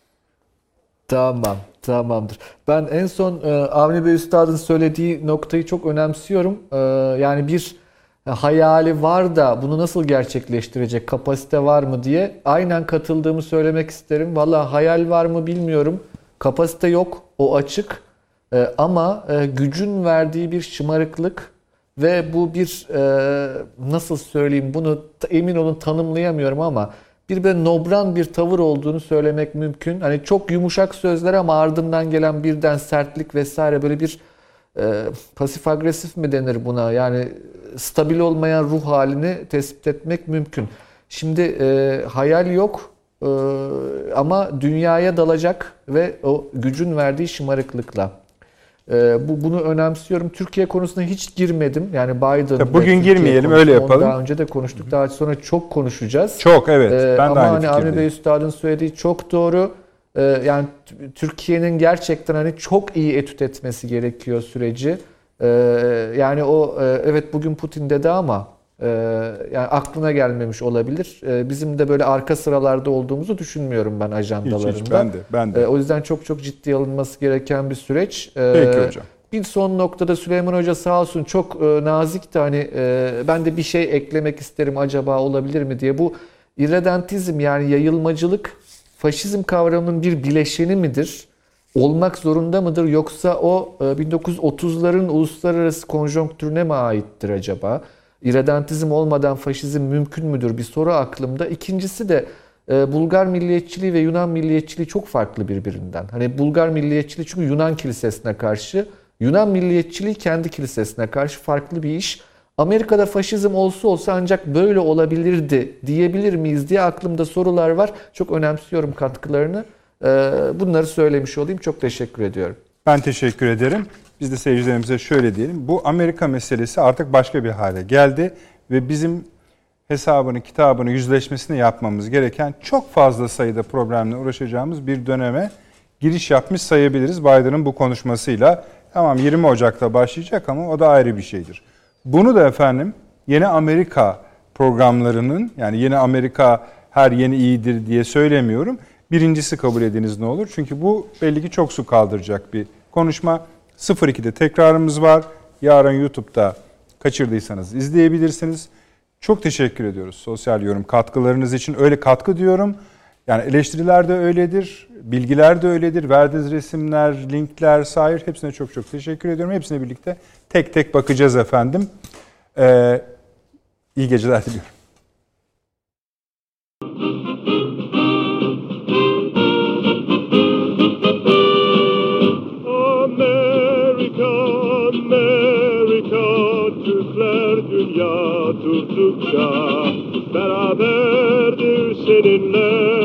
Tamamdır. Ben en son Avni Bey Üstad'ın söylediği noktayı çok önemsiyorum. Yani bir hayali var da bunu nasıl gerçekleştirecek kapasite var mı diye aynen katıldığımı söylemek isterim. Vallahi hayal var mı bilmiyorum. Kapasite yok, o açık. Ama gücün verdiği bir şımarıklık ve bu bir nasıl söyleyeyim bunu emin olun tanımlayamıyorum ama bir böyle nobran bir tavır olduğunu söylemek mümkün. Hani çok yumuşak sözler ama ardından gelen birden sertlik vesaire böyle bir pasif agresif mi denir buna? Yani stabil olmayan ruh halini tespit etmek mümkün. Şimdi hayal yok ama dünyaya dalacak ve o gücün verdiği şımarıklıkla. Bunu önemsiyorum. Türkiye konusuna hiç girmedim. Yani Biden. Bugün girmeyelim, öyle yapalım. Daha önce de konuştuk. Daha sonra çok konuşacağız. Çok evet. Ben ama de aynı hani fikirdeyim. Avni Bey Üstad'ın söylediği çok doğru. Yani Türkiye'nin gerçekten hani çok iyi etüt etmesi gerekiyor süreci. Yani o evet bugün Putin dedi ama yani aklına gelmemiş olabilir. Bizim de böyle arka sıralarda olduğumuzu düşünmüyorum ben ajandalarında. Hiç, ben de. O yüzden çok ciddi alınması gereken bir süreç. Peki hocam. Bir son noktada Süleyman Hoca sağ olsun çok nazikti. Hani ben de bir şey eklemek isterim acaba olabilir mi diye. Bu irredentizm yani yayılmacılık faşizm kavramının bir bileşeni midir? Olmak zorunda mıdır? Yoksa o 1930'ların uluslararası konjonktürüne mi aittir acaba? İrredentizm olmadan faşizm mümkün müdür? Bir soru aklımda. İkincisi de Bulgar milliyetçiliği ve Yunan milliyetçiliği çok farklı birbirinden. Hani Bulgar milliyetçiliği çünkü Yunan kilisesine karşı, Yunan milliyetçiliği kendi kilisesine karşı farklı bir iş. Amerika'da faşizm olsa ancak böyle olabilirdi diyebilir miyiz diye aklımda sorular var. Çok önemsiyorum katkılarını. Bunları söylemiş olayım. Çok teşekkür ediyorum. Ben teşekkür ederim. Biz de seyircilerimize şöyle diyelim. Bu Amerika meselesi artık başka bir hale geldi ve bizim hesabını, kitabını, yüzleşmesini yapmamız gereken çok fazla sayıda problemle uğraşacağımız bir döneme giriş yapmış sayabiliriz Biden'ın bu konuşmasıyla. Tamam 20 Ocak'ta başlayacak ama o da ayrı bir şeydir. Bunu da efendim Yeni Amerika programlarının yani Yeni Amerika her yeni iyidir diye söylemiyorum. Birincisi kabul ediniz ne olur. Çünkü bu belli ki çok su kaldıracak bir konuşma. 02'de tekrarımız var. Yarın YouTube'da kaçırdıysanız izleyebilirsiniz. Çok teşekkür ediyoruz sosyal yorum katkılarınız için. Öyle katkı diyorum. Yani eleştiriler de öyledir, bilgiler de öyledir. Verdiğiniz resimler, linkler, sair hepsine çok çok teşekkür ediyorum. Hepsine birlikte tek tek bakacağız efendim. İyi geceler diliyorum. Amerika, Türkler dünya durdukça beraberdir seninle.